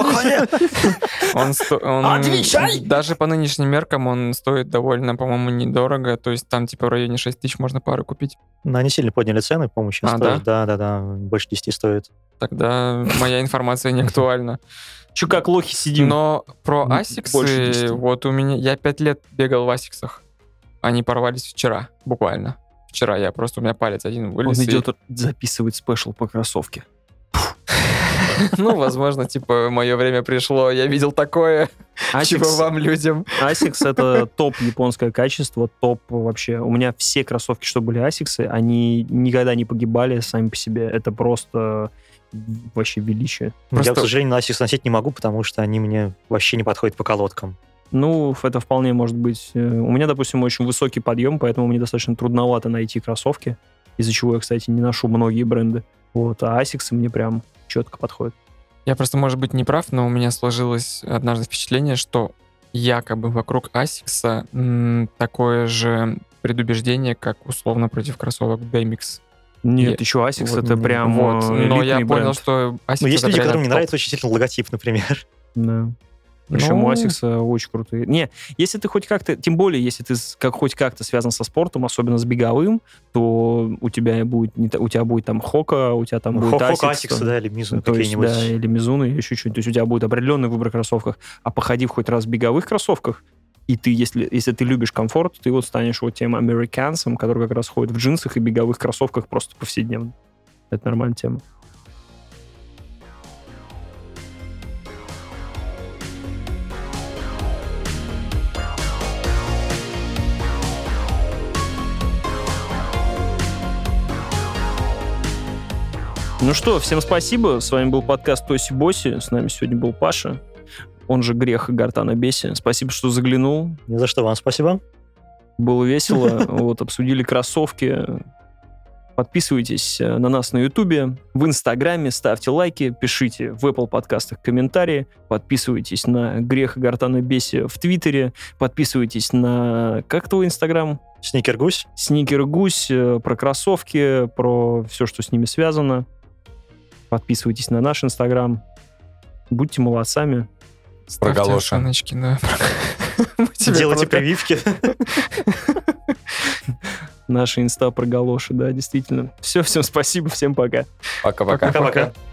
Speaker 4: Он, сто- он
Speaker 1: Отвечай!
Speaker 4: даже по нынешним меркам он стоит довольно, по-моему, недорого. То есть там типа в районе шесть тысяч можно пары купить.
Speaker 2: Но они сильно подняли цены, по-моему, сейчас
Speaker 4: А,
Speaker 2: тоже. Да, да, да. Больше десяти стоит.
Speaker 4: Тогда моя информация не актуальна.
Speaker 1: Че, как лохи сидим?
Speaker 4: Но про
Speaker 1: М,
Speaker 4: Asics,
Speaker 1: больше десяти.
Speaker 4: вот у меня... Я пять лет бегал в Асиксах. Они порвались вчера, буквально. Вчера я просто... У меня палец один
Speaker 1: Он
Speaker 4: вылез. и-
Speaker 1: идет записывать спешл по кроссовке.
Speaker 4: Ну, возможно, типа, мое время пришло. Я видел такое. Чего
Speaker 1: Asics,
Speaker 4: вам, людям?
Speaker 1: Asics это топ японское качество, топ вообще. У меня все кроссовки, что были Asics, они никогда не погибали сами по себе. Это просто вообще величие.
Speaker 4: Просто-
Speaker 2: Я, к сожалению, на Asics носить не могу, потому что они мне вообще не подходят по колодкам.
Speaker 1: Ну, это вполне может быть. э, У меня, допустим, очень высокий подъем, поэтому мне достаточно трудновато найти кроссовки, из-за чего я, кстати, не ношу многие бренды. Вот, а Asics мне прям четко подходят.
Speaker 4: Я просто, может быть, не прав, но у меня сложилось однажды впечатление, что якобы вокруг Asics м, такое же предубеждение, как условно против кроссовок Demix.
Speaker 1: Нет,
Speaker 4: Я-
Speaker 1: еще Asics
Speaker 4: Вот,
Speaker 1: это прям
Speaker 4: вот.
Speaker 1: э,
Speaker 4: Но я
Speaker 1: элитный
Speaker 4: понял,
Speaker 1: бренд.
Speaker 4: что Asics
Speaker 2: Но есть
Speaker 4: это
Speaker 2: люди,
Speaker 4: реально
Speaker 2: которым не
Speaker 4: топ.
Speaker 2: нравится очень сильно логотип, например.
Speaker 1: Да. Причем
Speaker 4: Ну,
Speaker 1: у Asics очень крутые. Не, если ты хоть как-то, тем более, если ты с- как, хоть как-то связан со спортом, особенно с беговым, то у тебя будет, не та- у тебя будет там Хока, у тебя там
Speaker 2: Ну,
Speaker 1: будет
Speaker 2: Хока,
Speaker 1: Asics.
Speaker 2: Asics, да, или Мизуно
Speaker 1: То есть,
Speaker 2: какие-нибудь.
Speaker 1: да, или Мизуно, или еще что-нибудь. То есть у тебя будет определенный выбор в кроссовках. А походив хоть раз в беговых кроссовках, и ты, если, если ты любишь комфорт, ты вот станешь вот тем американцем, который как раз ходит в джинсах и беговых кроссовках просто повседневно. Это нормальная тема. Ну что, всем спасибо. С вами был подкаст Тоси Боси. С нами сегодня был Паша. Он же Грех и Гартана Беси. Спасибо, что заглянул.
Speaker 2: Ни за что вам спасибо.
Speaker 1: Было весело. Вот, обсудили кроссовки. Подписывайтесь на нас на Ютубе, в Инстаграме, ставьте лайки, пишите в Apple подкастах комментарии, подписывайтесь на Грех и Гартана Беси в Твиттере, подписывайтесь на... Как твой Инстаграм?
Speaker 2: Сникер Гусь.
Speaker 1: Сникер Гусь, э, про кроссовки, про все, что с ними связано. Подписывайтесь на наш Инстаграм. Будьте молодцами.
Speaker 4: Ставьте
Speaker 3: галоши.
Speaker 4: оценочки, да. Мы тебе
Speaker 2: Делайте
Speaker 4: пока-
Speaker 2: прививки.
Speaker 1: Наша инста про галоши, да, действительно. Все, всем спасибо, всем пока.
Speaker 3: Пока-пока.
Speaker 2: Пока-пока.